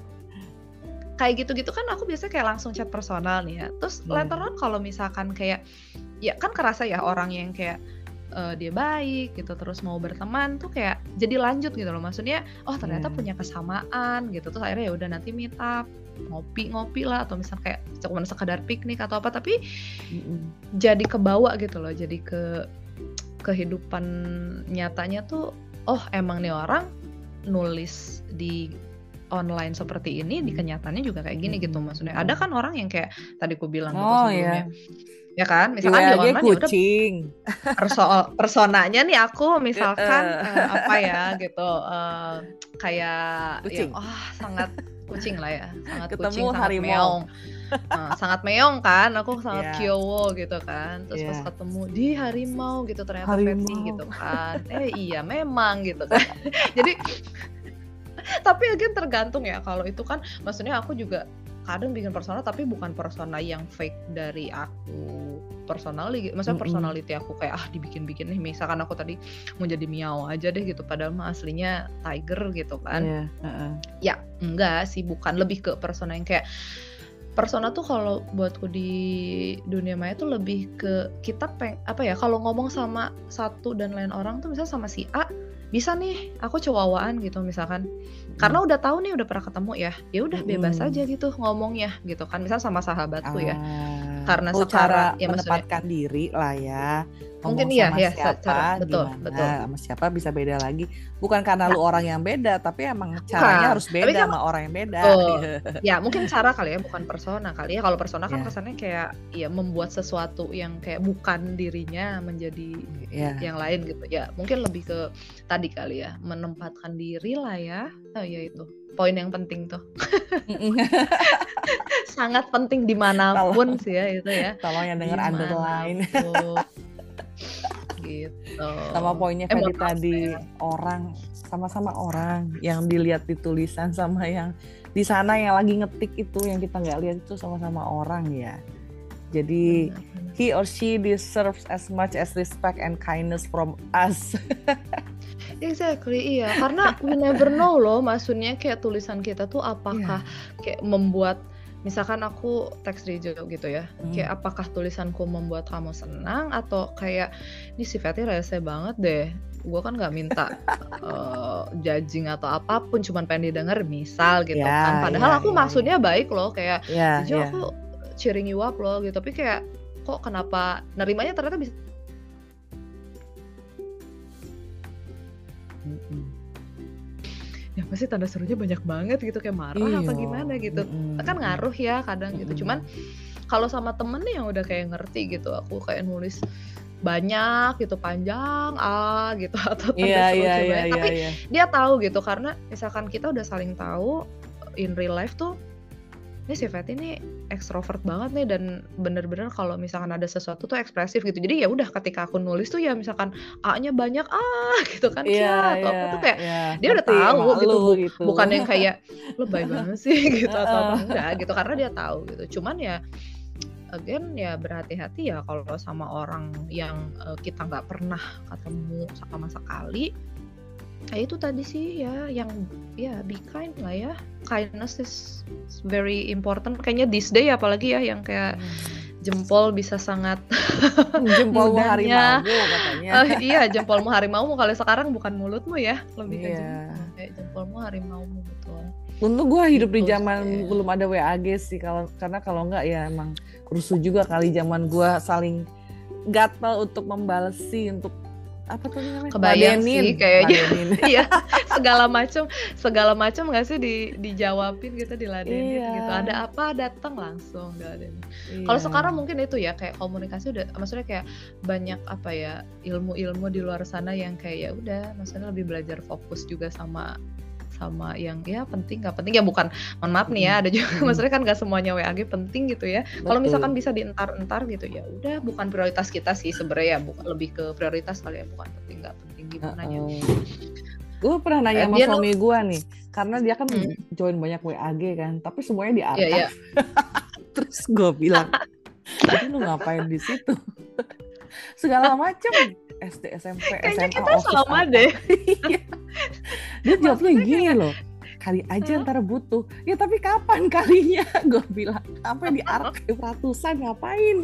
Speaker 2: kayak gitu-gitu kan aku biasanya kayak langsung chat personal nih ya. Terus hmm. later on kalau misalkan kayak ya kan kerasa ya orang yang kayak uh, dia baik gitu terus mau berteman tuh kayak jadi lanjut gitu loh. Maksudnya oh ternyata yeah. punya kesamaan gitu. Terus akhirnya ya udah nanti meet up, ngopi-ngopi lah, atau misal kayak cuma sekedar piknik atau apa, tapi mm-hmm. jadi kebawa gitu loh. Jadi ke kehidupan nyatanya tuh oh emang nih orang nulis di online seperti ini, di kenyataannya juga kayak gini gitu. Maksudnya ada kan orang yang kayak tadi aku bilang gitu
Speaker 1: oh,
Speaker 2: sebelumnya
Speaker 1: yeah.
Speaker 2: ya kan, misalkan di online ya udah perso- personanya nih aku misalkan uh, apa ya gitu uh, kayak
Speaker 1: kucing.
Speaker 2: ya oh sangat kucing lah ya, sangat
Speaker 1: ketemu
Speaker 2: kucing, sangat
Speaker 1: harimau.
Speaker 2: meong uh, sangat meong kan, aku sangat yeah. kyowo gitu kan, terus yeah. pas ketemu di harimau gitu ternyata Pepsi gitu kan, eh iya memang gitu kan. Jadi tapi again tergantung ya, kalau itu kan maksudnya aku juga kadang bikin persona tapi bukan persona yang fake dari aku personally, maksudnya mm-hmm. personality aku kayak ah dibikin-bikin nih, misalkan aku tadi mau jadi miau aja deh gitu padahal mah aslinya tiger gitu kan. yeah. uh-uh. Ya enggak sih, bukan, lebih ke persona yang kayak persona tuh kalau buatku di dunia maya tuh lebih ke kita peng apa ya, kalau ngomong sama satu dan lain orang tuh misalnya sama si A bisa nih aku cowawaan gitu misalkan, hmm. karena udah tahu nih udah pernah ketemu ya, ya udah bebas hmm. aja gitu ngomongnya gitu kan, misal sama sahabatku ah, ya, karena
Speaker 1: oh,
Speaker 2: sekarang
Speaker 1: cara ya menempatkan diri lah ya,
Speaker 2: Mungkin
Speaker 1: ngomong
Speaker 2: iya
Speaker 1: sama
Speaker 2: ya, sa cara
Speaker 1: siapa,
Speaker 2: betul
Speaker 1: gimana,
Speaker 2: betul.
Speaker 1: sama siapa bisa beda lagi. Bukan karena
Speaker 2: Ya,
Speaker 1: lu orang yang beda, tapi emang caranya
Speaker 2: bukan,
Speaker 1: harus
Speaker 2: tapi
Speaker 1: beda
Speaker 2: kan
Speaker 1: sama orang yang beda.
Speaker 2: betul. Ya mungkin cara kali ya, bukan persona kali ya. Kalau persona kan
Speaker 1: Ya,
Speaker 2: kesannya kayak ya membuat sesuatu yang kayak bukan dirinya menjadi
Speaker 1: ya.
Speaker 2: yang lain gitu. Ya mungkin lebih ke tadi kali ya, menempatkan diri lah ya. Oh ya itu, poin yang penting tuh. Sangat penting
Speaker 1: Kalau
Speaker 2: dimanapun sih ya itu ya,
Speaker 1: tolong yang denger underline.
Speaker 2: dimanapun gitu.
Speaker 1: Sama poinnya
Speaker 2: Eh
Speaker 1: Feby
Speaker 2: mohon maaf
Speaker 1: tadi,
Speaker 2: ya.
Speaker 1: orang sama-sama orang yang dilihat di tulisan sama yang di sana yang lagi ngetik itu yang kita nggak lihat itu sama-sama orang ya. Jadi
Speaker 2: Benar, benar.
Speaker 1: he or she deserves as much as respect and kindness from us.
Speaker 2: Exactly, iya. Karena we never know loh, maksudnya kayak tulisan kita tuh apakah
Speaker 1: Iya.
Speaker 2: kayak membuat, misalkan aku teks Rijo gitu ya,
Speaker 1: Hmm.
Speaker 2: kayak apakah tulisanku membuat kamu senang atau kayak ini si Fatty rese banget deh. Gue kan nggak minta uh, judging atau apapun, cuman pengen didengar misal gitu kan.
Speaker 1: Ya,
Speaker 2: Padahal
Speaker 1: ya,
Speaker 2: aku
Speaker 1: ya,
Speaker 2: maksudnya baik loh, kayak
Speaker 1: ya,
Speaker 2: Rijo
Speaker 1: ya.
Speaker 2: aku cheering you up loh gitu. Tapi kayak kok kenapa nerimanya ternyata bisa.
Speaker 1: Mm-mm.
Speaker 2: Ya pasti tanda serunya banyak banget gitu, kayak marah apa
Speaker 1: Iya.
Speaker 2: gimana gitu.
Speaker 1: Mm-mm.
Speaker 2: Kan ngaruh ya kadang gitu.
Speaker 1: Mm-mm.
Speaker 2: Cuman kalau sama temen nih yang udah kayak ngerti gitu, aku kayak nulis banyak gitu, panjang ah gitu atau tanda
Speaker 1: Iya, iya,
Speaker 2: serunya
Speaker 1: iya,
Speaker 2: banyak.
Speaker 1: iya,
Speaker 2: Tapi
Speaker 1: iya.
Speaker 2: dia tahu gitu, karena misalkan kita udah saling tahu in real life tuh, ini si Fatty ini ekstrovert banget nih dan bener-bener kalau misalkan ada sesuatu tuh ekspresif gitu. Jadi ya udah ketika aku nulis tuh ya misalkan A-nya banyak ah gitu kan,
Speaker 1: Iya,
Speaker 2: Kia atau
Speaker 1: iya,
Speaker 2: apa tuh kayak
Speaker 1: iya.
Speaker 2: dia udah
Speaker 1: Ngerti
Speaker 2: tahu
Speaker 1: emak
Speaker 2: gitu,
Speaker 1: lu
Speaker 2: bu,
Speaker 1: gitu.
Speaker 2: bukan yang kayak lebay banget sih gitu atau apa,
Speaker 1: Heeh.
Speaker 2: enggak gitu, karena dia tahu gitu. Cuman ya again ya berhati-hati ya kalau sama orang yang uh, kita nggak pernah ketemu sama sekali. Nah itu tadi sih ya, yang ya be kind lah ya. Kindness is very important. Kayaknya this day apalagi ya, yang kayak jempol bisa sangat
Speaker 1: Jempolmu
Speaker 2: mudahnya.
Speaker 1: harimau katanya.
Speaker 2: Uh, iya jempolmu harimaumu, kalau sekarang bukan mulutmu ya, lebih ke
Speaker 1: Iya.
Speaker 2: jempol, kayak jempolmu harimaumu betul.
Speaker 1: Untung gue hidup di
Speaker 2: Gitu
Speaker 1: zaman
Speaker 2: sih.
Speaker 1: belum ada W A G sih, kalau karena kalau enggak ya emang rusuh juga kali zaman gue saling gatel untuk membalesi, untuk apa tuh namanya?
Speaker 2: Kebayang
Speaker 1: Ladenin.
Speaker 2: sih kayaknya.
Speaker 1: Ladenin.
Speaker 2: Iya, segala macam segala macam nggak sih di dijawabin gitu, diladenin
Speaker 1: Iya.
Speaker 2: gitu. Ada apa datang langsung diladenin.
Speaker 1: Iya.
Speaker 2: Kalau sekarang mungkin itu ya, kayak komunikasi udah, maksudnya kayak banyak apa ya, ilmu-ilmu di luar sana yang kayak ya udah, maksudnya lebih belajar fokus juga sama sama yang ya penting nggak penting ya, bukan, mohon maaf nih ya, ada juga
Speaker 1: Mm-mm.
Speaker 2: maksudnya kan nggak semuanya W A G penting gitu ya. Kalau
Speaker 1: Betul.
Speaker 2: misalkan bisa dientar-entar gitu ya udah, bukan prioritas kita sih sebenarnya ya, bukan, lebih ke prioritas kali ya, bukan penting nggak penting gimana nya.
Speaker 1: Gue pernah nanya
Speaker 2: Eh,
Speaker 1: sama
Speaker 2: dia
Speaker 1: suami gue nih, karena dia kan
Speaker 2: Hmm.
Speaker 1: join banyak W A G kan, tapi semuanya di
Speaker 2: Iya,
Speaker 1: archive.
Speaker 2: iya.
Speaker 1: Terus gue bilang, jadi lu ngapain di situ? Segala macam, S D, S M P,
Speaker 2: Kayaknya
Speaker 1: S M A,
Speaker 2: kita
Speaker 1: OSIS,
Speaker 2: sama
Speaker 1: apa.
Speaker 2: deh.
Speaker 1: Iya. Dia jawabnya
Speaker 2: Maksudnya
Speaker 1: gini
Speaker 2: kayak,
Speaker 1: loh, kali aja
Speaker 2: Hah?
Speaker 1: ntar butuh. Ya tapi kapan kalinya? Gue bilang, sampai di archive ratusan ngapain?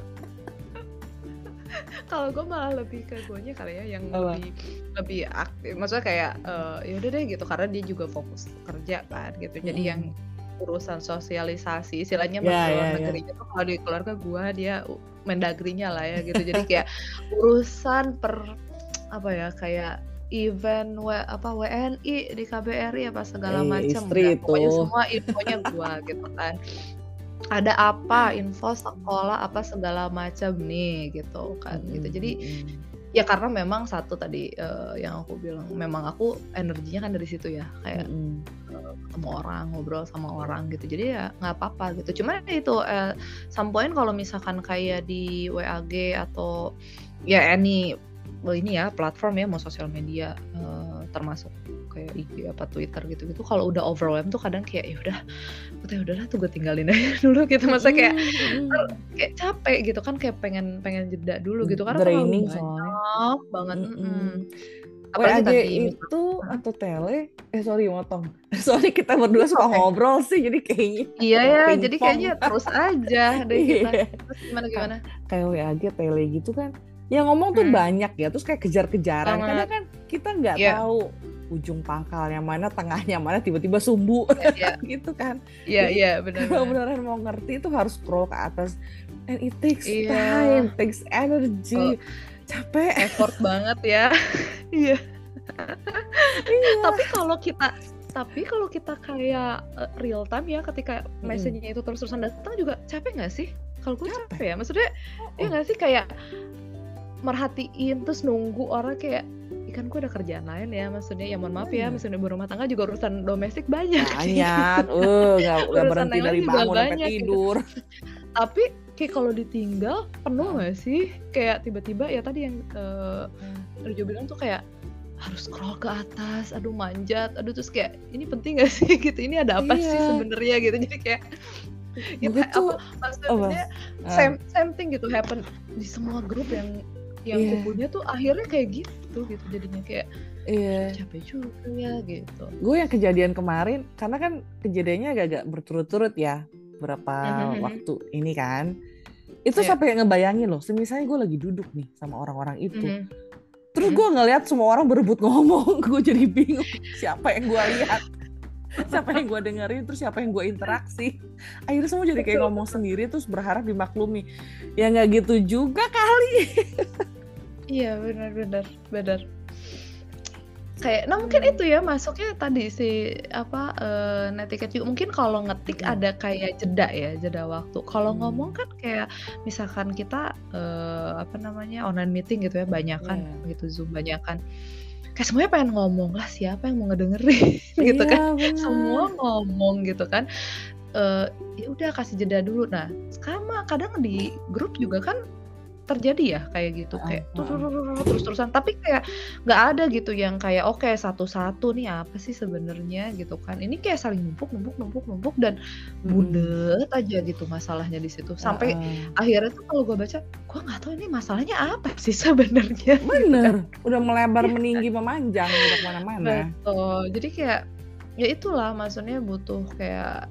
Speaker 2: Kalau gue malah lebih ke guanya kali ya, yang
Speaker 1: Apa?
Speaker 2: lebih lebih aktif. Maksudnya kayak eh, ya udah deh gitu, karena dia juga fokus kerja kan gitu. Jadi
Speaker 1: Mm-mm.
Speaker 2: yang urusan sosialisasi, istilahnya
Speaker 1: Ya,
Speaker 2: menteri luar
Speaker 1: ya, ya.
Speaker 2: negerinya tuh kalau di keluarga gue dia u- mendagrinya lah ya gitu. Jadi kayak urusan per apa ya, kayak event w, apa W N I di K B R I apa segala
Speaker 1: Eh,
Speaker 2: macam,
Speaker 1: istri
Speaker 2: udah pokoknya
Speaker 1: itu.
Speaker 2: semua infonya gue gitu kan. Ada apa info sekolah apa segala macam nih gitu kan gitu. Jadi
Speaker 1: Mm-mm.
Speaker 2: ya karena memang satu tadi eh, yang aku bilang, memang aku energinya kan dari situ ya, kayak
Speaker 1: Mm-mm.
Speaker 2: eh, ketemu orang, ngobrol sama orang gitu. Jadi ya nggak apa-apa gitu. Cuman itu eh, some point kalau misalkan kayak di W A G atau ya any well, ini ya platform ya, mau sosial media eh, termasuk kayak I G apa Twitter gitu-gitu, kalau udah overwhelmed tuh kadang kayak ya udah, udah udahlah tuh gue tinggalin aja dulu gitu. Masa kayak
Speaker 1: Mm-mm.
Speaker 2: ntar kayak capek gitu kan, kayak pengen pengen jeda dulu gitu, karena
Speaker 1: Draining
Speaker 2: terlalu
Speaker 1: soalnya.
Speaker 2: banyak banget.
Speaker 1: Mm-mm.
Speaker 2: mm-mm.
Speaker 1: W A
Speaker 2: Apalagi
Speaker 1: G
Speaker 2: tadi misalkan,
Speaker 1: itu atau tele? Eh sorry motong. Soalnya kita berdua suka
Speaker 2: Oke.
Speaker 1: ngobrol sih, jadi kayaknya
Speaker 2: Iya ya, jadi
Speaker 1: pingpong.
Speaker 2: kayaknya terus aja deh kita.
Speaker 1: Iya.
Speaker 2: Terus gimana gimana?
Speaker 1: Kayak W A G, tele gitu kan, yang ngomong tuh
Speaker 2: Hmm.
Speaker 1: banyak ya, terus kayak kejar-kejaran.
Speaker 2: Banget.
Speaker 1: Kadang kan kita nggak
Speaker 2: Iya.
Speaker 1: tahu ujung pangkalnya mana, tengahnya mana, tiba-tiba sumbu
Speaker 2: Iya,
Speaker 1: gitu kan.
Speaker 2: iya,
Speaker 1: Jadi
Speaker 2: iya
Speaker 1: kalau
Speaker 2: benar-benar.
Speaker 1: beneran mau ngerti itu harus scroll ke atas, and it takes
Speaker 2: Iya.
Speaker 1: time, takes energy.
Speaker 2: Oh,
Speaker 1: Capek.
Speaker 2: Effort banget ya. Iya.
Speaker 1: Iya.
Speaker 2: Tapi kalau kita tapi kalau kita kayak uh, real time ya, ketika
Speaker 1: Mm-mm.
Speaker 2: message-nya itu terus-terusan datang juga capek nggak sih? Kalau gue
Speaker 1: Capek.
Speaker 2: capek ya, maksudnya
Speaker 1: Oh,
Speaker 2: ya
Speaker 1: oh.
Speaker 2: nggak sih, kayak merhatiin terus nunggu orang kayak, "Ih, kan gue ada kerjaan lain ya," maksudnya ya mohon maaf ya,
Speaker 1: Bener.
Speaker 2: misalnya ibu rumah tangga juga urusan domestik banyak.
Speaker 1: Banyak, eh nggak nggak
Speaker 2: Urusan
Speaker 1: berhenti
Speaker 2: yang lain
Speaker 1: dari
Speaker 2: juga
Speaker 1: bangun sampai
Speaker 2: banyak gitu.
Speaker 1: tidur.
Speaker 2: Tapi kayak kalau ditinggal penuh
Speaker 1: Heeh.
Speaker 2: nggak sih? Kayak tiba-tiba ya tadi yang eh,
Speaker 1: Hmm.
Speaker 2: Rijo bilang tuh kayak harus scroll ke atas, aduh manjat, aduh terus kayak ini penting gak sih gitu, ini ada apa sih
Speaker 1: Iya.
Speaker 2: sebenarnya gitu, jadi kayak kita
Speaker 1: Begitu
Speaker 2: apa
Speaker 1: apa?
Speaker 2: maksudnya
Speaker 1: Ah,
Speaker 2: same same thing gitu happen di semua grup yang yang
Speaker 1: Iya.
Speaker 2: kumpulnya tuh akhirnya kayak gitu gitu jadinya kayak
Speaker 1: Iya.
Speaker 2: capek juga ya gitu.
Speaker 1: Gue yang kejadian kemarin, karena kan kejadiannya agak-agak berturut-turut ya, berapa
Speaker 2: Mhm,
Speaker 1: waktu ini kan. Itu
Speaker 2: Iya.
Speaker 1: sampai ngebayangin loh, semisalnya gue lagi duduk nih sama orang-orang itu.
Speaker 2: Mhm,
Speaker 1: Terus
Speaker 2: mhm.
Speaker 1: gue ngeliat semua orang berebut ngomong, gue jadi bingung siapa yang gue lihat, siapa yang gue dengerin, terus siapa yang gue interaksi. Akhirnya semua jadi kayak ngomong sendiri, terus berharap dimaklumi. Ya nggak gitu juga kali.
Speaker 2: Iya benar-benar benar. Kayak, nah mungkin itu ya masuknya tadi si apa uh, netiquette juga mungkin kalau ngetik
Speaker 1: Mm-mm.
Speaker 2: ada kayak jeda ya, jeda waktu. Kalau
Speaker 1: Hmm.
Speaker 2: ngomong kan kayak misalkan kita uh, apa namanya online meeting gitu ya, banyakan
Speaker 1: Iya.
Speaker 2: gitu Zoom banyakan. Kayak semuanya pengen ngomong lah, siapa yang mau ngedengerin gitu kan?
Speaker 1: Iya
Speaker 2: Semua
Speaker 1: benar.
Speaker 2: ngomong gitu kan. Uh, ya udah kasih jeda dulu. Nah, sama kadang di grup juga kan terjadi ya kayak gitu,
Speaker 1: Heeh,
Speaker 2: kayak
Speaker 1: heeh.
Speaker 2: terus-terusan, tapi kayak nggak ada gitu yang kayak oke satu-satu nih apa sih sebenarnya gitu kan. Ini kayak saling numpuk numpuk numpuk numpuk dan
Speaker 1: Mm-mm.
Speaker 2: budet aja gitu masalahnya di situ. Sampai
Speaker 1: Heeh.
Speaker 2: akhirnya tuh kalau gue baca, gue nggak tahu ini masalahnya apa sih sebenarnya gitu kan.
Speaker 1: Bener, udah melebar meninggi memanjang udah kemana-mana.
Speaker 2: Betul. Jadi kayak ya itulah maksudnya butuh kayak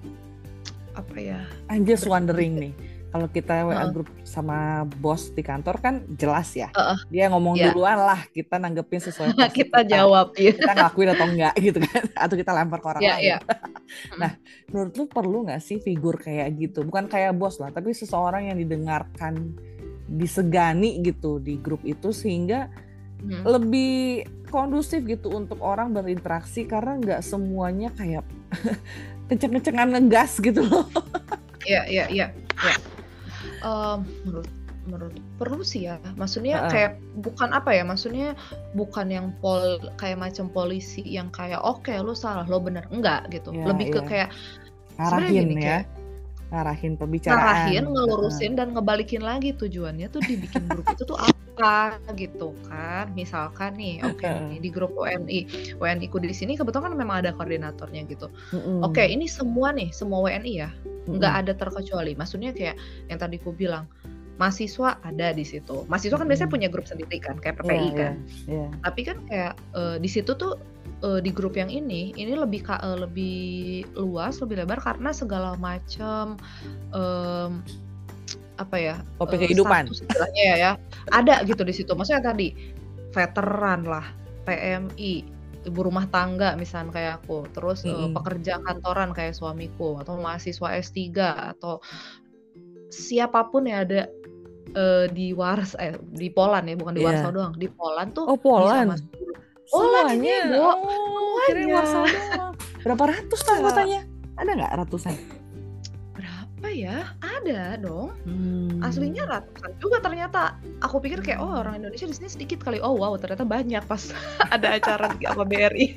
Speaker 2: apa ya?
Speaker 1: I'm just
Speaker 2: berpikir.
Speaker 1: wondering nih, kalau kita W A
Speaker 2: Heeh.
Speaker 1: grup sama bos di kantor kan jelas ya.
Speaker 2: Heeh.
Speaker 1: Dia ngomong
Speaker 2: Ya.
Speaker 1: duluan lah, kita nanggepin sesuai porsi
Speaker 2: Kita jawab ya.
Speaker 1: Kita ngelakuin atau enggak gitu kan. Atau kita lempar ke orang
Speaker 2: Ya,
Speaker 1: lain.
Speaker 2: ya.
Speaker 1: Nah, menurut lu perlu nggak sih figur kayak gitu? Bukan kayak bos lah, tapi seseorang yang didengarkan, disegani gitu di grup itu sehingga
Speaker 2: Hmm.
Speaker 1: lebih kondusif gitu untuk orang berinteraksi, karena nggak semuanya kayak kenceng-kencengan ngegas gitu loh.
Speaker 2: Iya, iya, iya. Ya. Um, menurut menurut perlu sih ya. Maksudnya
Speaker 1: Heeh.
Speaker 2: kayak bukan apa ya? Maksudnya bukan yang pol kayak macam polisi yang kayak oke lu salah, lo bener. Enggak gitu.
Speaker 1: Ya,
Speaker 2: Lebih ke
Speaker 1: ya.
Speaker 2: kayak sebenarnya
Speaker 1: Ngarahin
Speaker 2: gini
Speaker 1: ya,
Speaker 2: kayak
Speaker 1: ngarahin pembicaraan.
Speaker 2: ngarahin, ngelurusin dan ngebalikin lagi tujuannya tuh dibikin grup itu tuh apa gitu kan. Misalkan nih, oke nih di grup W N I, W N I ku di sini kebetulan kan memang ada koordinatornya gitu.
Speaker 1: Mm-mm.
Speaker 2: Oke, ini semua nih, semua W N I ya,
Speaker 1: Mm-mm.
Speaker 2: nggak ada terkecuali. Maksudnya kayak yang tadi ku bilang, mahasiswa ada di situ. Mahasiswa kan biasanya punya grup sendiri kan, kayak P P I
Speaker 1: Iya,
Speaker 2: kan.
Speaker 1: iya, iya.
Speaker 2: Tapi kan kayak eh, di situ tuh eh, di grup yang ini, ini lebih ka- eh, lebih luas, lebih lebar karena segala macam em, apa ya?
Speaker 1: Topik
Speaker 2: eh,
Speaker 1: kehidupan.
Speaker 2: status istilahnya ya, ya. Ada gitu di situ. Maksudnya tadi veteran lah, P M I, ibu rumah tangga misalnya kayak aku, terus eh,
Speaker 1: Mm-mm.
Speaker 2: pekerja kantoran kayak suamiku, atau mahasiswa S tiga, atau siapapun yang ada eh, di Wars eh di Poland ya, bukan di
Speaker 1: Iya.
Speaker 2: Warsaw doang, di Poland tuh
Speaker 1: Oh,
Speaker 2: bisa
Speaker 1: Poland.
Speaker 2: masuk grup. Poland ini,
Speaker 1: Semuanya.
Speaker 2: Bo.
Speaker 1: Oh, kirain
Speaker 2: Semuanya.
Speaker 1: Warsaw doang. Berapa ratus tuh
Speaker 2: Iya.
Speaker 1: anggotanya? Ada nggak ratusan?
Speaker 2: Berapa ya? Ada dong.
Speaker 1: Hmm.
Speaker 2: Aslinya ratusan juga ternyata. Aku pikir kayak oh orang Indonesia di sini sedikit kali. Oh wow, ternyata banyak pas ada acara di apa B R I.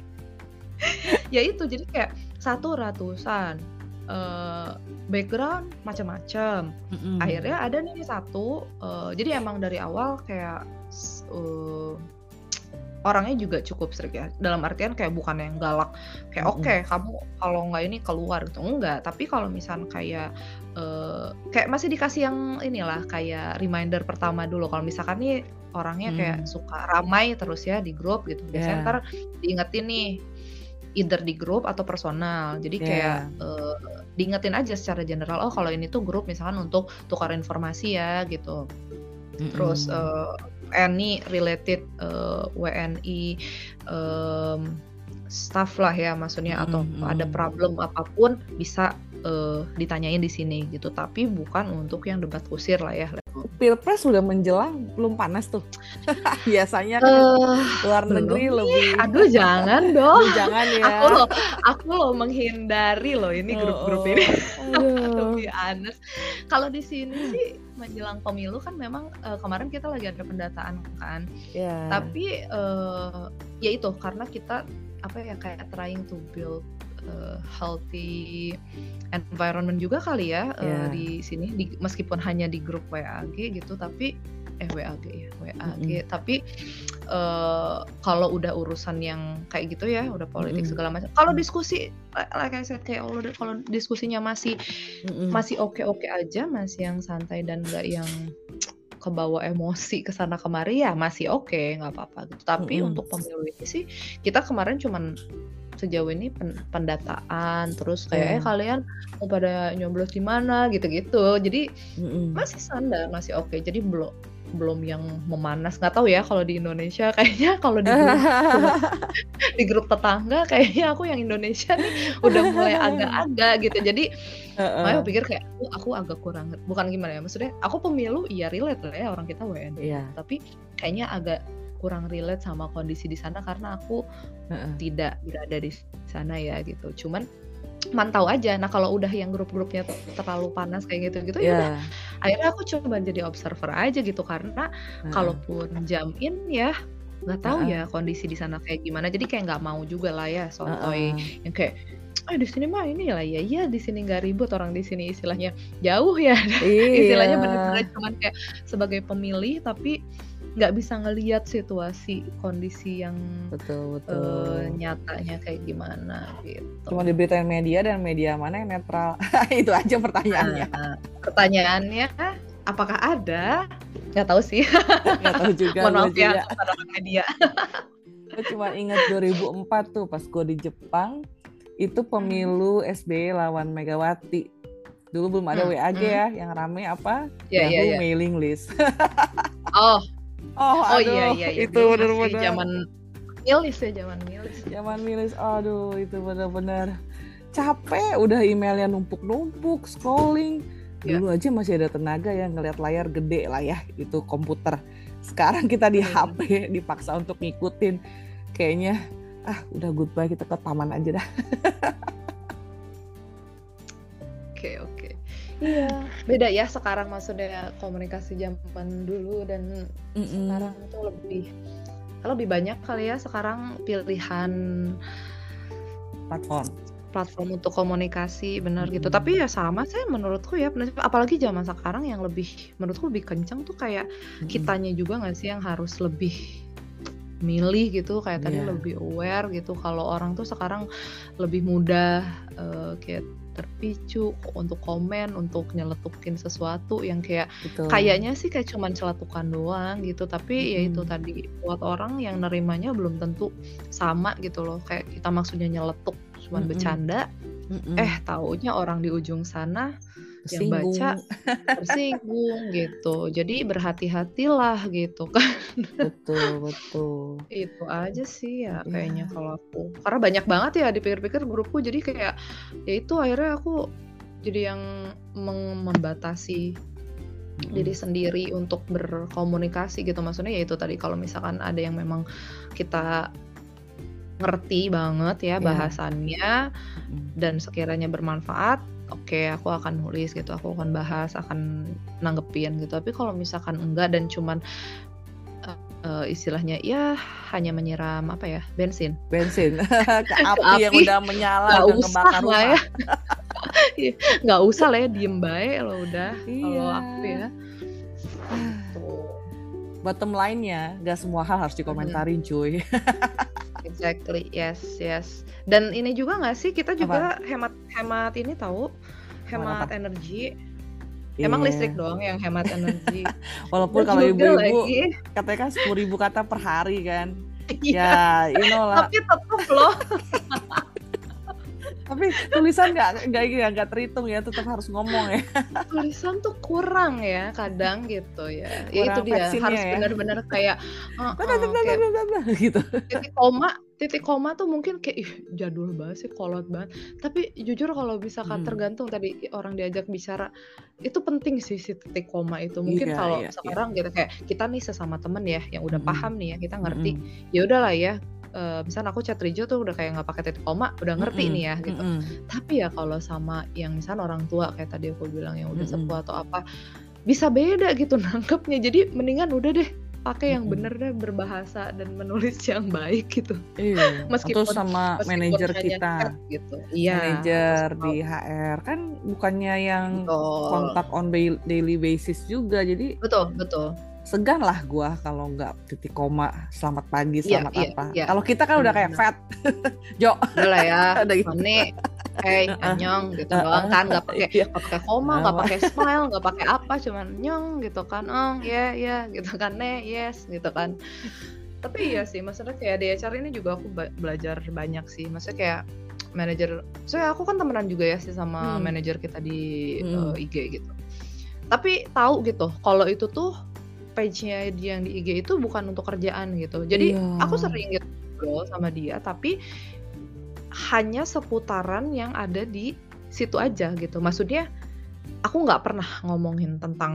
Speaker 2: Ya itu jadi kayak satu ratusan. Eh, background macam-macam.
Speaker 1: Mm-mm.
Speaker 2: Akhirnya ada nih satu. eh, jadi emang dari awal kayak s- eh, orangnya juga cukup strict ya. Dalam artian kayak bukan yang galak. Kayak
Speaker 1: Mm-mm.
Speaker 2: oke kamu kalau nggak ini keluar gitu. Enggak. Tapi kalau misal kayak eh, kayak masih dikasih yang inilah kayak reminder pertama dulu. Kalau misalkan nih orangnya kayak
Speaker 1: Hmm.
Speaker 2: suka ramai terus ya di grup gitu. Biasanya
Speaker 1: Yeah.
Speaker 2: ntar diingetin nih either di grup atau personal. Jadi kayak
Speaker 1: Yeah.
Speaker 2: eh, diingetin aja secara general. Oh kalau ini tuh grup misalkan untuk tukar informasi ya gitu. Terus
Speaker 1: Mm-mm.
Speaker 2: eh, any related eh, W N I em, staff lah ya maksudnya, atau
Speaker 1: Mm-mm.
Speaker 2: ada problem apapun bisa eh, ditanyain di sini gitu. Tapi bukan untuk yang debat kusir lah ya.
Speaker 1: Pilpres sudah menjelang, belum panas tuh. Biasanya kan
Speaker 2: Uh,
Speaker 1: luar negeri
Speaker 2: belum
Speaker 1: lebih.
Speaker 2: nih. Aduh jangan dong.
Speaker 1: Aduh, jangan ya.
Speaker 2: Aku loh, aku loh menghindari loh ini grup-grup
Speaker 1: Oh,
Speaker 2: ini.
Speaker 1: aduh.
Speaker 2: To be honest. Kalau di sini sih menjelang pemilu kan memang uh, kemarin kita lagi ada pendataan kan.
Speaker 1: Ya.
Speaker 2: Tapi uh, ya itu karena kita apa ya kayak trying to build uh, healthy environment juga kali ya uh,
Speaker 1: Ya.
Speaker 2: di sini di, meskipun hanya di grup W A G gitu tapi eh W A G ya W A G
Speaker 1: Mm-mm.
Speaker 2: tapi uh, kalau udah urusan yang kayak gitu ya udah politik
Speaker 1: Mm-mm.
Speaker 2: segala macam kalau diskusi like I said kayak kalau kalau diskusinya masih
Speaker 1: Mm-mm.
Speaker 2: masih oke-oke aja masih yang santai dan nggak yang kebawa emosi kesana kemari ya masih oke nggak apa-apa gitu tapi
Speaker 1: Mm-mm.
Speaker 2: untuk pemilu ini sih kita kemarin cuman sejauh ini pen- pendataan terus kayak
Speaker 1: Ya.
Speaker 2: eh kalian mau pada nyoblos di mana gitu-gitu jadi
Speaker 1: Mm-mm.
Speaker 2: masih standar masih oke jadi belum belum yang memanas nggak tahu ya kalau di Indonesia kayaknya kalau di grup di grup tetangga kayaknya aku yang Indonesia nih udah mulai agak-agak gitu jadi
Speaker 1: Uh-uh.
Speaker 2: makanya aku pikir kayak aku, aku agak kurang bukan gimana ya maksudnya aku pemilu iya relate lah ya orang kita W N
Speaker 1: Iya.
Speaker 2: tapi kayaknya agak kurang relate sama kondisi di sana karena aku
Speaker 1: Uh-uh.
Speaker 2: tidak berada di sana ya gitu cuman mantau aja nah kalau udah yang grup-grupnya terlalu panas kayak gitu-gitu ya udah
Speaker 1: Ya.
Speaker 2: akhirnya aku coba jadi observer aja gitu karena
Speaker 1: Uh-uh.
Speaker 2: kalaupun jam in ya nggak tahu
Speaker 1: Uh-uh.
Speaker 2: ya kondisi di sana kayak gimana jadi kayak nggak mau juga lah ya sotoy
Speaker 1: Uh-uh.
Speaker 2: yang kayak eh di sini mah ini lah ya iya di sini nggak ribut orang di sini istilahnya jauh ya istilahnya
Speaker 1: Iya.
Speaker 2: benar-benar cuman kayak sebagai pemilih tapi nggak bisa ngelihat situasi kondisi yang
Speaker 1: Betul,
Speaker 2: eh,
Speaker 1: betul.
Speaker 2: nyatanya kayak gimana gitu.
Speaker 1: Cuma diberitain media dan media mana yang netral. Itu aja pertanyaannya.
Speaker 2: Nah, pertanyaannya apakah ada? Nggak tahu sih.
Speaker 1: Nggak tahu juga.
Speaker 2: Mohon maaf
Speaker 1: gua
Speaker 2: ya
Speaker 1: juga.
Speaker 2: kepada orang media.
Speaker 1: Gue cuma ingat dua ribu empat tuh pas gue di Jepang itu pemilu S B Y lawan Megawati. Dulu belum ada
Speaker 2: Hmm,
Speaker 1: W A G
Speaker 2: hmm.
Speaker 1: ya, yang rame apa?
Speaker 2: Ya, ya,
Speaker 1: Yahoo
Speaker 2: ya.
Speaker 1: mailing list.
Speaker 2: Oh,
Speaker 1: Oh,
Speaker 2: oh
Speaker 1: aduh,
Speaker 2: iya iya iya.
Speaker 1: itu
Speaker 2: Dulu masih
Speaker 1: benar-benar
Speaker 2: zaman milis ya zaman milis.
Speaker 1: zaman milis. Aduh, itu benar-benar capek. Udah emailnya numpuk-numpuk, scrolling.
Speaker 2: Ya.
Speaker 1: Dulu aja masih ada tenaga yang ngeliat layar gede lah ya, itu komputer. Sekarang kita di H P dipaksa untuk ngikutin. Kayaknya ah udah goodbye, kita ke taman aja dah.
Speaker 2: Oke oke. Iya. Beda ya sekarang maksudnya komunikasi zaman dulu dan
Speaker 1: Mm-mm.
Speaker 2: sekarang itu lebih lebih banyak kali ya sekarang pilihan
Speaker 1: Platform.
Speaker 2: platform untuk komunikasi benar gitu.
Speaker 1: Mm-mm.
Speaker 2: Tapi ya sama sih menurutku ya, bener- apalagi zaman sekarang yang lebih menurutku lebih kenceng tuh kayak
Speaker 1: Mm-mm.
Speaker 2: kitanya juga nggak sih yang harus lebih milih gitu kayak tadi
Speaker 1: Iya.
Speaker 2: lebih aware gitu kalau orang tuh sekarang lebih mudah eh, kayak terpicu untuk komen untuk nyeletukin sesuatu yang kayak
Speaker 1: Betul.
Speaker 2: kayaknya sih kayak cuman celetukan doang gitu tapi ya itu
Speaker 1: Mm-mm.
Speaker 2: tadi buat orang yang nerimanya belum tentu sama gitu loh kayak kita maksudnya nyeletuk cuman
Speaker 1: Mm-mm.
Speaker 2: bercanda
Speaker 1: Mm-mm.
Speaker 2: eh taunya orang di ujung sana yang
Speaker 1: Tersinggung.
Speaker 2: baca tersinggung gitu jadi berhati-hatilah gitu kan
Speaker 1: Betul, betul.
Speaker 2: itu aja sih ya kayaknya
Speaker 1: Ya.
Speaker 2: kalau aku karena banyak banget ya dipikir-pikir grupku jadi kayak ya itu akhirnya aku jadi yang meng- membatasi diri
Speaker 1: Mm-mm.
Speaker 2: sendiri untuk berkomunikasi gitu maksudnya ya itu tadi kalau misalkan ada yang memang kita ngerti banget ya
Speaker 1: Ya.
Speaker 2: bahasannya
Speaker 1: Mm-mm.
Speaker 2: dan sekiranya bermanfaat oke aku akan nulis gitu aku akan bahas akan nanggepin gitu tapi kalau misalkan enggak dan cuman uh, uh, istilahnya ya hanya menyiram apa ya bensin
Speaker 1: Bensin ke
Speaker 2: ke
Speaker 1: api yang
Speaker 2: api
Speaker 1: udah menyala,
Speaker 2: nggak
Speaker 1: udah
Speaker 2: usah
Speaker 1: ngebakar
Speaker 2: lah
Speaker 1: rumah.
Speaker 2: ya nggak usah lah ya diem baik lo udah kalau
Speaker 1: Iya.
Speaker 2: aku ya tuh
Speaker 1: Bottom line-nya, gak semua hal harus dikomentarin, cuy.
Speaker 2: exactly yes yes dan ini juga nggak sih kita juga hemat hemat ini tahu
Speaker 1: Hemat
Speaker 2: hemat
Speaker 1: apa?
Speaker 2: energi emang
Speaker 1: Iya.
Speaker 2: listrik doang yang hemat energi
Speaker 1: Walaupun
Speaker 2: Dan
Speaker 1: kalau
Speaker 2: juga
Speaker 1: ibu-ibu
Speaker 2: lagi
Speaker 1: katanya kan sepuluh ribu kata per hari kan.
Speaker 2: iya
Speaker 1: Ya, you know lah.
Speaker 2: tapi tetap loh
Speaker 1: Tapi tulisan nggak nggak nggak nggak terhitung ya, tetap harus ngomong ya.
Speaker 2: tulisan tuh kurang ya kadang gitu ya ya itu
Speaker 1: Kurang
Speaker 2: dia
Speaker 1: vaksinnya
Speaker 2: harus
Speaker 1: ya.
Speaker 2: benar-benar kayak uh, uh,
Speaker 1: Blablabla,
Speaker 2: kayak
Speaker 1: blablabla, gitu.
Speaker 2: titik koma titik koma tuh mungkin kayak, ih jadul banget sih, kolot banget. Tapi jujur kalau misalkan
Speaker 1: Mhm.
Speaker 2: tergantung tadi orang diajak bicara, itu penting sih si titik koma itu. Mungkin
Speaker 1: Iya
Speaker 2: kalau
Speaker 1: iya iya.
Speaker 2: sekarang gitu kayak kita nih sesama temen ya, yang udah
Speaker 1: Mhm.
Speaker 2: paham nih ya, kita ngerti,
Speaker 1: Mhm.
Speaker 2: ya udahlah ya, eee, misalnya aku chat Rijo tuh udah kayak nggak pakai titik koma, udah ngerti nih
Speaker 1: Mhm.
Speaker 2: ya gitu.
Speaker 1: Mhm.
Speaker 2: Tapi ya kalau sama yang misalnya orang tua kayak tadi aku bilang yang udah
Speaker 1: Mhm.
Speaker 2: sepuh atau apa, bisa beda gitu nangkepnya. Jadi mendingan udah deh pakai yang
Speaker 1: Mhm.
Speaker 2: bener deh, berbahasa dan menulis yang baik gitu.
Speaker 1: Iya, atau
Speaker 2: Meskipun
Speaker 1: sama
Speaker 2: meskipun
Speaker 1: manajer
Speaker 2: hanya chat
Speaker 1: kita.
Speaker 2: gitu. Iya, atau
Speaker 1: Manajer
Speaker 2: sama
Speaker 1: di H R, kan bukannya yang
Speaker 2: betul.
Speaker 1: kontak on daily daily basis juga, jadi
Speaker 2: Betul betul.
Speaker 1: segan lah gua kalau nggak titik koma, selamat pagi,
Speaker 2: Iya
Speaker 1: selamat
Speaker 2: iya
Speaker 1: apa.
Speaker 2: iya.
Speaker 1: Kalau kita kan udah
Speaker 2: Bener
Speaker 1: kayak
Speaker 2: bener.
Speaker 1: Fat, Jo,
Speaker 2: Udahlah ya,
Speaker 1: udah gitu.
Speaker 2: Mane, hey,
Speaker 1: Heeh,
Speaker 2: annyeong gitu doang
Speaker 1: heeh,
Speaker 2: kan, nggak pakai
Speaker 1: iya,
Speaker 2: nggak pakai koma, nggak
Speaker 1: sama.
Speaker 2: pakai smile, nggak pakai apa, cuman nyong gitu kan, eng, yeah yeah gitu kan, ne, yes gitu kan. Tapi iya sih, maksudnya kayak di H R ini juga aku ba belajar banyak sih. Maksudnya kayak manajer soalnya aku kan temenan juga ya sih sama
Speaker 1: Mhm.
Speaker 2: manajer kita di, eee,
Speaker 1: Mhm.
Speaker 2: I G gitu. Tapi tahu gitu kalau itu tuh page-nya dia yang di I G itu bukan untuk kerjaan gitu. Jadi
Speaker 1: Iya.
Speaker 2: aku sering gitu ngobrol sama dia, tapi hanya seputaran yang ada di situ aja gitu. Maksudnya aku nggak pernah ngomongin tentang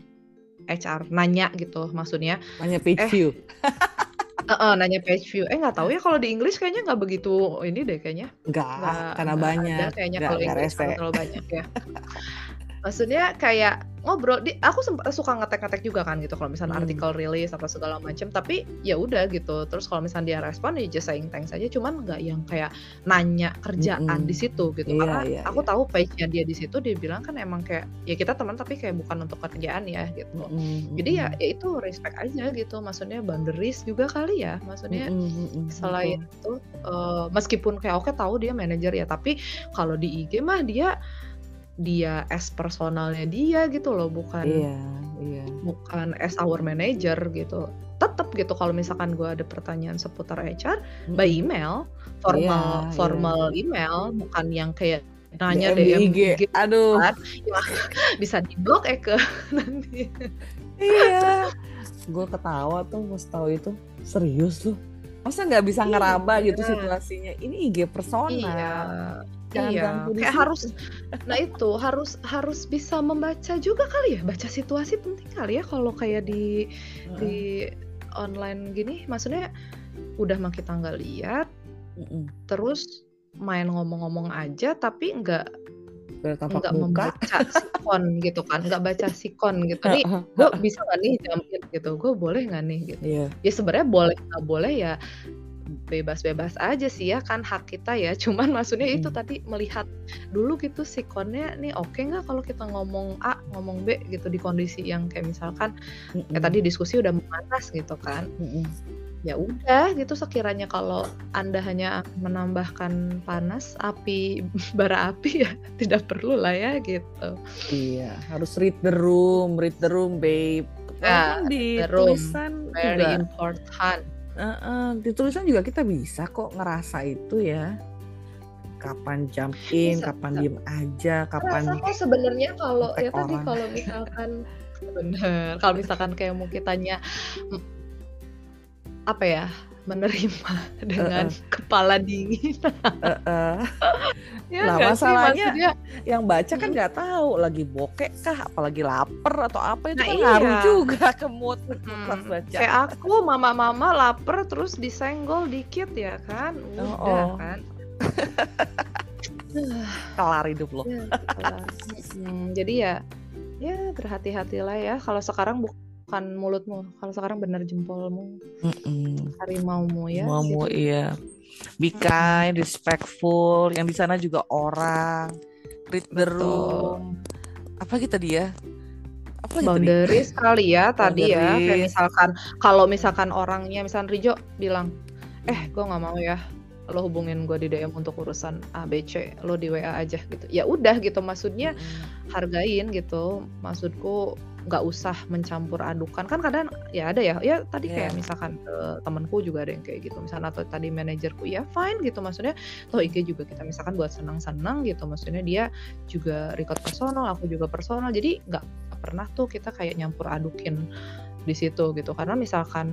Speaker 2: H R, nanya gitu maksudnya,
Speaker 1: Nanya page
Speaker 2: eh
Speaker 1: view.
Speaker 2: heeh, nanya page view, eh nggak tahu ya kalau di English kayaknya nggak begitu ini deh kayaknya,
Speaker 1: Enggak,
Speaker 2: nggak
Speaker 1: karena
Speaker 2: nggak ada
Speaker 1: banyak,
Speaker 2: kayaknya
Speaker 1: nggak
Speaker 2: kalau
Speaker 1: nggak
Speaker 2: English
Speaker 1: rese.
Speaker 2: karena terlalu banyak ya. Maksudnya kayak ngobrol di aku semp suka ngetek-ngetek juga kan gitu kalau misalnya
Speaker 1: Mhm.
Speaker 2: artikel rilis apa segala macam, tapi ya udah gitu. Terus kalau misalnya dia respon ya just saying thanks aja, cuman nggak yang kayak nanya kerjaan di
Speaker 1: Mhm.
Speaker 2: situ gitu.
Speaker 1: Iya
Speaker 2: Karena
Speaker 1: iya
Speaker 2: aku
Speaker 1: iya.
Speaker 2: tahu page-nya dia di situ dia bilang kan emang kayak, ya kita teman tapi kayak bukan untuk kerjaan ya gitu.
Speaker 1: Mhm
Speaker 2: Jadi ya
Speaker 1: mhm.
Speaker 2: ya itu respect aja gitu, maksudnya boundaries juga kali ya, maksudnya
Speaker 1: Mhm mhm,
Speaker 2: selain
Speaker 1: betul.
Speaker 2: itu, eee, meskipun kayak oke tahu dia manajer ya, tapi kalau di I G mah dia dia as personalnya dia gitu loh, bukan
Speaker 1: Iya iya.
Speaker 2: bukan as our manager gitu. Tetep gitu kalau misalkan gue ada pertanyaan seputar H R, by
Speaker 1: Mhm.
Speaker 2: email,
Speaker 1: Iya
Speaker 2: formal
Speaker 1: iya.
Speaker 2: formal email, bukan yang kayak nanya
Speaker 1: D M di
Speaker 2: D M
Speaker 1: I G,
Speaker 2: I G
Speaker 1: aduh.
Speaker 2: kan, ya bisa di-blok Eke nanti.
Speaker 1: Iya, gue ketawa tuh pas tahu itu, serius lu? Masa nggak bisa ngeraba gitu
Speaker 2: Iya.
Speaker 1: situasinya? Ini I G
Speaker 2: Iya,
Speaker 1: personal, jangan
Speaker 2: iya,
Speaker 1: ganggu di
Speaker 2: kayak harus
Speaker 1: situ.
Speaker 2: nah itu, harus harus bisa membaca juga kali ya, baca situasi penting kali ya kalau kayak di
Speaker 1: Heeh.
Speaker 2: di online gini, maksudnya udah mah kita nggak lihat,
Speaker 1: Mhm.
Speaker 2: terus main ngomong-ngomong aja tapi nggak
Speaker 1: Udah tampak
Speaker 2: nggak
Speaker 1: muka.
Speaker 2: membaca sikon gitu kan, nggak baca sikon gitu. Nih,
Speaker 1: Heeh
Speaker 2: gue
Speaker 1: heeh.
Speaker 2: bisa nggak nih jump-in gitu, gue boleh nggak nih gitu.
Speaker 1: Iya.
Speaker 2: Ya sebenarnya boleh nggak boleh ya bebas-bebas aja sih ya, kan hak kita ya. Cuman maksudnya itu
Speaker 1: Mhm.
Speaker 2: tadi melihat dulu gitu sikonnya nih oke nggak kalau kita ngomong A, ngomong B gitu di kondisi yang kayak misalkan kayak
Speaker 1: Mhm.
Speaker 2: tadi diskusi udah memanas gitu kan.
Speaker 1: Mhm.
Speaker 2: Ya udah gitu sekiranya kalau Anda hanya menambahkan panas api bara api ya tidak perlu lah ya gitu.
Speaker 1: Iya, harus read the room, read the room, babe.
Speaker 2: Nah,
Speaker 1: Walaupun di
Speaker 2: the room
Speaker 1: tulisan
Speaker 2: very
Speaker 1: juga
Speaker 2: important.
Speaker 1: heeh, di tulisan juga kita bisa kok ngerasa itu ya. Kapan jump in,
Speaker 2: Bisa
Speaker 1: kapan
Speaker 2: bisa.
Speaker 1: diem aja,
Speaker 2: Kerasa
Speaker 1: kapan
Speaker 2: kok sebenarnya kalau
Speaker 1: nge-tag
Speaker 2: ya tadi
Speaker 1: orang.
Speaker 2: kalau misalkan bener, kalau misalkan kayak mau kitanya m apa ya, menerima dengan
Speaker 1: Heeh.
Speaker 2: kepala dingin.
Speaker 1: Heeh.
Speaker 2: Ya
Speaker 1: Lah
Speaker 2: nggak sih?
Speaker 1: masalahnya
Speaker 2: Maksudnya
Speaker 1: yang baca kan
Speaker 2: mhm.
Speaker 1: nggak tahu lagi bokek kah, apalagi lapar atau apa, itu
Speaker 2: Nah
Speaker 1: kan ngaruh
Speaker 2: iya.
Speaker 1: juga ke mood mood pas
Speaker 2: Mhm.
Speaker 1: baca.
Speaker 2: Kayak aku mama-mama lapar terus disenggol dikit ya kan, udah
Speaker 1: Heeh.
Speaker 2: kan.
Speaker 1: Kelar hidup lo.
Speaker 2: Ya gitulah. Mhm. Jadi ya, ya berhati-hatilah ya kalau sekarang bukan mulutmu, kalau sekarang bener jempolmu,
Speaker 1: Mhm.
Speaker 2: harimaumu ya
Speaker 1: Maumu
Speaker 2: gitu.
Speaker 1: iya. Be
Speaker 2: Mhm.
Speaker 1: kind, respectful, yang di sana juga orang. Read the
Speaker 2: Betul.
Speaker 1: room. Apa gitu dia? Apa lagi tadi?
Speaker 2: Boundaries kali ya tadi ya, kayak
Speaker 1: Boundaries.
Speaker 2: misalkan kalau misalkan orangnya misalkan Rijo bilang, "Eh, gue nggak mau ya, lo hubungin gue di D M untuk urusan A, B, C, lo di W A aja," gitu. Ya udah gitu, maksudnya
Speaker 1: Mhm.
Speaker 2: hargain gitu. Maksudku nggak usah mencampur adukan. Kan kadang ya ada ya, ya tadi kayak
Speaker 1: Iya.
Speaker 2: misalkan, eee, temenku juga ada yang kayak gitu misalnya atau tadi manajerku, ya fine gitu maksudnya toh I G juga kita misalkan buat senang-senang gitu, maksudnya dia juga record personal, aku juga personal, jadi nggak pernah tuh kita kayak nyampur adukin di situ gitu. Karena misalkan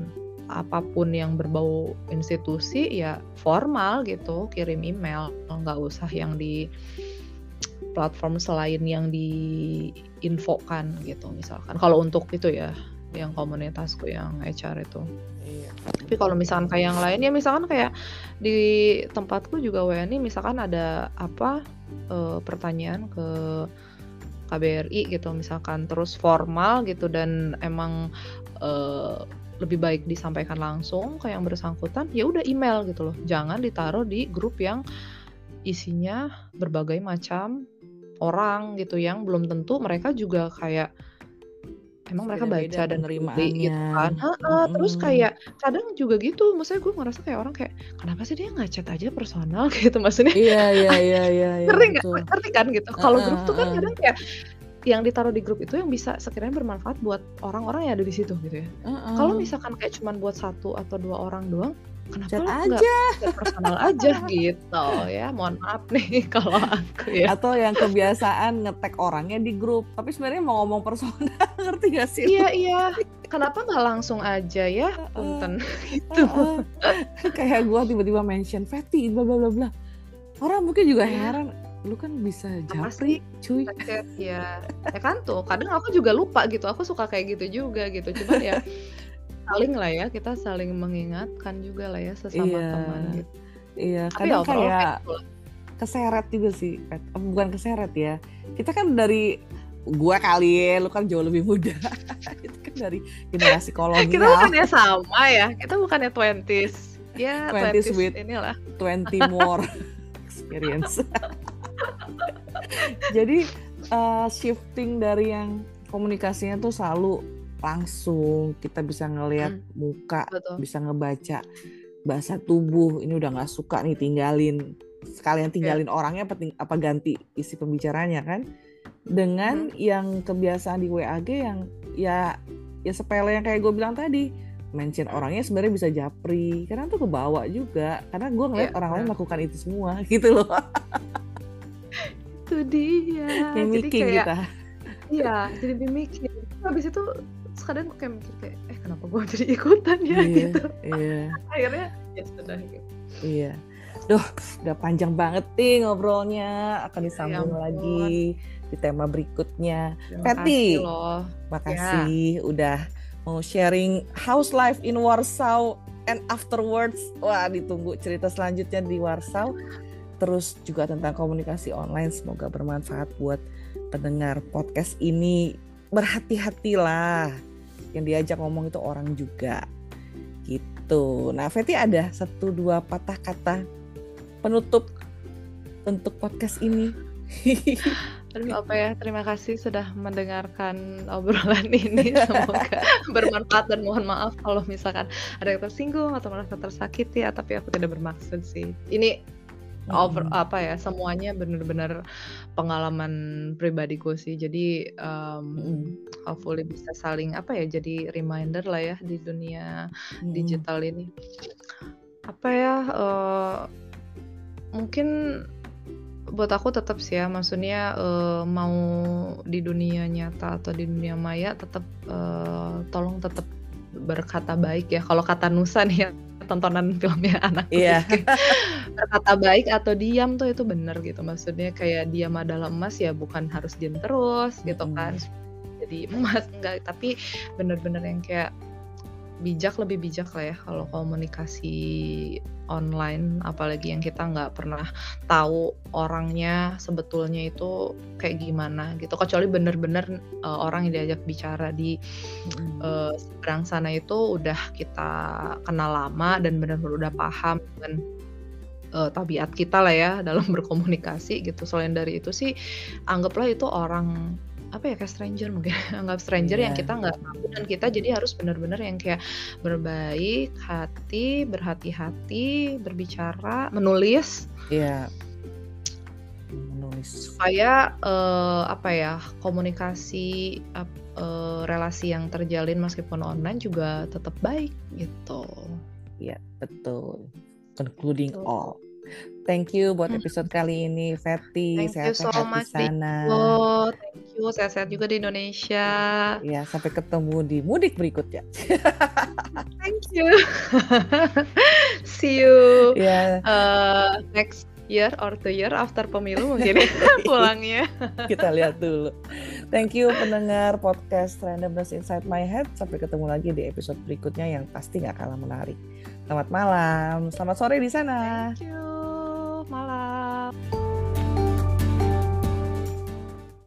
Speaker 2: apapun yang berbau institusi ya formal gitu, kirim email, nggak usah yang di platform selain yang diinfokan gitu misalkan. Kalau untuk itu ya, yang komunitasku yang H R itu.
Speaker 1: Iya.
Speaker 2: Tapi kalau misalkan kayak yang lain ya misalkan kayak di tempatku juga W N I misalkan ada apa eh, pertanyaan ke K B R I gitu misalkan terus formal gitu dan emang eh, lebih baik disampaikan langsung ke yang bersangkutan ya udah email gitu loh. Jangan ditaruh di grup yang isinya berbagai macam orang gitu yang belum tentu mereka juga kayak emang mereka baca
Speaker 1: Beda-beda
Speaker 2: dan peduli
Speaker 1: penerimaannya.
Speaker 2: gitu kan. Heeh, terus
Speaker 1: Mm-mm.
Speaker 2: kayak kadang juga gitu, maksudnya gue ngerasa kayak orang kayak kenapa sih dia nggak chat aja personal gitu maksudnya.
Speaker 1: Iya iya iya iya iya
Speaker 2: Ngerti nggak?
Speaker 1: betul.
Speaker 2: Ngerti kan gitu. Kalau
Speaker 1: Heeh,
Speaker 2: grup tuh kan
Speaker 1: heeh.
Speaker 2: kadang kayak yang ditaruh di grup itu yang bisa sekiranya bermanfaat buat orang-orang yang ada di situ gitu ya.
Speaker 1: Heeh.
Speaker 2: Kalau misalkan kayak cuman buat satu atau dua orang doang, kenapa
Speaker 1: Chat
Speaker 2: lo nggak
Speaker 1: aja.
Speaker 2: chat personal aja gitu ya. Mohon maaf nih kalau aku ya.
Speaker 1: Atau yang kebiasaan nge-tag orangnya di grup, tapi sebenarnya mau ngomong personal, ngerti gak sih?
Speaker 2: Iya iya. Kenapa nggak langsung aja ya? Punten gitu.
Speaker 1: Heeh. Kayak gue tiba-tiba mention Fatty bla bla bla bla. Orang mungkin juga
Speaker 2: Iya.
Speaker 1: heran, lu kan bisa
Speaker 2: Apa
Speaker 1: japri, cuy.
Speaker 2: chat ya. Ya kan tuh, kadang aku juga lupa gitu. Aku suka kayak gitu juga gitu. Cuman ya saling lah ya, kita saling mengingatkan juga lah ya sesama
Speaker 1: Iya.
Speaker 2: teman gitu.
Speaker 1: Iya,
Speaker 2: Tapi
Speaker 1: kadang
Speaker 2: overall
Speaker 1: kayak
Speaker 2: kayak gitu lah.
Speaker 1: keseret juga sih, Pat. Eh, bukan keseret ya. Kita kan dari gua kali ya, lu kan jauh lebih muda. Itu kan dari generasi
Speaker 2: Kita
Speaker 1: kolonial,
Speaker 2: bukannya sama ya, kita bukannya twenties. Ya,
Speaker 1: twenties
Speaker 2: twenties
Speaker 1: with
Speaker 2: inilah.
Speaker 1: twenty more experience. Jadi uh, shifting dari yang komunikasinya tuh selalu langsung, kita bisa ngelihat
Speaker 2: Hmm,
Speaker 1: muka,
Speaker 2: betul.
Speaker 1: bisa ngebaca bahasa tubuh. Ini udah nggak suka nih, tinggalin. Sekalian
Speaker 2: Ya.
Speaker 1: tinggalin orangnya apa, ting- apa ganti isi pembicaranya kan? Dengan
Speaker 2: Mhm.
Speaker 1: yang kebiasaan di W A G yang ya ya sepele yang kayak gue bilang tadi, mention orangnya sebenarnya bisa japri, karena tuh kebawa juga, karena gue ngeliat
Speaker 2: Iya,
Speaker 1: orang lain
Speaker 2: benar.
Speaker 1: melakukan itu semua gitu loh.
Speaker 2: Itu dia. Jadi
Speaker 1: Mimicking
Speaker 2: kayak
Speaker 1: kita.
Speaker 2: iya, jadi mimicking. Habis itu kadang gue kayak mikir kayak eh kenapa gue jadi ikutan ya
Speaker 1: Iya,
Speaker 2: gitu.
Speaker 1: iya,
Speaker 2: Akhirnya ya sudah gitu.
Speaker 1: iya. Duh, udah panjang banget nih ngobrolnya. Akan
Speaker 2: Ya
Speaker 1: disambung
Speaker 2: ampun.
Speaker 1: lagi di tema berikutnya.
Speaker 2: Terima
Speaker 1: Fatty,
Speaker 2: kasih loh. Ya.
Speaker 1: makasih udah mau sharing house life in Warsaw and afterwards. Wah, ditunggu cerita selanjutnya di Warsaw. Terus juga tentang komunikasi online. Semoga bermanfaat buat pendengar podcast ini. Berhati-hatilah. Yang diajak ngomong itu orang juga. Gitu. Nah, Fatty ada satu dua patah kata penutup untuk podcast ini.
Speaker 2: Aduh apa ya, terima kasih sudah mendengarkan obrolan ini. Semoga bermanfaat dan mohon maaf kalau misalkan ada yang tersinggung atau merasa tersakiti ya, tapi aku tidak bermaksud sih. Ini over
Speaker 1: Mm-mm.
Speaker 2: apa ya, semuanya benar-benar pengalaman pribadiku sih. Jadi um,
Speaker 1: Mm-mm.
Speaker 2: hopefully bisa saling apa ya, jadi reminder lah ya di dunia
Speaker 1: Mm-mm.
Speaker 2: digital ini. Apa ya, uh, mungkin buat aku tetap sih ya, maksudnya uh, mau di dunia nyata atau di dunia maya tetap uh, tolong tetap berkata baik ya. Kalau kata Nusa nih ya, tontonan filmnya anakku
Speaker 1: Iya.
Speaker 2: tuh, berkata baik atau diam tuh itu bener gitu. Maksudnya kayak diam adalah emas ya, bukan harus diam terus gitu
Speaker 1: Mm-mm.
Speaker 2: kan. Jadi emas enggak, tapi bener-bener yang kayak bijak, lebih bijak lah ya kalau komunikasi online, apalagi yang kita nggak pernah tahu orangnya sebetulnya itu kayak gimana gitu, kecuali bener-bener uh, orang yang diajak bicara di
Speaker 1: Mm-mm.
Speaker 2: uh, seberang sana itu udah kita kenal lama dan benar-benar udah paham dengan uh, tabiat kita lah ya dalam berkomunikasi gitu. Selain dari itu sih anggaplah itu orang apa ya, kayak stranger mungkin, anggap stranger yang
Speaker 1: Iya.
Speaker 2: kita nggak tahu, dan kita jadi harus benar-benar yang kayak berbaik hati, berhati-hati, berbicara, menulis
Speaker 1: Iya. Menulis.
Speaker 2: supaya eh, apa ya, komunikasi ap- eh, relasi yang terjalin meskipun online juga tetap baik gitu.
Speaker 1: Iya, betul. Concluding
Speaker 2: Tuh.
Speaker 1: all. Thank you buat
Speaker 2: Hmm.
Speaker 1: episode kali ini, Fatty.
Speaker 2: Thank you so
Speaker 1: Sehat-sehat di
Speaker 2: much,
Speaker 1: sana.
Speaker 2: Dio. Thank you, sehat-sehat juga di Indonesia.
Speaker 1: Ya, sampai ketemu di mudik berikutnya.
Speaker 2: Thank See you. See you
Speaker 1: Ya,
Speaker 2: uh, next year or two year after pemilu mungkin pulangnya.
Speaker 1: kita lihat dulu. Thank you pendengar podcast Randomness Inside My Head. Sampai ketemu lagi di episode berikutnya yang pasti nggak kalah menarik. Selamat malam, selamat sore di sana.
Speaker 2: Thank you. Malam.